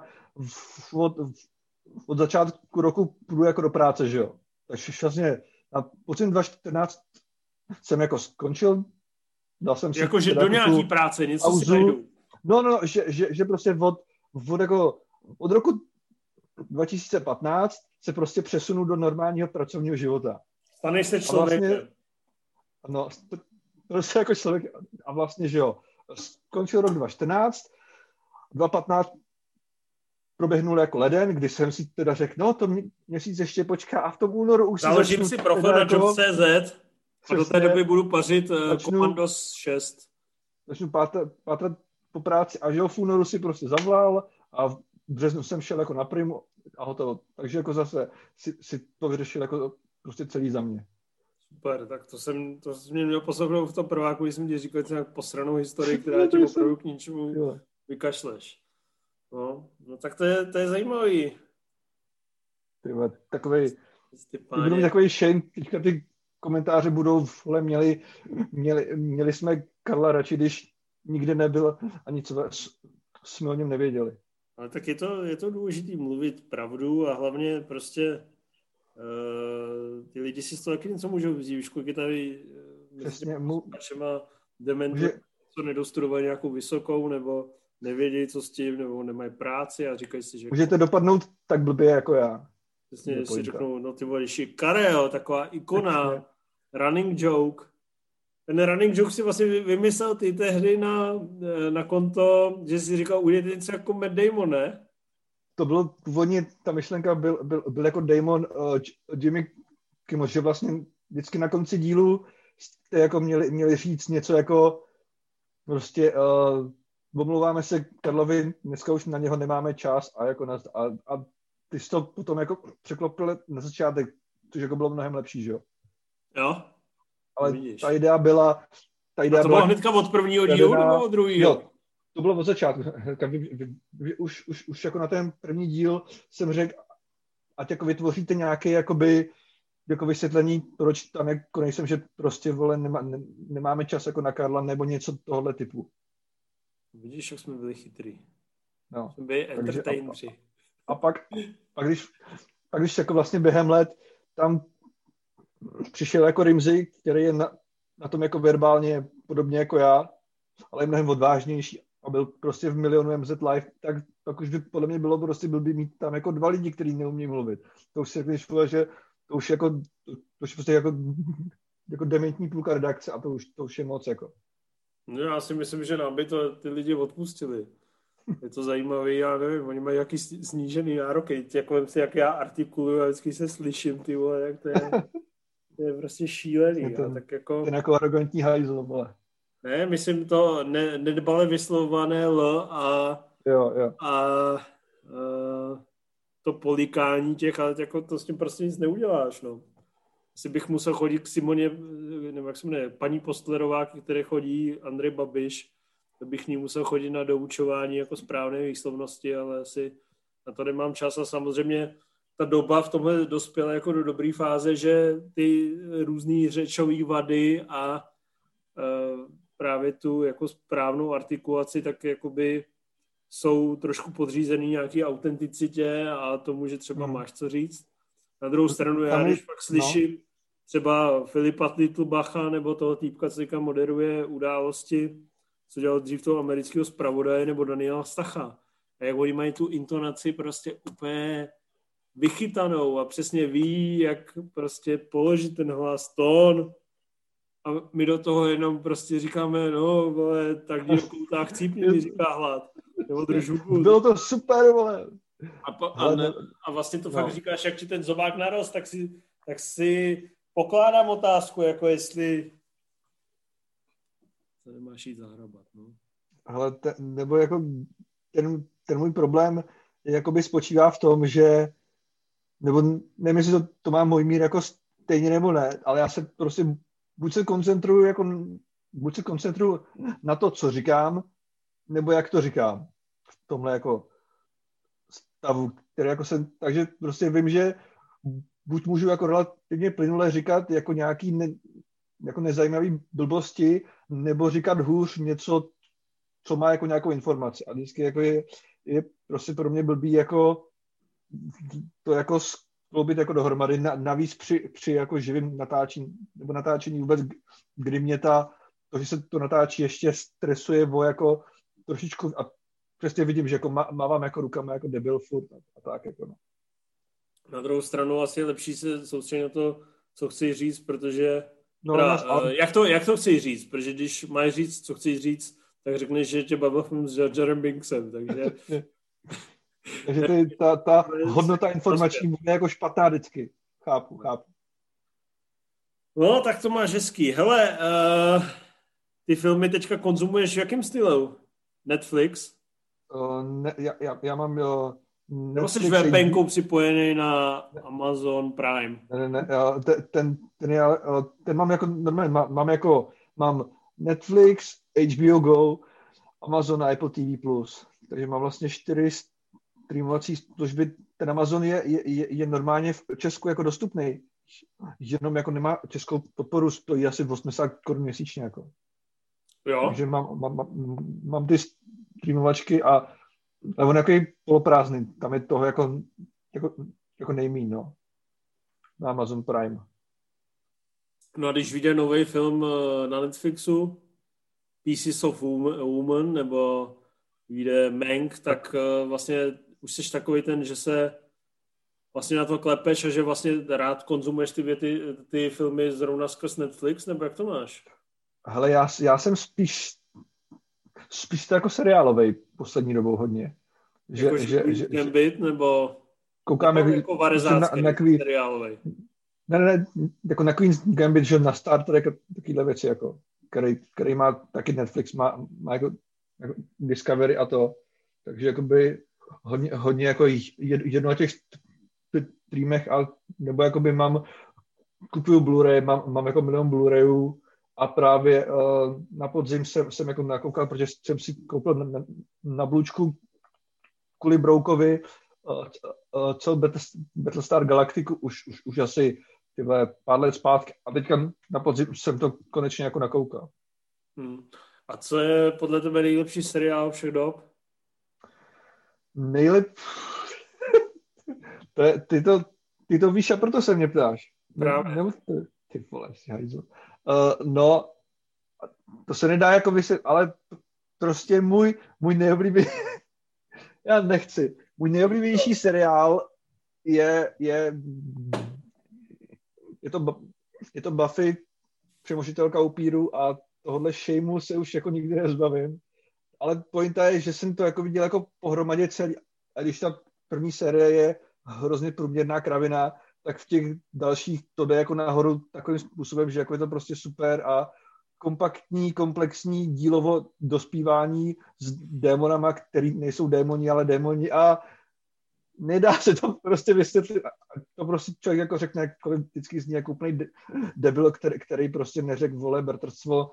od začátku roku půjdu jako do práce, že jo. Takže vlastně na podzim 2014 jsem jako skončil, dal jsem si... Jakože do nějaký práce, něco pauzu. Si najdu. No, že prostě od roku 2015 se prostě přesunu do normálního pracovního života. Staneš se člověkem. Vlastně, no, prostě jako člověk a vlastně, že jo, skončil rok 2014, 2015 proběhnul jako leden, kdy jsem si teda řekl, no to měsíc ještě počká a v tom únoru už založím si profil na Jobs.cz a do té doby budu pařit Commandos 6. Začnu pátrat po práci a že jo, v únoru si prostě zavlal a v březnu jsem šel jako na primu a hotovo. Takže jako zase si to vyřešil jako prostě celý za mě. Super, tak to jsem mě měl poslouchnout v tom prváku, když jsem ti říkal nějak posranou historii, která tě opravdu k ničemu vykašleš. No tak to je zajímavý. Takový shame, teďka ty komentáře budou, vole, měli jsme Karla radši, když nikde nebyl a nic jsme o něm nevěděli. Ale tak je to důležitý mluvit pravdu a hlavně prostě ty lidi si z toho taky něco můžou vzít. Víš, kolik je tady našima dementů, co nedostudovali nějakou vysokou, nebo nevědějí, co s tím, nebo nemají práci a říkají si, že... Můžete dopadnout tak blbě jako já. Přesně, si řeknou, no ty vole, když je Karel, taková ikona, přesně. Running joke. Ten running joke si vlastně vymyslel ty tehdy na konto, že si říkal, udělejte něco jako Matt Damon, ne? To bylo původně, ta myšlenka byl jako Damon Jimmy Kimmel, že vlastně vždycky na konci dílu jste jako měli říct něco jako prostě omlouváme se Karlovi, dneska už na něho nemáme čas a ty jsi to potom jako překlopil na začátek, což jako bylo mnohem lepší, že jo? Jo. Ale vidíš. Ta idea byla... A to bylo hnedka od prvního dílu nebo od druhého? Jo, to bylo od začátku. Už jako na ten první díl jsem řekl, ať jako vytvoříte nějaké jakoby jako vysvětlení, proč tam jako nejsem, že prostě vole nemáme čas jako na Karla nebo něco tohohle typu. Vidíš, jak jsme byli chytrý. No. Jsme byli entertainři. A pak když jako vlastně během let tam přišel jako Rimzi, který je na tom jako verbálně podobně jako já, ale je mnohem odvážnější a byl prostě v Milionu MZ Live, tak už by podle mě bylo prostě blbý mít tam jako 2 lidi, kteří neumí mluvit. To už si jako, že to už prostě jako dementní půlka redakce a to už je moc jako. No já si myslím, že nám by to ty lidi odpustili. Je to zajímavé, já nevím, oni mají jaký snížený nároky, jako vem si, jak já artikuluju a vždycky se slyším, ty vole, jak to je prostě šílený. Tak jako... Ten jako arrogantní hajzl, vole. Ne, myslím to nedbale vyslovované L a to políkání těch, ale jako to s tím prostě nic neuděláš, no. Asi bych musel chodit k Simoně, nevím, jak se jmenuje, paní Postlerová, které chodí Andrej Babiš, to bych ní musel chodit na doučování jako správné výslovnosti, ale asi na to nemám čas a samozřejmě ta doba v tomhle dospěla jako do dobré fáze, že ty různý řečové vady a právě tu jako správnou artikulaci tak jakoby jsou trošku podřízený nějaký autenticitě a tomu, že třeba máš co říct. Na druhou stranu já, když pak slyším třeba Filipa Littlebacha nebo toho týpka, co teďka moderuje Události, co dělal dřív toho amerického zpravodaje, nebo Daniela Stacha. A jak oni mají tu intonaci prostě úplně vychytanou a přesně ví, jak prostě položit ten hlas, tón. A my do toho jenom prostě říkáme, no, vole, tak do koutá chcípni, mi říká hlad. Nebo držu. Bylo to super, vole. A vlastně to fakt říkáš, jak ti ten zobák narost, tak si pokládám otázku, jako jestli to nemáš jít zahrabat, no. Ale nebo jako ten můj problém jakoby spočívá v tom, že nebo nevím, jestli to má můj mír jako stejně nebo ne, ale já se prostě buď se koncentruju na to, co říkám, nebo jak to říkám v tomhle jako stavu, který jako takže prostě vím, že buď můžu jako relativně plynule říkat jako nějaký jako nezajímavý blbosti, nebo říkat hůř něco, co má jako nějakou informaci. A vždycky jako je prostě pro mě blbý jako to jako skloubit jako dohromady. Navíc při jako živým natáčení, nebo natáčení vůbec, kdy mě to, že se to natáčí, ještě stresuje o jako trošičku a přesně vidím, že jako mávám jako rukama jako debil furt a tak jako no. Na druhou stranu asi je lepší se soustředit na to, co chci říct, protože jak to chci říct, protože když máš říct, co chci říct, tak řekneš, že tě bavil film s Jar Jarem Binksem, takže Takže ta hodnota informační bude jako špatná vždycky. Chápu. No, tak to máš hezký. Hele, ty filmy teďka konzumuješ v jakém stylu? Netflix? Já mám Nebo jsi Netflix, VPNkou připojený na Amazon Prime? Ne, ten mám jako normálně, mám Netflix, HBO Go, Amazon a Apple TV+. Takže mám vlastně 4 streamovací služby. Ten Amazon je normálně v Česku jako dostupný. Jenom jako nemá českou podporu, stojí asi 80 korun měsíčně. Jako. Jo. Takže mám ty streamovačky a on jako je poloprázdný. Tam je toho jako nejmíň, no. Na Amazon Prime. No a když vyjde nový film na Netflixu, Pieces of Woman, nebo vyjde Mank, tak vlastně už jsi takový ten, že se vlastně na to klepeš a že vlastně rád konzumuješ ty filmy zrovna skrz Netflix, nebo jak to máš? Hele, já jsem spíš to jako seriálovej poslední dobou hodně. Že Gambit, nebo koukám jako varezácký seriálovej? Ne, jako na Queen's Gambit, že na Star Trek a takovýhle věci, jako, který má taky Netflix, má jako Discovery a to, takže jakoby hodně jako jedno na těch streamech, nebo jakoby kupuju Blu-ray, mám jako milion Blu-rayů a právě na podzim jsem jako nakoukal, protože jsem si koupil na Blučku kvůli Broukovi celou Battlestar Galactiku už asi pár let zpátky a teďka na podzim jsem to konečně jako nakoukal. A co je podle tebe nejlepší seriál všech dob? Ty to víš a proto se mě ptáš. Právě. Ty vole, si hajzl. No, to se nedá jako vysvětlit, ale prostě můj nejoblíbenější já nechci. Můj nejoblíbenější seriál je to Buffy, přemožitelka upíru a tohohle šejmu se už jako nikdy nezbavím. Ale pointa je, že jsem to jako viděl jako pohromadě celý. A když ta první série je hrozně průměrná kravina, tak v těch dalších to jde jako nahoru takovým způsobem, že jako je to prostě super a kompaktní, komplexní dílovo dospívání s démonama, který nejsou démoni, ale démoni a nedá se to prostě vysvětlit. To prostě člověk jako řekne, jako vždycky zní jako úplný debil, který prostě neřekl vole bratrstvo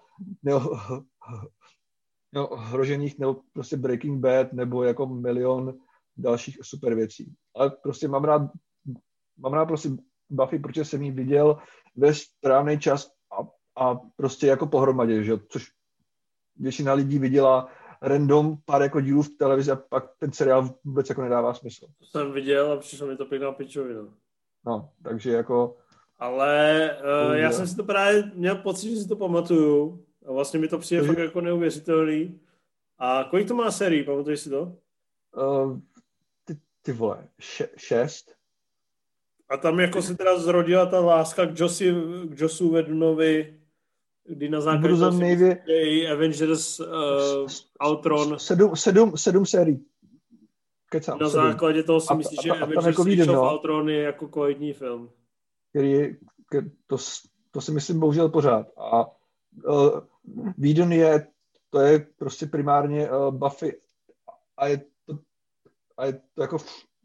hrožených nebo prostě Breaking Bad nebo jako milion dalších super věcí. Ale prostě mám rád prostě Buffy, protože jsem ji viděl ve správný čas a prostě jako pohromadě, že? Což většina lidí viděla random pár jako dílů v televizi a pak ten seriál vůbec jako nedává smysl. To jsem viděl a přišlo mi to pěkná pičovina. No, takže jako... Ale já jsem si to právě měl pocit, že si to pamatuju a vlastně mi to přijde fakt jako neuvěřitelný. A kolik to má sérií, pamatuješ si to? Ty vole, 6. A tam jako se teda zrodila ta láska k Jossu Whedonovi, kdy na základě Avengers Ultron. 7 sérií. Kecám, na 7. základě toho si myslíš, že Avengers jako výden, Ultron je jako kvalitní film. To si myslím bohužel pořád. A Whedon to je prostě primárně Buffy a je to jako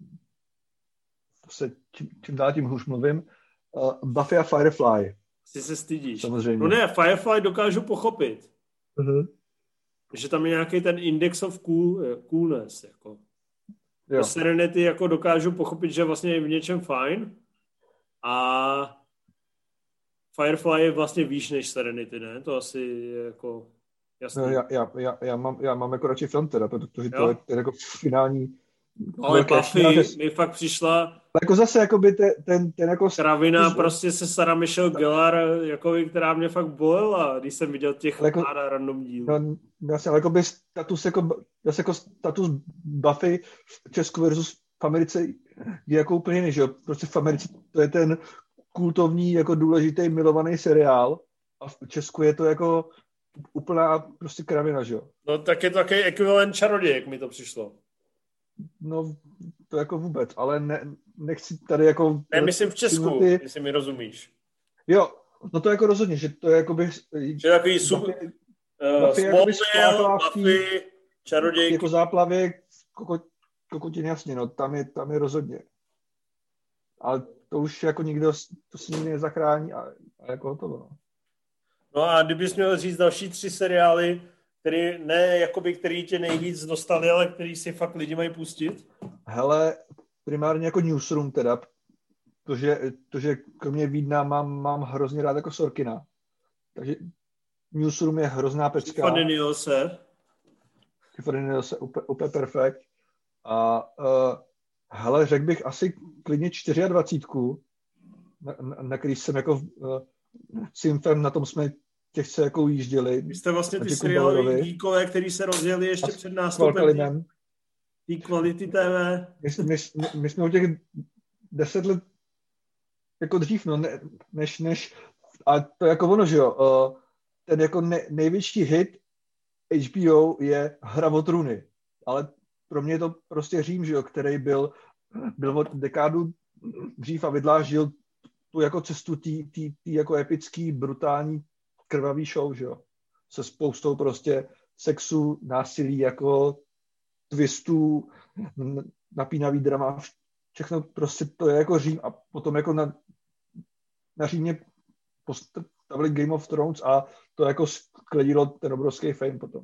čím dál tím hůř mluvím, Buffy a Firefly. Si se stydíš. Samozřejmě. No ne, Firefly dokážu pochopit. Uh-huh. Že tam je nějaký ten index of coolness. Jako. Serenity jako dokážu pochopit, že vlastně je v něčem fajn a Firefly je vlastně výš než Serenity, ne? To asi je jako jasný. No, já mám jako radši film teda, protože to je jako finální. Ale Buffy mi fakt přišla jako zase jakoby ten jako kravina prostě se Sarah Michelle Gellar, jakoby, která mě fakt bolela, když jsem viděl těch jako, pár random dílů. No, vlastně, ale jakoby status Buffy v Česku versus v Americe je jako úplně jiný, že jo? Prostě v Americe to je ten kultovní, jako důležitý, milovaný seriál a v Česku je to jako úplná prostě kravina, že jo? No tak je to takový ekvivalent čarodějek, mi to přišlo. No, to jako vůbec, ale nechci tady jako... Nemyslím v Česku, jestli mi rozumíš. Jo, no to jako rozhodně, že to je jakoby... Že takový Smallville, Buffy, čarodějky. Jako záplavě, kokotiny, jasně, no, tam je rozhodně. Ale to už jako nikdo, to si nikdy nezachrání a jako hotovo, no. No a kdybys měl říct další 3 seriály, který tě nejvíc dostali, ale který si fakt lidi mají pustit? Hele, primárně jako Newsroom teda, to, že kromě Vídna mám hrozně rád jako Sorkina. Takže Newsroom je hrozná pecka. Tiffany Nielsen, úplně perfekt. A hele, řekl bych asi klidně 24, na který jsem jako Simfem, na tom jsme těžce jako ujížděli. Vy jste vlastně ty seriálový díkové, který se rozjeli ještě před nástupem té kvality TV. My jsme o těch 10 let jako dřív, no, než a to jako ono, že jo, ten jako největší hit HBO je Hra o trůny, ale pro mě je to prostě Řím, že jo, který byl od dekádu dřív a vydláždil tu jako cestu tý jako epický, brutální, krvavý show, že jo, se spoustou prostě sexu, násilí, jako twistů, napínavý drama, všechno prostě to je jako Řím a potom jako na Římě postavili Game of Thrones a to jako skledilo ten obrovský fame potom.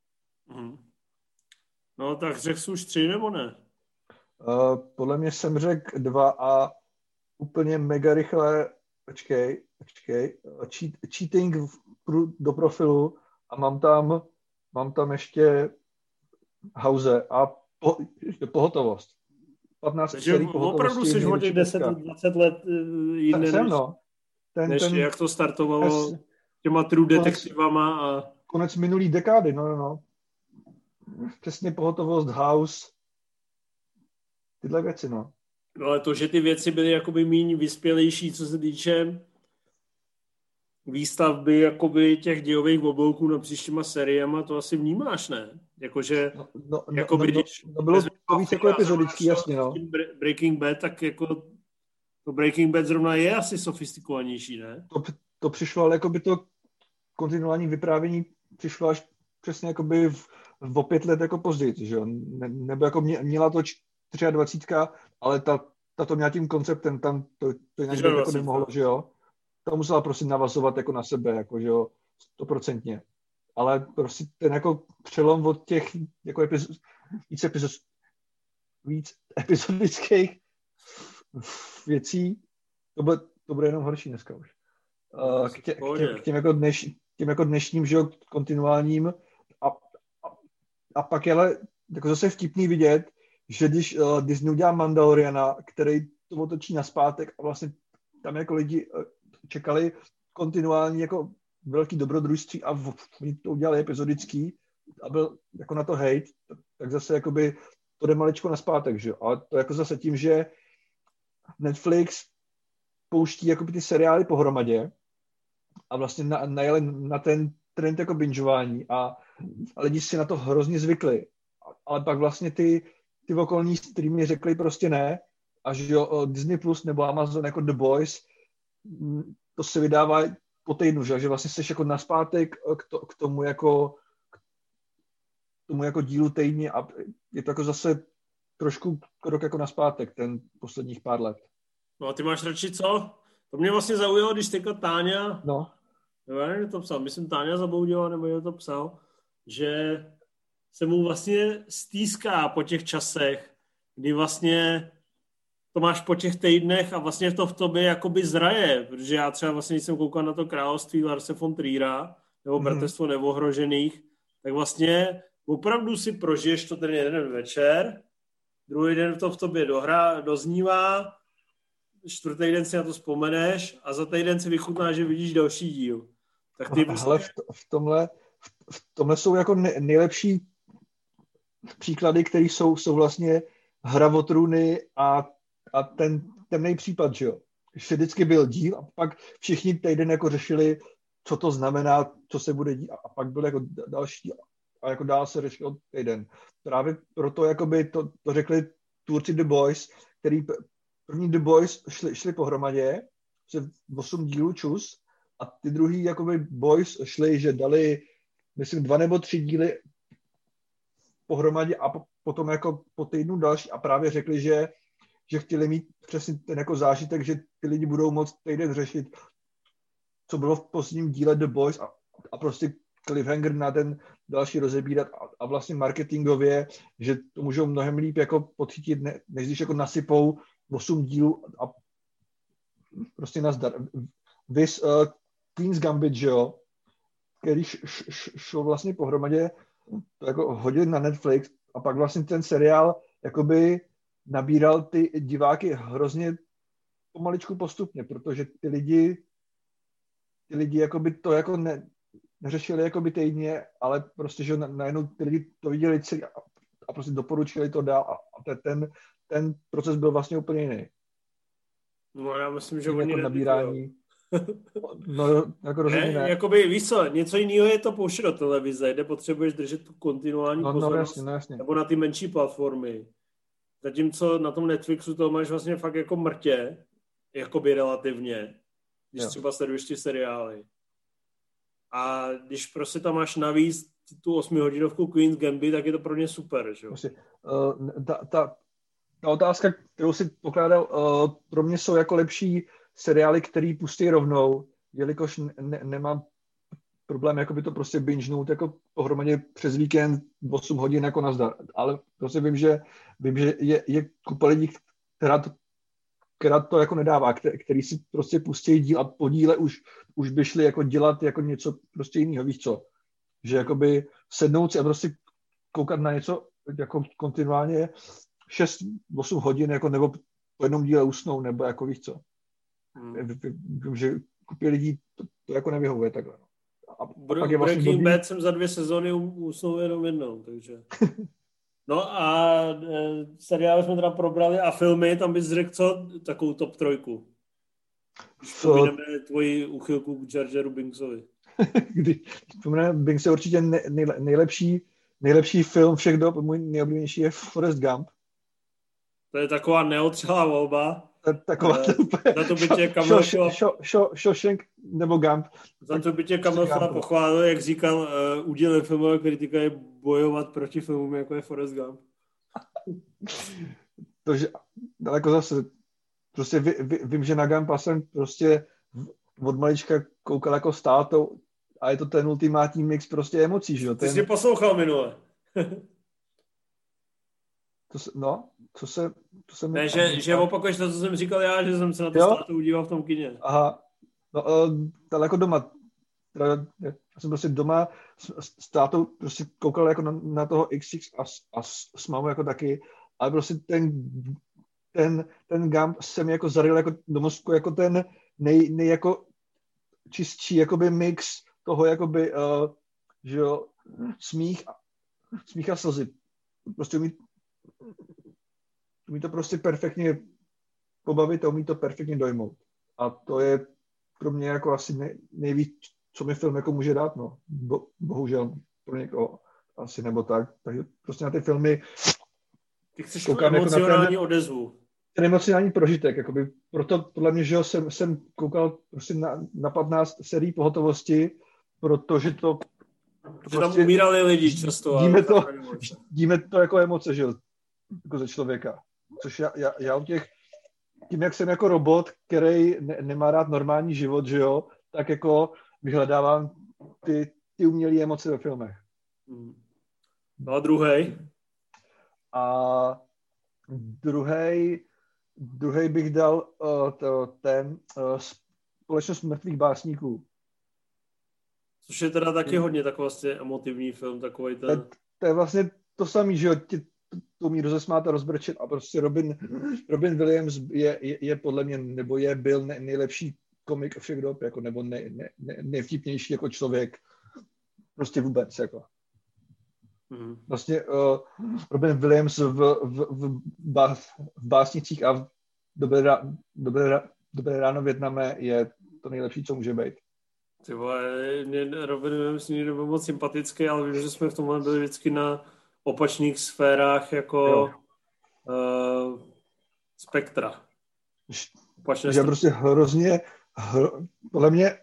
No tak řekl jsi už 3 nebo ne? Podle mě jsem řekl 2 a úplně mega rychle, počkej, cheating do profilu a mám tam ještě House a pohotovost. 15 takže opravdu jsi o těch 10-20 let jiné, než jak to startovalo těma True detektivama a... Konec minulý dekády, no. Přesně pohotovost, House, tyhle věci, no. No ale to, že ty věci byly jakoby méně vyspělejší, co se týče výstavby jakoby těch dějových oblouků na příštíma seriema, to asi vnímáš, ne? Jakože... bylo to víc jako epizodický, jasně, no. Breaking Bad, tak jako to Breaking Bad zrovna je asi sofistikovanější, ne? To přišlo, ale jakoby to kontinuální vyprávění přišlo až přesně jakoby o 5 let jako později, že jo? Nebo jako měla to 23, ale ta to měla tím konceptem, tam to jinak jako nemohlo, že jo? To musela prostě navazovat jako na sebe, jako, že jo, 100%. Ale prostě ten jako přelom od těch jako víc epizodických věcí, to bude jenom horší dneska už. K těm jako dnešním, že jo, kontinuálním a pak je ale jako zase vtipný vidět, že když Disney udělá Mandaloriana, který to otočí nazpátek a vlastně tam jako lidi čekali kontinuální jako velký dobrodružství a oni to udělali epizodický a byl jako na to hate, tak zase jakoby to jde maličko nazpátek, že jo. Ale to jako zase tím, že Netflix pouští jakoby ty seriály pohromadě a vlastně najeli na ten trend jako bingeování a lidi si na to hrozně zvykli. Ale pak vlastně ty okolní streamy řekli prostě ne a že jo, Disney Plus nebo Amazon jako The Boys, to se vydává po týdnu, že vlastně jsi jako nazpátek k tomu jako dílu týdně a je to jako zase trošku krok jako nazpátek ten posledních pár let. No a ty máš radši co? To mě vlastně zaujalo, když teďka Táňa, no. Nebo já nevím, to psal, myslím Táňa Zaboudila, nebo je to psal, že se mu vlastně stýská po těch časech, kdy vlastně to máš po těch týdnech a vlastně to v tobě jakoby zraje, protože já třeba vlastně, když jsem koukal na to Království Larse von Trier'a, nebo Bratrstvo neohrožených, tak vlastně opravdu si prožiješ to ten jeden večer, druhý den to v tobě doznívá, čtvrtý den si na to vzpomeneš a za týden si vychutnáš, že vidíš další díl. Tak ty vlastně... Hele, v tomhle jsou jako nejlepší příklady, které jsou vlastně Hra o trůny a ten temný případ, že jo. Že vždycky byl díl a pak všichni týden jako řešili, co to znamená, co se bude dít a pak byl jako další díl. a jako dál se řešil týden. Právě proto jakoby to řekli tvůrci The Boys, který první The Boys šli pohromadě, 8 dílů čus, a ty druhý jakoby Boys šli, že dali, myslím, 2 nebo 3 díly pohromadě a potom jako po týdnu další a právě řekli, že chtěli mít přesně ten jako zážitek, že ty lidi budou moct týden řešit, co bylo v posledním díle The Boys a prostě cliffhanger na ten další rozebírat a vlastně marketingově, že to můžou mnohem líp jako podchytit, než když jako nasypou 8 dílů a prostě nazdar. Vys Queen's Gambit, že jo, který šel vlastně pohromadě, to jako hodil na Netflix a pak vlastně ten seriál jakoby nabíral ty diváky hrozně pomaličku postupně, protože ty lidi jakoby to jako neřešili jakoby týdně, ale prostě, že najednou ty lidi to viděli celý a prostě doporučili to dál a ten proces byl vlastně úplně jiný. No já myslím, že jako oni nabírání. No, jako rozhodně ne. Jakoby, víš co, něco jiného je to pouštět do televize, kde potřebuješ držet tu kontinuální pozornost, jasně. nebo na ty menší platformy. Zatímco na tom Netflixu to máš vlastně fakt jako mrtě, jakoby relativně, když třeba sleduješ ty seriály. A když prostě tam máš navíc tu 8hodinovku Queen's Gambit, tak je to pro mě super, že jo? Ta otázka, kterou si pokládal, pro mě jsou jako lepší seriály, který pustí rovnou, jelikož nemám problém jakoby to prostě bingenout jako pohromadě přes víkend 8 hodin jako nazdar. Ale prostě vím, že je kupa lidí, která to jako nedává, který si prostě pustí díl a po díle už by šli jako dělat jako něco prostě jiného, víš co? Že jakoby sednout si a prostě koukat na něco jako kontinuálně 6-8 hodin jako nebo po jednom díle usnou, nebo jako víš co? Vím, že kupě lidí to jako nevyhovuje takhle. Breaking Bad jsem za 2 sezóny usnul jenom jednou, takže... No a seriály jsme teda probrali a filmy, tam bys řekl co? Takovou top 3. Když pomineme tvoji uchylku k Jar Jaru Binksovi. Když pomineme Binks je určitě nejlepší film všech dob, můj nejoblíbenější je Forrest Gump. To je taková neotřelá volba. Taková za to by tě Kamil Shawshank nebo Gump. Za to by tě Kamil pochválil, jak říkal, úděl filmové kritika je bojovat proti filmům, jako je Forrest Gump. Takže daleko zase. Prostě vím, že na Gumpa jsem prostě od malička koukal jako s tátou a je to ten ultimátní mix prostě emocí, že jo? Ty jsi poslouchal minule. To se ne, že opakuješ to, co jsem říkal já, že jsem se na to státu udíval v tom kině. Aha, no, daleko doma. Já jsem prostě doma s tátou prostě koukal jako na toho XX a s mámou jako taky, ale prostě ten Gump se mi jako zaryl jako do mozku jako ten nej jako čistší jakoby mix toho jakoby, že jo, smích a slzy. Prostě umí to prostě perfektně pobavit a umí to perfektně dojmout. A to je pro mě jako asi nejvíc, co mi film jako může dát, no. Bohužel pro někoho asi nebo tak. Takže prostě na ty filmy ty chceš tu emocionální odezvu. Ten emocionální prožitek, jakoby. Proto podle mě, že jsem koukal prostě na 15 sérií Pohotovosti, protože to že tam umírali lidi často. Díme to jako emoce, že jo, jako ze člověka. Což já u těch, tím jak jsem jako robot, který nemá rád normální život, že jo, tak jako vyhledávám ty umělé emoce ve filmech. No a druhej? A druhej bych dal Společnost mrtvých básníků. Což je teda taky hodně tak vlastně emotivní film, takovej ten... To je vlastně to samý, že jo, to umí rozesmát a rozbrčet a prostě Robin Williams je podle mě, nebo byl nejlepší komik všech dob, jako, nebo nejvtipnější jako člověk prostě vůbec, jako. Vlastně Robin Williams v básnicích a v Dobré ráno v Vietname je to nejlepší, co může být. Ty vole, mě Robin Williams nikdy nebyl moc sympatický, ale vím, že jsme v tomhle byli vždycky na opačných sférách jako spektra. Opačné že prostě hrozně, podle mě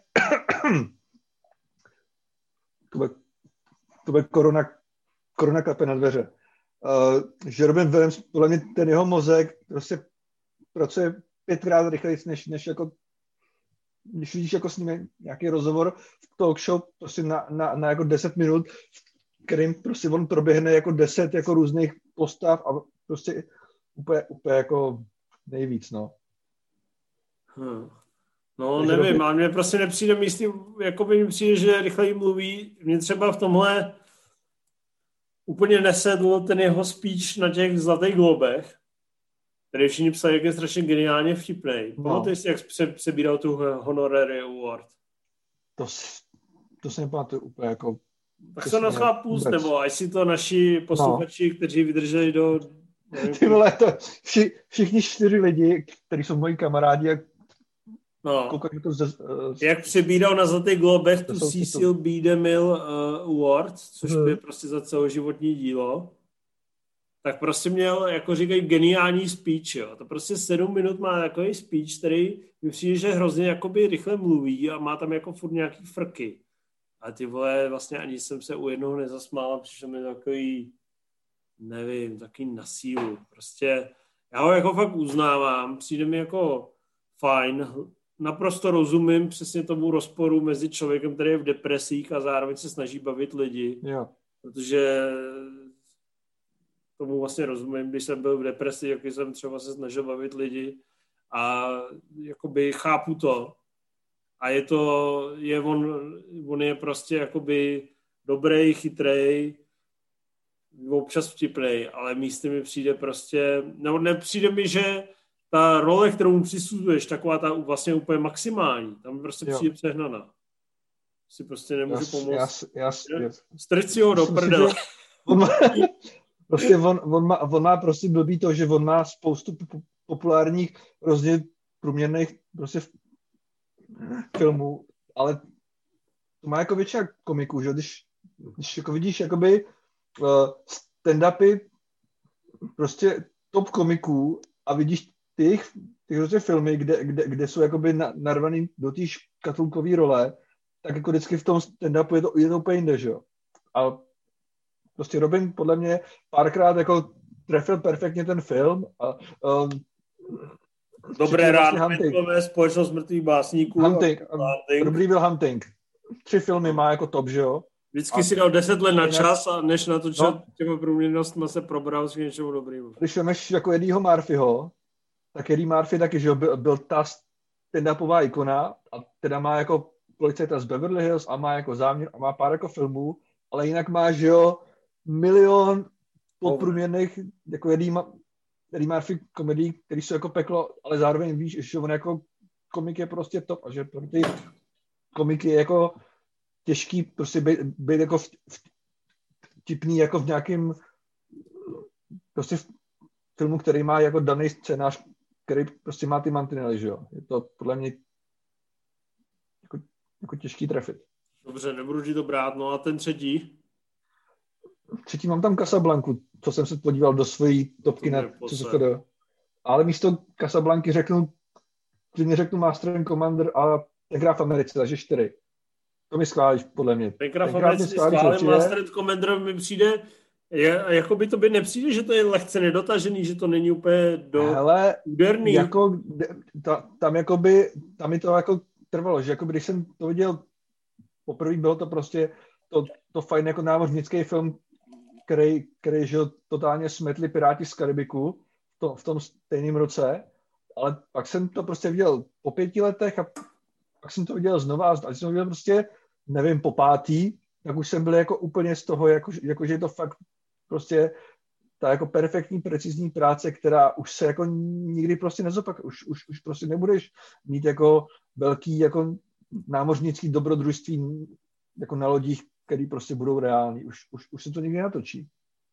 to bude korona kape na dveře. Že Robin Williams, podle mě ten jeho mozek prostě pracuje 5krát rychleji, než jako když vidíš jako s ním nějaký rozhovor v talk show prostě na jako 10 minut, v kterým prostě on proběhne jako 10 jako různých postav a prostě úplně jako nejvíc, no. No, nevím, ale mně prostě nepřijde místí, jako by mi přijde, že rychleji mluví. Mně třeba v tomhle úplně nesedl ten jeho speech na těch Zlatých globech, který všichni psali, jak je strašně geniálně vtipnej. Pamatuješ si, jak přebíral tu honorary award? To se nepamatuju úplně jako... Tak se nachá půst, nebo až si to naši posluchači, kteří vydrželi do... Ty vole, to všichni 4 lidi, kteří jsou moji kamarádi, jak přebíral na Zlatých globech tu Cecil B. DeMille Award, což je prostě za celoživotní dílo, tak prostě měl, jako říkají, geniální speech, jo. To prostě 7 minut má takový speech, který mi přijde, že hrozně jakoby rychle mluví a má tam jako furt nějaký frky. A ty vole, vlastně ani jsem se u jednoho nezasmál, přišel mi takový, nevím, takový na sílu. Prostě já ho jako fakt uznávám, přijde mi jako fajn, naprosto rozumím přesně tomu rozporu mezi člověkem, který je v depresích a zároveň se snaží bavit lidi. Jo. Protože tomu vlastně rozumím, když jsem byl v depresi, jak jsem třeba se snažil bavit lidi a jakoby chápu to. A on je prostě jakoby dobrý, chytrej, občas vtipnej, ale místy mi přijde prostě, nebo nepřijde mi, že ta role, kterou mu přisuzuješ, taková ta vlastně úplně maximální, tam prostě přijde přehnaná. Si prostě nemůžu pomoct. Strč si ho do prdele. Prostě on má prostě blbý to, že on má spoustu populárních, hrozně průměrných prostě filmů, ale to má jako většina komiků, že když jako vidíš jakoby stand-upy prostě top komiků a vidíš ty prostě filmy, kde jsou jakoby narvaný do té škatulkové role, tak jako vždycky v tom stand-upu je to úplně jinde, že jo. A prostě Robin podle mě párkrát jako trefil perfektně ten film a dobré ráno, vlastně Společnost mrtvých básníků. Hunting. Dobrý byl Hunting. 3 filmy má jako top, že jo. Vždycky si dal 10 let na čas a než na to těma průměrnostma se probral s něčemu dobrýmu. Když vemeš jako Eddieho Murphyho, tak Eddie Murphy taky, že jo, byl ta stand-upová ikona a teda má jako Policajta z Beverly Hills a má jako záměr a má pár jako filmů, ale jinak má, že jo, milion podprůměrných jako Eddie Murphy komedii, který jsou jako peklo, ale zároveň víš, že on jako komik je prostě top a že pro ty komiky je jako těžký prostě být jako vtipný jako v nějakém prostě v filmu, který má jako daný scénář, který prostě má ty mantinely, že jo. Je to podle mě jako těžký trefit. Dobře, nebudu ti to brát, no a ten třetí? Třetí mám tam Casablancu, co jsem se podíval do svojí topky na CSFD. Ale místo Casablanky řeknu Master and Commander a Tenkrát v Americe, takže 4. To mi schválíš, podle mě. Tenkrát v Americe schválím, Master and Commander mi přijde, jako by to by nepřijde, že to je lehce nedotažený, že to není úplně úderný. Jako, tam mi to jako trvalo, že jako když jsem to viděl poprvé, bylo to prostě to fajn jako námořnický film, který že totálně smetli Piráti z Karibiku v tom stejném roce, ale pak jsem to prostě viděl po 5 letech a pak jsem to viděl znova a jsem to viděl prostě, nevím, po 5, tak už jsem byl jako úplně z toho, jako že je to fakt prostě ta jako perfektní, precizní práce, která už se jako nikdy prostě nezopakuje. Už prostě nebudeš mít jako velký jako námořnický dobrodružství jako na lodích, který prostě budou reální. Už se to nikdy natočí.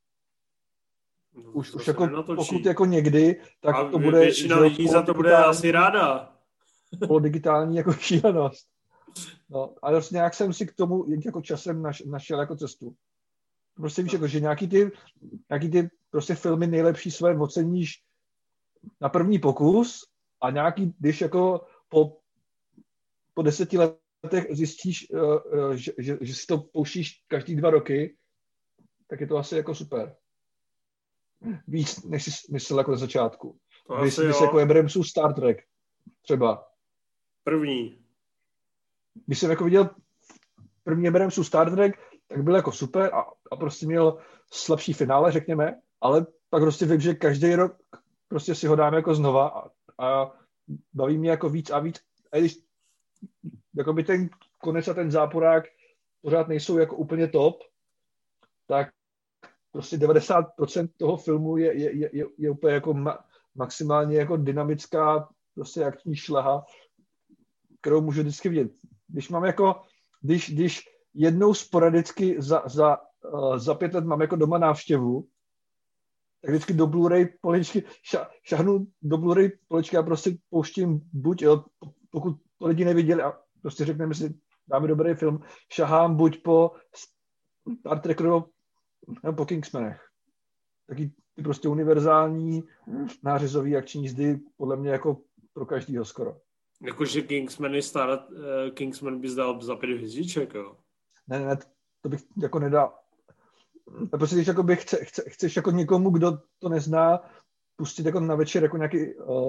Už jako pokud jako někdy, tak a to bude... Většina lidí za to bude asi ráda. Digitální jako šílenost. No, ale prostě nějak jsem si k tomu jako časem našel jako cestu. Prostě víš, jako, že nějaký ty prostě filmy nejlepší své oceníš na první pokus a nějaký, když jako po 10 letech zjistíš, že si to pouštíš každý 2 roky, tak je to asi jako super. Víc, než jsi myslel jako na začátku. Když jako Abramsův Star Trek třeba. První. Když jsem jako viděl první Abramsův Star Trek, tak byl jako super a prostě měl slabší finále, řekněme, ale pak prostě vím, že každý rok prostě si ho dáme jako znova a baví mě jako víc a víc. A když jakoby ten konec a ten záporák pořád nejsou jako úplně top, tak prostě 90% toho filmu je úplně jako maximálně jako dynamická prostě akční šlaha, kterou můžu vždycky vidět. Když mám jako, když jednou sporadicky za 5 let mám jako doma návštěvu, tak vždycky do Blu-ray poličky, šahnu do Blu-ray poličky a prostě pouštím buď, pokud to lidi neviděli a prostě řekneme si, dáme dobrý film, šahám buď po Star Treku nebo po Kingsmanech. Taky ty prostě univerzální nářezový akční jízdy podle mě jako pro každýho skoro. Jakože Kingsman bys dal za 5 hvězdiček, jo? Ne, to bych jako nedal. A prostě když jakoby chceš jako někomu, kdo to nezná, pustit jako na večer jako nějaký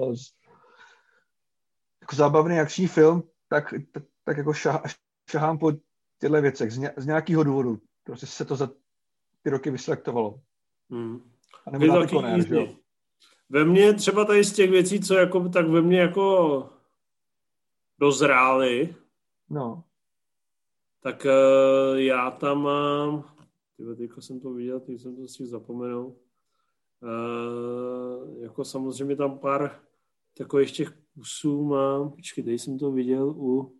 jako zábavný akční film, tak jako šahám po těchto věcech z nějakého důvodu. Prostě se to za ty roky vyselektovalo. A nebo na Koner, že jo? Ve mně třeba tady z těch věcí, co jako, tak ve mně jako dozrály, no. Tak já tam mám, teďka jsem to viděl, teď jsem to si zapomenul, jako samozřejmě tam pár takových těch kusů mám, počkej, tady jsem to viděl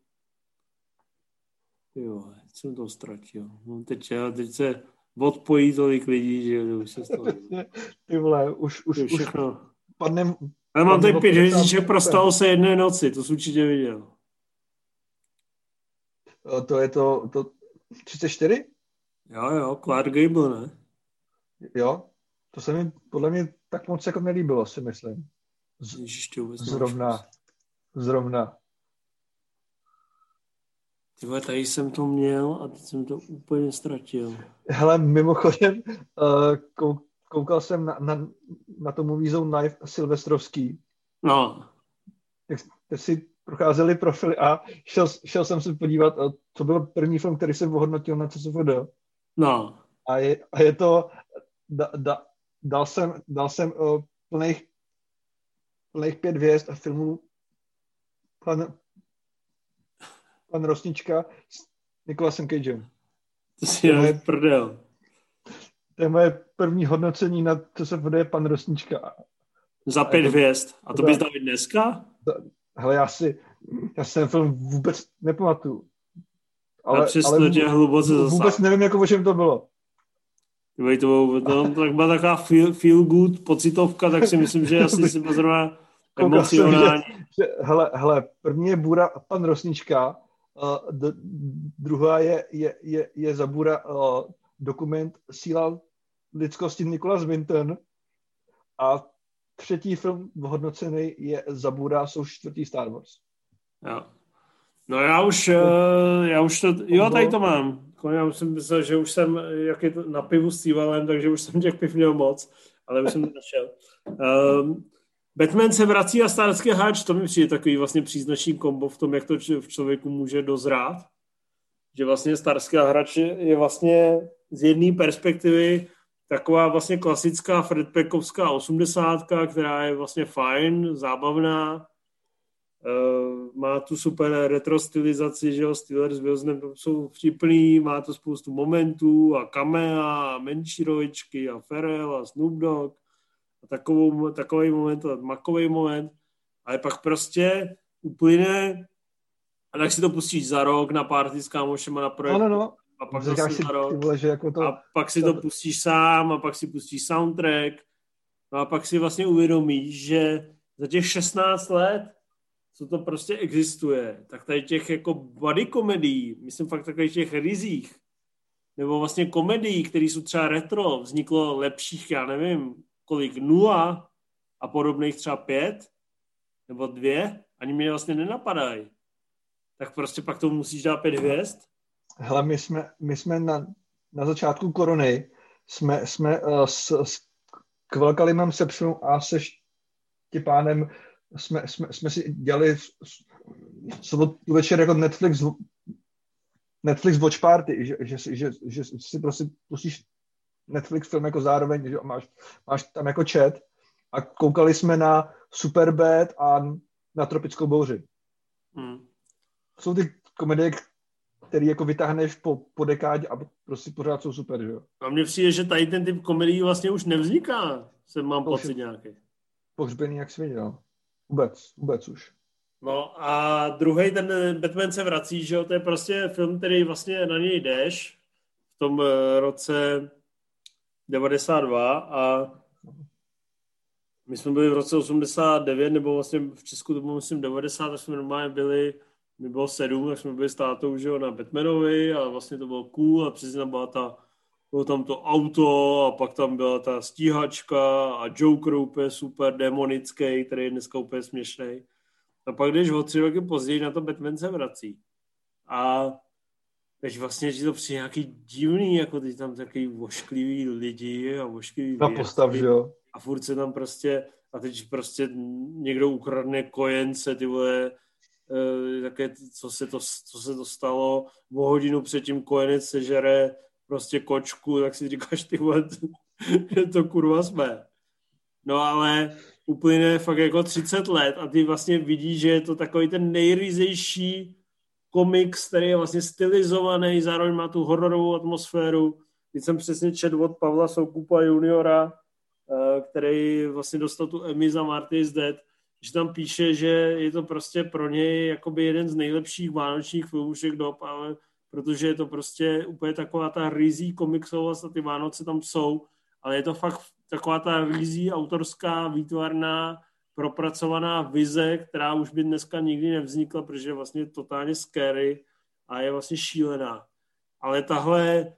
teď jsem to ztratil. No, teď se odpojí tolik lidí, že už se stalo. Ty vole, už všechno. Padnem, ale mám tady 5 hvězdiček pro Stalo se jedné noci, to jsi určitě viděl. To je to 34? Jo, Clark Gable, ne? Jo, to se mi podle mě tak moc jako nelíbilo, si myslím. Zrovna. Tyhle, tady jsem to měl a teď jsem to úplně ztratil. Hele, mimochodem, koukal jsem na to Movie Zone Live Silvestrovský. No. Tak si procházeli profily a šel jsem se podívat, co byl první film, který jsem ohodnotil na CSFD. No. A je to, dal jsem plných 5 hvězd a filmu Pan Rosnička s Nicolasem Cagem. To si je prdel. To je moje první hodnocení na CSFD je Pan Rosnička. Za 5 hvězd. A to bys dal i dneska? Hele, já si ten film vůbec nepamatuju. Ale přesto tě hluboce zasáhl. Vůbec nevím, jako o čem to bylo. Tak byla taková feel good pocitovka, tak si myslím, že asi si pozorná emocionální. Hele, první je Bůra Pan Rosnička, druhá je za Bůra dokument Síla lidskosti Nicholas Winton a třetí film hodnocený je za Bůra jsou 4. Star Wars. Jo. No já už to, jo, tady to mám. Já už jsem myslel, že už jsem, jak je to na pivu s Cívalem, takže už jsem těch piv měl moc, ale už jsem to našel. Batman se vrací a starský hráč, to mi přijde takový vlastně příznačný kombo v tom, jak to v člověku může dozrát. Že vlastně starský hráč je vlastně z jedné perspektivy taková vlastně klasická Fred Packovská 80, která je vlastně fajn, zábavná, má tu super retro stylizaci, že jo, Steelers s Wilsonem jsou vtipný, má to spoustu momentů a camea, a menší roličky a Pharrell a Snoop Dogg a takový moment a makový moment, ale pak prostě uplyne a tak si to pustíš za rok na party s kámošema na projekt. No. A pak zase za rok. A pak si to pustíš sám a pak si pustíš soundtrack. No a pak si vlastně uvědomíš, že za těch 16 let co to prostě existuje, tak tady těch jako body komedií, myslím fakt takových těch rizích, nebo vlastně komedií, které jsou třeba retro, vzniklo lepších, já nevím, kolik, 0 a podobných třeba 5 nebo 2, ani mě vlastně nenapadají. Tak prostě pak tomu musíš dát 5 hvězd. Hele, my jsme na začátku korony jsme s Kvelkalimem Sepsou a se Štěpánem jsme si dělali sobotu večer jako Netflix Watch Party, že si prostě pustíš Netflix film jako zároveň, že máš tam jako chat a koukali jsme na Superbad a na Tropickou bouři. Jsou ty komedie, který jako vytáhneš po dekádě a prostě pořád jsou super, že jo? A mně přijde, že tady ten typ komedií vlastně už nevzniká, mám pocit nějaký. Pohřbený jak svině, no. Vůbec už. No a druhý ten Batman se vrací, že jo, to je prostě film, který vlastně na něj jdeš v tom roce 92 a my jsme byli v roce 89, nebo vlastně v Česku to bylo myslím 90, tak jsme normálně byli, mi bylo 7, tak jsme byli s tátou, že jo, na Batmanovi a vlastně to bylo cool a přesně tam bylo tam to auto a pak tam byla ta stíhačka a Joker úplně super demonický, který je dneska úplně směšnej. A pak když o 3 roky později na to Batman se vrací. A takže vlastně ti to přijde nějaký divný, jako teď tam takový vošklivý lidi a vošklivý věci. Postav, že jo. A furt se tam prostě, a teď prostě někdo ukradne kojence, ty vole, také, co se to stalo, o hodinu předtím kojenec sežere prostě kočku, tak si říkáš, ty vole, to kurva jsme. No ale uplyne fakt jako 30 let a ty vlastně vidíš, že je to takový ten nejryzejší komiks, který je vlastně stylizovaný, zároveň má tu hororovou atmosféru. Teď jsem přesně četl od Pavla Soukupa juniora, který vlastně dostal tu Emmy za Marty is Dead, že tam píše, že je to prostě pro něj jakoby jeden z nejlepších vánočních filmů všech dob, ale protože je to prostě úplně taková ta rizí komiksovost a ty Vánoce tam jsou, ale je to fakt taková ta rizí autorská, výtvarná, propracovaná vize, která už by dneska nikdy nevznikla, protože je vlastně totálně scary a je vlastně šílená. Ale tahle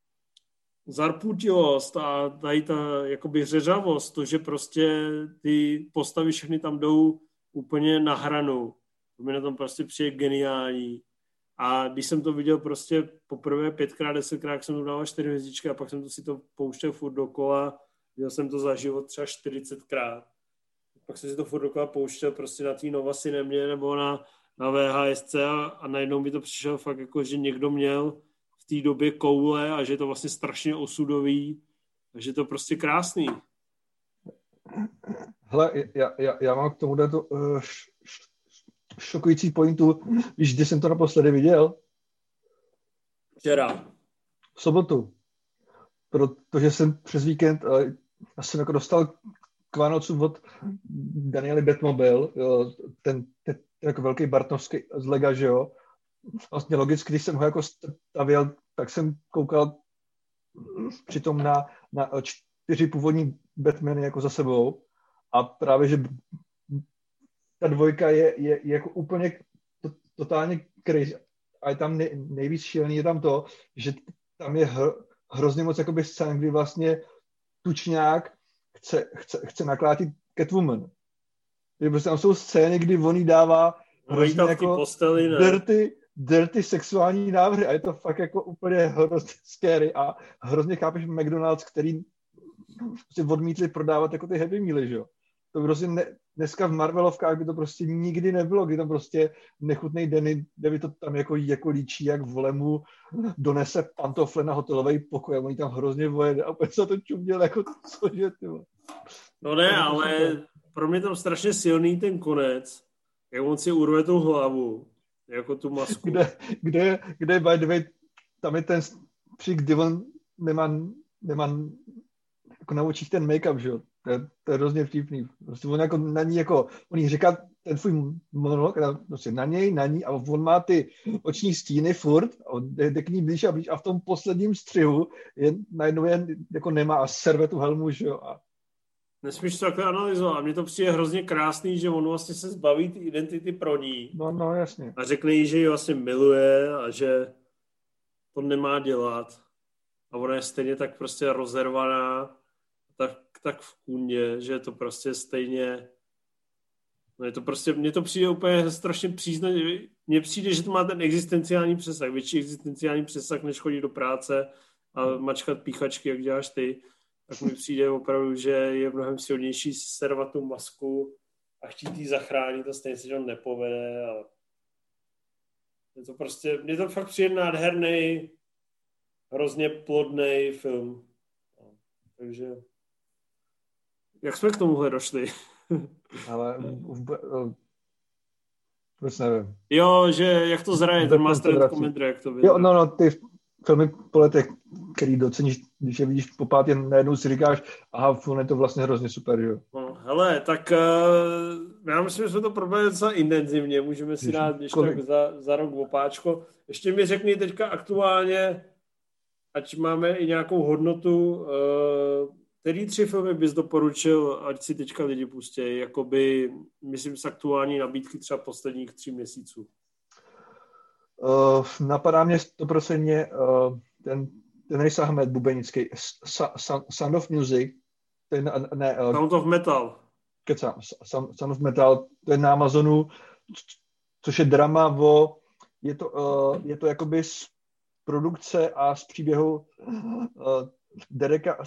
zarputilost a tady ta jakoby řeřavost, to, že prostě ty postavy všechny tam jdou úplně na hranu, to mi na tom prostě přijde geniální. A když jsem to viděl prostě poprvé 5x, 10x, jsem to dával 4 hvězdičky a pak jsem to si to pouštěl furt dokola, viděl jsem to za život třeba 40x. Pak jsem si to furt dokola pouštěl prostě na té Nova Cinemě nebo na VHSC a najednou mi to přišel fakt jako, že někdo měl v té době koule a že je to vlastně strašně osudový a že je to prostě krásný. Hele, já mám k tomu to šokující pointu, víš, kdy jsem to naposledy viděl? Včera. V sobotu. Protože jsem přes víkend, já jsem jako dostal k Vánocům od Daniely Batmobile, ten jako velký Bartnovský z Lega, že jo. Vlastně logicky, když jsem ho jako stavěl, tak jsem koukal přitom na 4 původní Batmany jako za sebou a právě, že ta dvojka je jako úplně totálně crazy. A je tam nejvíc šílený je tam to, že tam je hrozně moc jakoby scén, kdy vlastně tučňák chce naklátit Catwoman. Že prostě tam jsou scény, kdy on jí dává hrozně jako posteli, dirty sexuální návrhy a je to fakt jako úplně hrozně scary a hrozně chápeš McDonald's, který si odmítli prodávat jako ty Happy Mealy, že jo. To prostě dneska v Marvelovkách by to prostě nikdy nebylo, kdy tam prostě nechutnej Danny, kde by to tam jako líčí, jak volemu donese pantofle na hotelový pokoj a on tam hrozně vojede a opět se to čuměl jako cože, ty vole. No ne, ale pro mě tam strašně silný ten konec, jak on si urve tu hlavu, jako tu masku. Kde by the way, tam je ten přík, kdy on nemá jako na očích ten make-up, že jo. To je hrozně vtipný. Prostě on jako na ní jako, on jí říká ten tvůj monolog, prostě na ní a on má ty oční stíny furt a on jde k ní blíž a blíž a v tom posledním střihu najednou jako nemá a serve tu helmu, že jo. A Nesmíš to takhle analyzovat. Mně to přijde hrozně krásný, že on vlastně se zbaví ty identity pro ní. No, jasně. A řekne jí, že ji vlastně miluje a že to nemá dělat. A ona je stejně tak prostě rozervaná, tak v kůně, že je to prostě stejně... No je to prostě, mně to přijde úplně strašně příznačné. Mně přijde, že to má ten existenciální přesah, větší existenciální přesah, než chodit do práce a mačkat píchačky, jak děláš ty. Tak mi přijde opravdu, že je mnohem silnější servat tu masku a chtít jí zachránit a stejně se to nepovede. A je to prostě, mně to fakt přijde nádherný, hrozně plodný film. Takže jak jsme k tomuhle došli? Ale vůbec nevím. Jo, že jak to zraje, ten Master Commander, jak to vypadá. Jo, no, ty filmy po letech, který doceníš, když je vidíš po pátě najednou si říkáš, aha, on je to vlastně hrozně super, jo. No, hele, tak já myslím, že jsme to probrali docela intenzivně, můžeme si dát když tak za rok opáčko. Ještě mi řekni teďka aktuálně, ať máme i nějakou hodnotu, který 3 filmy bys doporučil, ať si teďka lidi pustí, jakoby, myslím, z aktuální nabídky třeba posledních 3 měsíců. Napadá mě 100% ten Riz Ahmed bubenický, Sound of Music, Sound of Metal. Sound of Metal, to je na Amazonu, což je drama je to jakoby z produkce a z příběhu Dereka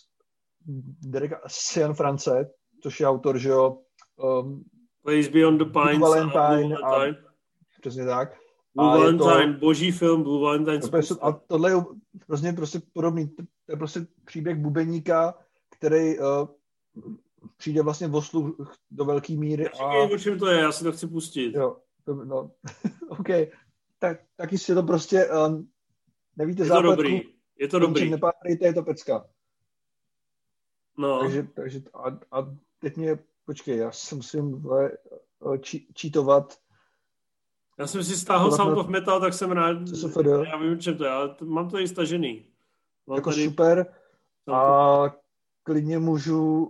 Cianfrance, což je autor, že jo, Place Beyond the Pines Valentine a přesně tak. Blue Valentine, boží film Blue Valentine. A tohle je prostě podobný. To je prostě příběh bubeníka, který přijde vlastně v Oslu do velké míry. Říkej, o čem to je, já si to chci pustit. Jo, no, OK. Taky si to prostě nevíte je to dobrý. Je to dobrý. Nepátrejte, je to pecka. No. Takže a teď mě, počkej, já se musím čítovat. Já jsem si stáhl Sound of Metal, tak jsem rád. Já vím, čem to je, ale mám to i stažený. Mám jako tady... super. A klidně můžu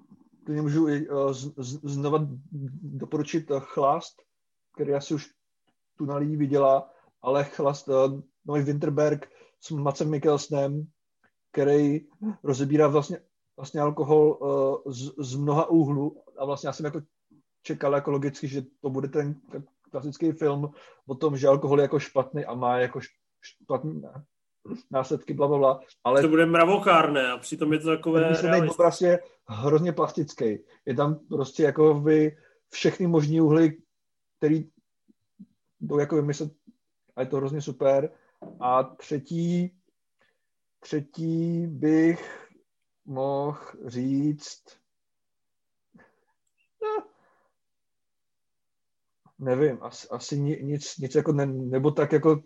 znova doporučit Chlast, který asi už tu na lidí viděla, ale Chlast, nový Winterberg s Macem Mikkelsenem, který rozebírá vlastně alkohol z mnoha úhlů a vlastně já jsem jako čekal jako logicky, že to bude ten klasický film o tom, že alkohol je jako špatný a má jako špatný následky, blablabla. Ale to bude mravokárné a přitom je to takové ten obraz je hrozně plastický. Je tam prostě jako všechny možný úhly, který jdou jako vymyslet a je to hrozně super. A třetí bych mohl říct nevím, asi nic jako nebo tak jako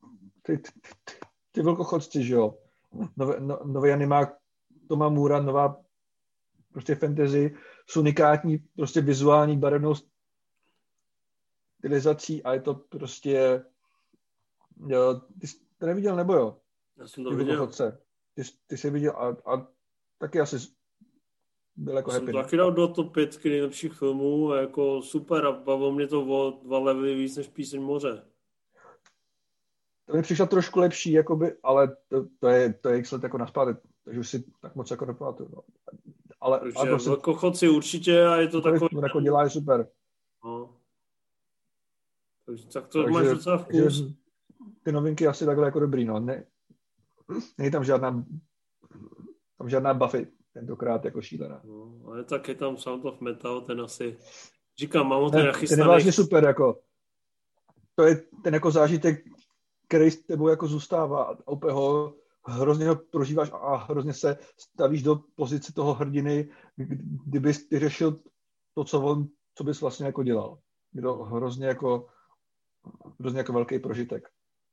ty velkochodci, že jo. Nový animák Toma Moora, nová prostě fantasy s unikátní prostě vizuální barevnou stylizací a je to prostě jo, ty jsi to neviděl, nebo jo? Já jsem to viděl. Ty jsi viděl a taky asi byl jako happy. Jsem to taky dal do top 5 nejlepších filmů a jako super a bavilo mě to o 2 levely víc než Píseň moře. To mi přišlo trošku lepší, jakoby, ale to je x let jako naspátek, takže už si tak moc jako nepamatuju. No. Takže velkochodci určitě a je to takový... To jako dělá je super. No. Takže tak to máš docela vkus. Ty novinky asi takhle jako dobrý, no. Není tam žádná Buffy tentokrát jako šílená. No, ale tak je tam Sound of Metal, ten asi... Říkám, mám ho ten nachystaný. Ten je vážně super, jako. To je ten jako zážitek, který s tebou jako zůstává a úplně hrozně ho prožíváš a hrozně se stavíš do pozice toho hrdiny, kdybys ty řešil to, co bys vlastně jako dělal. Je to hrozně jako velký prožitek.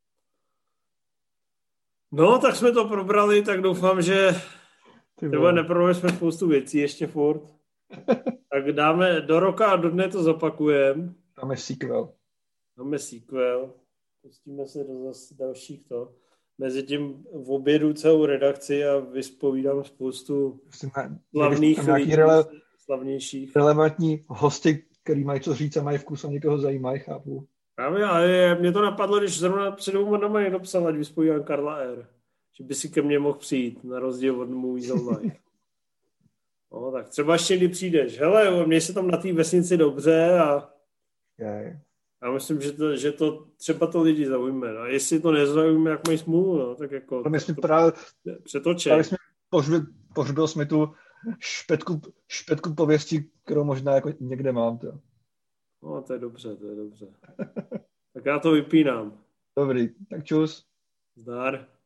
No, tak jsme to probrali, tak doufám, že třeba neprobrali jsme spoustu věcí ještě furt. Tak dáme do roka a do dne to zopakujeme. Dáme sequel. Pustíme se do zase dalších to. mezi tím v obědu celou redakci a vyspovídám spoustu slavných lidí, slavnějších. Relevantní hosty, který mají co říct a mají vkus a někoho zajímají, chápu. Právě, ale mě to napadlo, když zrovna před 2 dnama někdo psal, ať vyspovídám Karla R. Že by si ke mně mohl přijít, na rozdíl od Movies Online. No, tak třeba ještě kdy přijdeš. Hele, měj se tam na té vesnici dobře a já myslím, že to třeba to lidi zaujme. A jestli to nezaujme, jak mají smůlu, no, tak jako právě přetočej. Pohřbil jsme tu špetku pověstí, kterou možná jako někde mám. To. No, to je dobře. Tak já to vypínám. Dobrý, tak čus. Zdar.